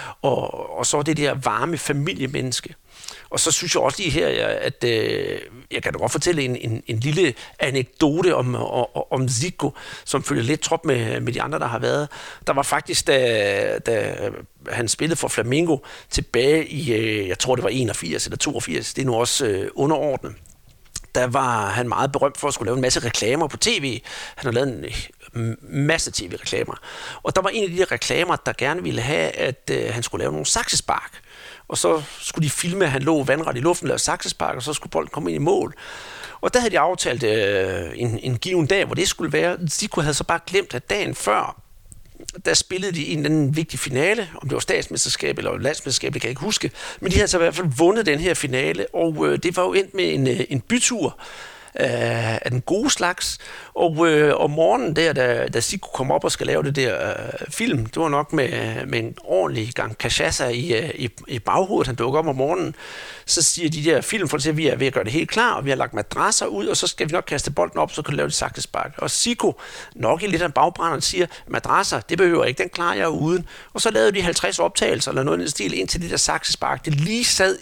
og så det der varme familiemenneske. Og så synes jeg også lige her, at jeg kan da godt fortælle en lille anekdote om Zico, som følger lidt trop med de andre, der har været. Der var faktisk, da han spillede for Flamengo tilbage i, jeg tror det var 81 eller 82, det er nu også underordnet. Der var han meget berømt for at skulle lave en masse reklamer på tv. Han har lavet en masse tv-reklamer. Og der var en af de reklamer, der gerne ville have, at han skulle lave nogle saksespark. Og så skulle de filme, at han lå vandret i luften, lavede saksespark, og så skulle bolden komme ind i mål. Og der havde de aftalt en given dag, hvor det skulle være. Zico havde så bare glemt, at dagen før, der spillede de en eller anden vigtig finale, om det var statsmesterskab eller landsmesterskab, det kan jeg ikke huske. Men de havde så i hvert fald vundet den her finale, og det var jo endt med en bytur af den gode slags. Og morgenen der, da Zico kom op og skal lave det der film, det var nok med en ordentlig gang cachaça i baghovedet. Han dukker op om morgenen, så siger de der filmfolk, at vi er ved at gøre det helt klar, og vi har lagt madrasser ud, og så skal vi nok kaste bolden op, så kan vi lave det saksespark. Og Zico, nok i lidt af en bagbrænder, siger, madrasser, det behøver jeg ikke, den klarer jeg uden. Og så lavede de 50 optagelser, eller noget i den stil, indtil det der saksespark, det lige sad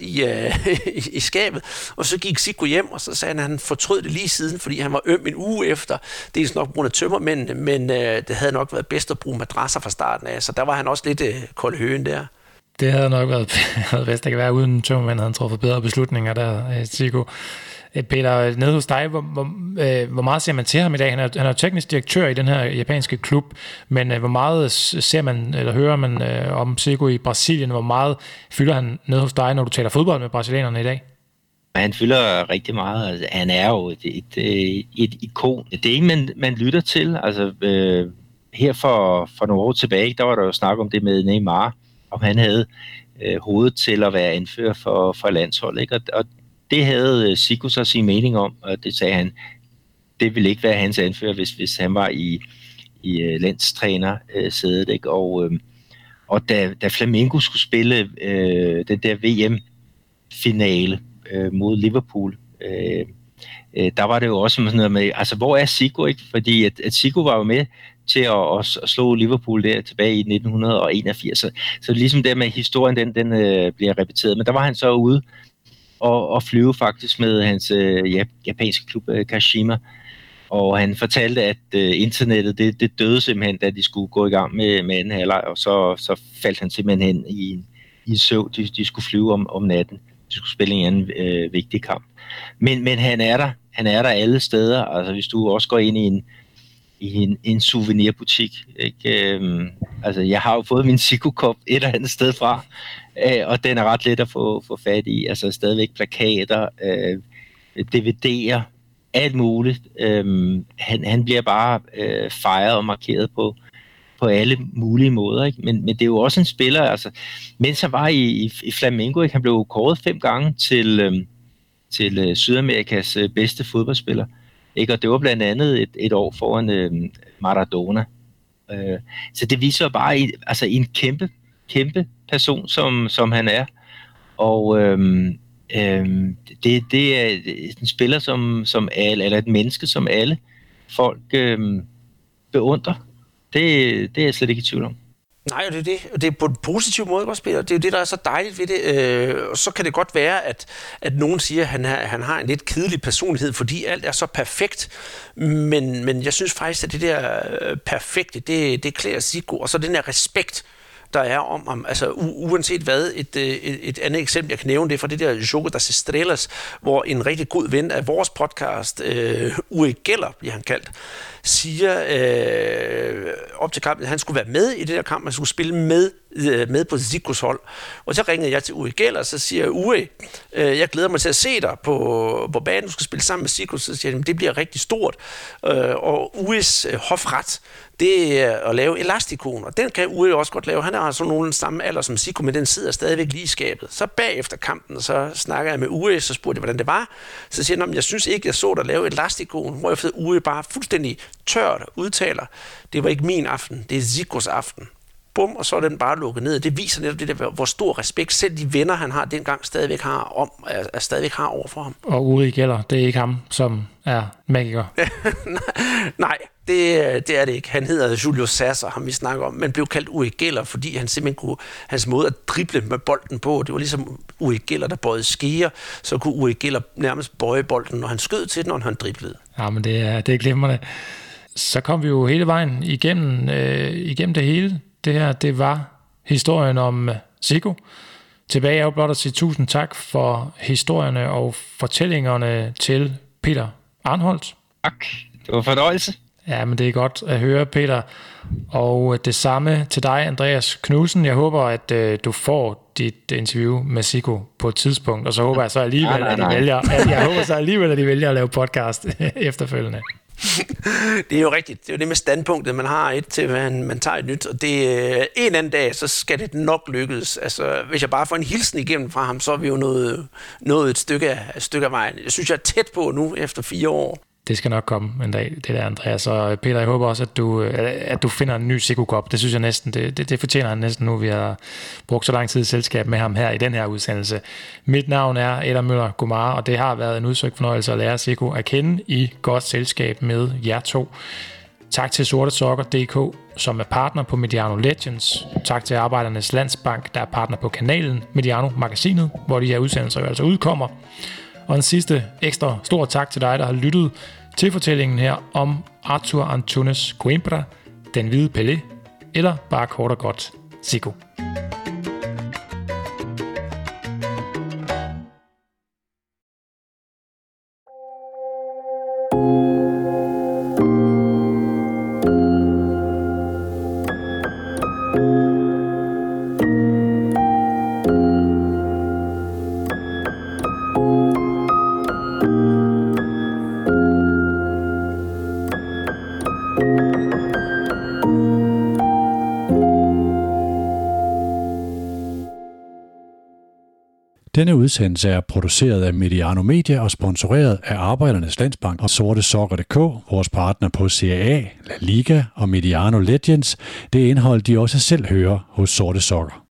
i skabet, og så gik Zico hjem, og så sagde han, at han fortrød det lige siden, fordi han var øm en uge efter. Dels nok på grund af tømmermændene, men det havde nok været bedst at bruge madrasser fra starten af, så der var han også lidt kold høen der. Det havde nok været bedst, der kan være uden tømmermand, havde han truffet bedre beslutninger der, Zico. Peter, nede hos dig, hvor meget ser man til ham i dag? Han er jo teknisk direktør i den her japanske klub, men hvor meget ser man, eller hører man om Zico i Brasilien? Hvor meget fylder han nede hos dig, når du taler fodbold med brasilianerne i dag? Han fylder rigtig meget. Altså, han er jo et ikon. Det er ikke, man lytter til. Altså, her for nogle år tilbage, der var der jo snak om det med Neymar, om han havde hovedet til at være anfører for landsholdet, ikke? Og det havde Zico så sin mening om, og det sagde han, det ville ikke være hans anfører, hvis han var i landstrænersædet, ikke? Og da Flamengo skulle spille den der VM-finale mod Liverpool, der var det jo også sådan noget med, altså hvor er Zico, ikke? Fordi at Zico var jo med til at slå Liverpool der tilbage i 1981. Så ligesom der med historien, den bliver repeteret. Men der var han så ude og flyve faktisk med hans japanske klub Kashima. Og han fortalte, at internettet det døde simpelthen, da de skulle gå i gang med anden halvleg, og så faldt han simpelthen hen i søvn. De skulle flyve om natten. De skulle spille en anden vigtig kamp. Men han er der. Han er der alle steder. Altså hvis du også går ind i en souvenirbutik, ikke? Altså jeg har jo fået min Zico-kop et eller andet sted fra, og den er ret let at få fat i. Altså stadigvæk plakater, DVD'er, alt muligt. Han bliver bare fejret og markeret på alle mulige måder, ikke? Men det er jo også en spiller, altså mens han var i Flamengo, ikke? Han blev kåret 5 gange til Sydamerikas bedste fodboldspiller, ikke? Og det var blandt andet et år foran Maradona. Så det viser bare altså en kæmpe person, som han er. Og det er en spiller, som alle, eller et menneske, som alle folk beundrer. Det er jeg slet ikke i tvivl om. Nej, og det er det. Og det er på en positiv måde, hvor spiller. Det er jo det, der er så dejligt ved det. Og så kan det godt være, at nogen siger, at han har en lidt kedelig personlighed, fordi alt er så perfekt. Men jeg synes faktisk, at det der perfekte, det klæder Zico. Og så den der respekt, der er om ham. Altså uanset hvad, et andet eksempel, jeg kan nævne, det er fra det der Jogo das Estrelas, hvor en rigtig god ven af vores podcast, Uri Geller, bliver han kaldt, siger op til kampen, at han skulle være med i det der kamp, han skulle spille med på Zicos hold. Og så ringede jeg til Uri Geller, og så siger jeg, Uri, jeg glæder mig til at se dig på banen, du skal spille sammen med Zico. Så siger jeg, det bliver rigtig stort. Og Uris hofret, det er at lave elastikoner. Og den kan Uri også godt lave. Han har sådan nogen samme alder som Zico, men den sidder stadigvæk lige i skabet. Så bagefter kampen, så snakker jeg med Uri, så spurgte jeg, hvordan det var. Så siger jeg, jeg synes ikke, jeg så dig lave elastikon, hvor efter Uri bare fuldstændig tørt udtaler, det var ikke min aften, det er Zicos aften. Bum, og så er den bare lukket ned. Det viser netop det der, hvor stor respekt selv de venner, han har dengang, stadigvæk har over for ham. Og Uri Geller, det er ikke ham, som er magiker? Nej, det er det ikke. Han hedder Julio Sasser, ham vi snakker om, men blev kaldt Uri Geller, fordi han simpelthen kunne, hans måde at drible med bolden på, det var ligesom Uri Geller, der bøjede skeer, så kunne Uri Geller nærmest bøje bolden, når han skød til den, når han driblede. Ja, men det er glimrende. Så kom vi jo hele vejen igennem det hele. Det her, det var historien om Zico. Tilbage er jo blot at sige tusind tak for historierne og fortællingerne til Peter Arnholdt. Tak, det var fornøjelse. Ja, men det er godt at høre, Peter. Og det samme til dig, Andreas Knudsen. Jeg håber, at du får dit interview med Zico på et tidspunkt, og så håber jeg så alligevel, at de vælger at lave podcast efterfølgende. Det er jo rigtigt. Det er jo det med standpunktet, man har et til, man tager et nyt, og det en anden dag, så skal det nok lykkes. Altså, hvis jeg bare får en hilsen igennem fra ham, så er vi jo nået et stykke af vejen. Jeg synes, jeg er tæt på nu, efter 4 år. Det skal nok komme en dag, det der, Andreas. Og Peter, jeg håber også, at du finder en ny Zico-kop. Det synes jeg næsten, det fortjener han næsten nu. Vi har brugt så lang tid i selskab med ham her i den her udsendelse. Mit navn er Adam Møller Gomar, og det har været en udsøgt fornøjelse at lære Zico at kende i godt selskab med jer to. Tak til sortesokker.dk, som er partner på Mediano Legends. Tak til Arbejdernes Landsbank, der er partner på kanalen Mediano Magasinet, hvor de her udsendelser jo altså udkommer. Og en sidste ekstra stor tak til dig, der har lyttet til fortællingen her om Arthur Antunes Coimbra, den hvide Pelé, eller bare kort og godt Zico. Denne udsendelse er produceret af Mediano Media og sponsoreret af Arbejdernes Landsbank og sortesokker.dk, vores partner på CAA, La Liga og Mediano Legends. Det indhold, de også selv hører hos Sorte Sokker.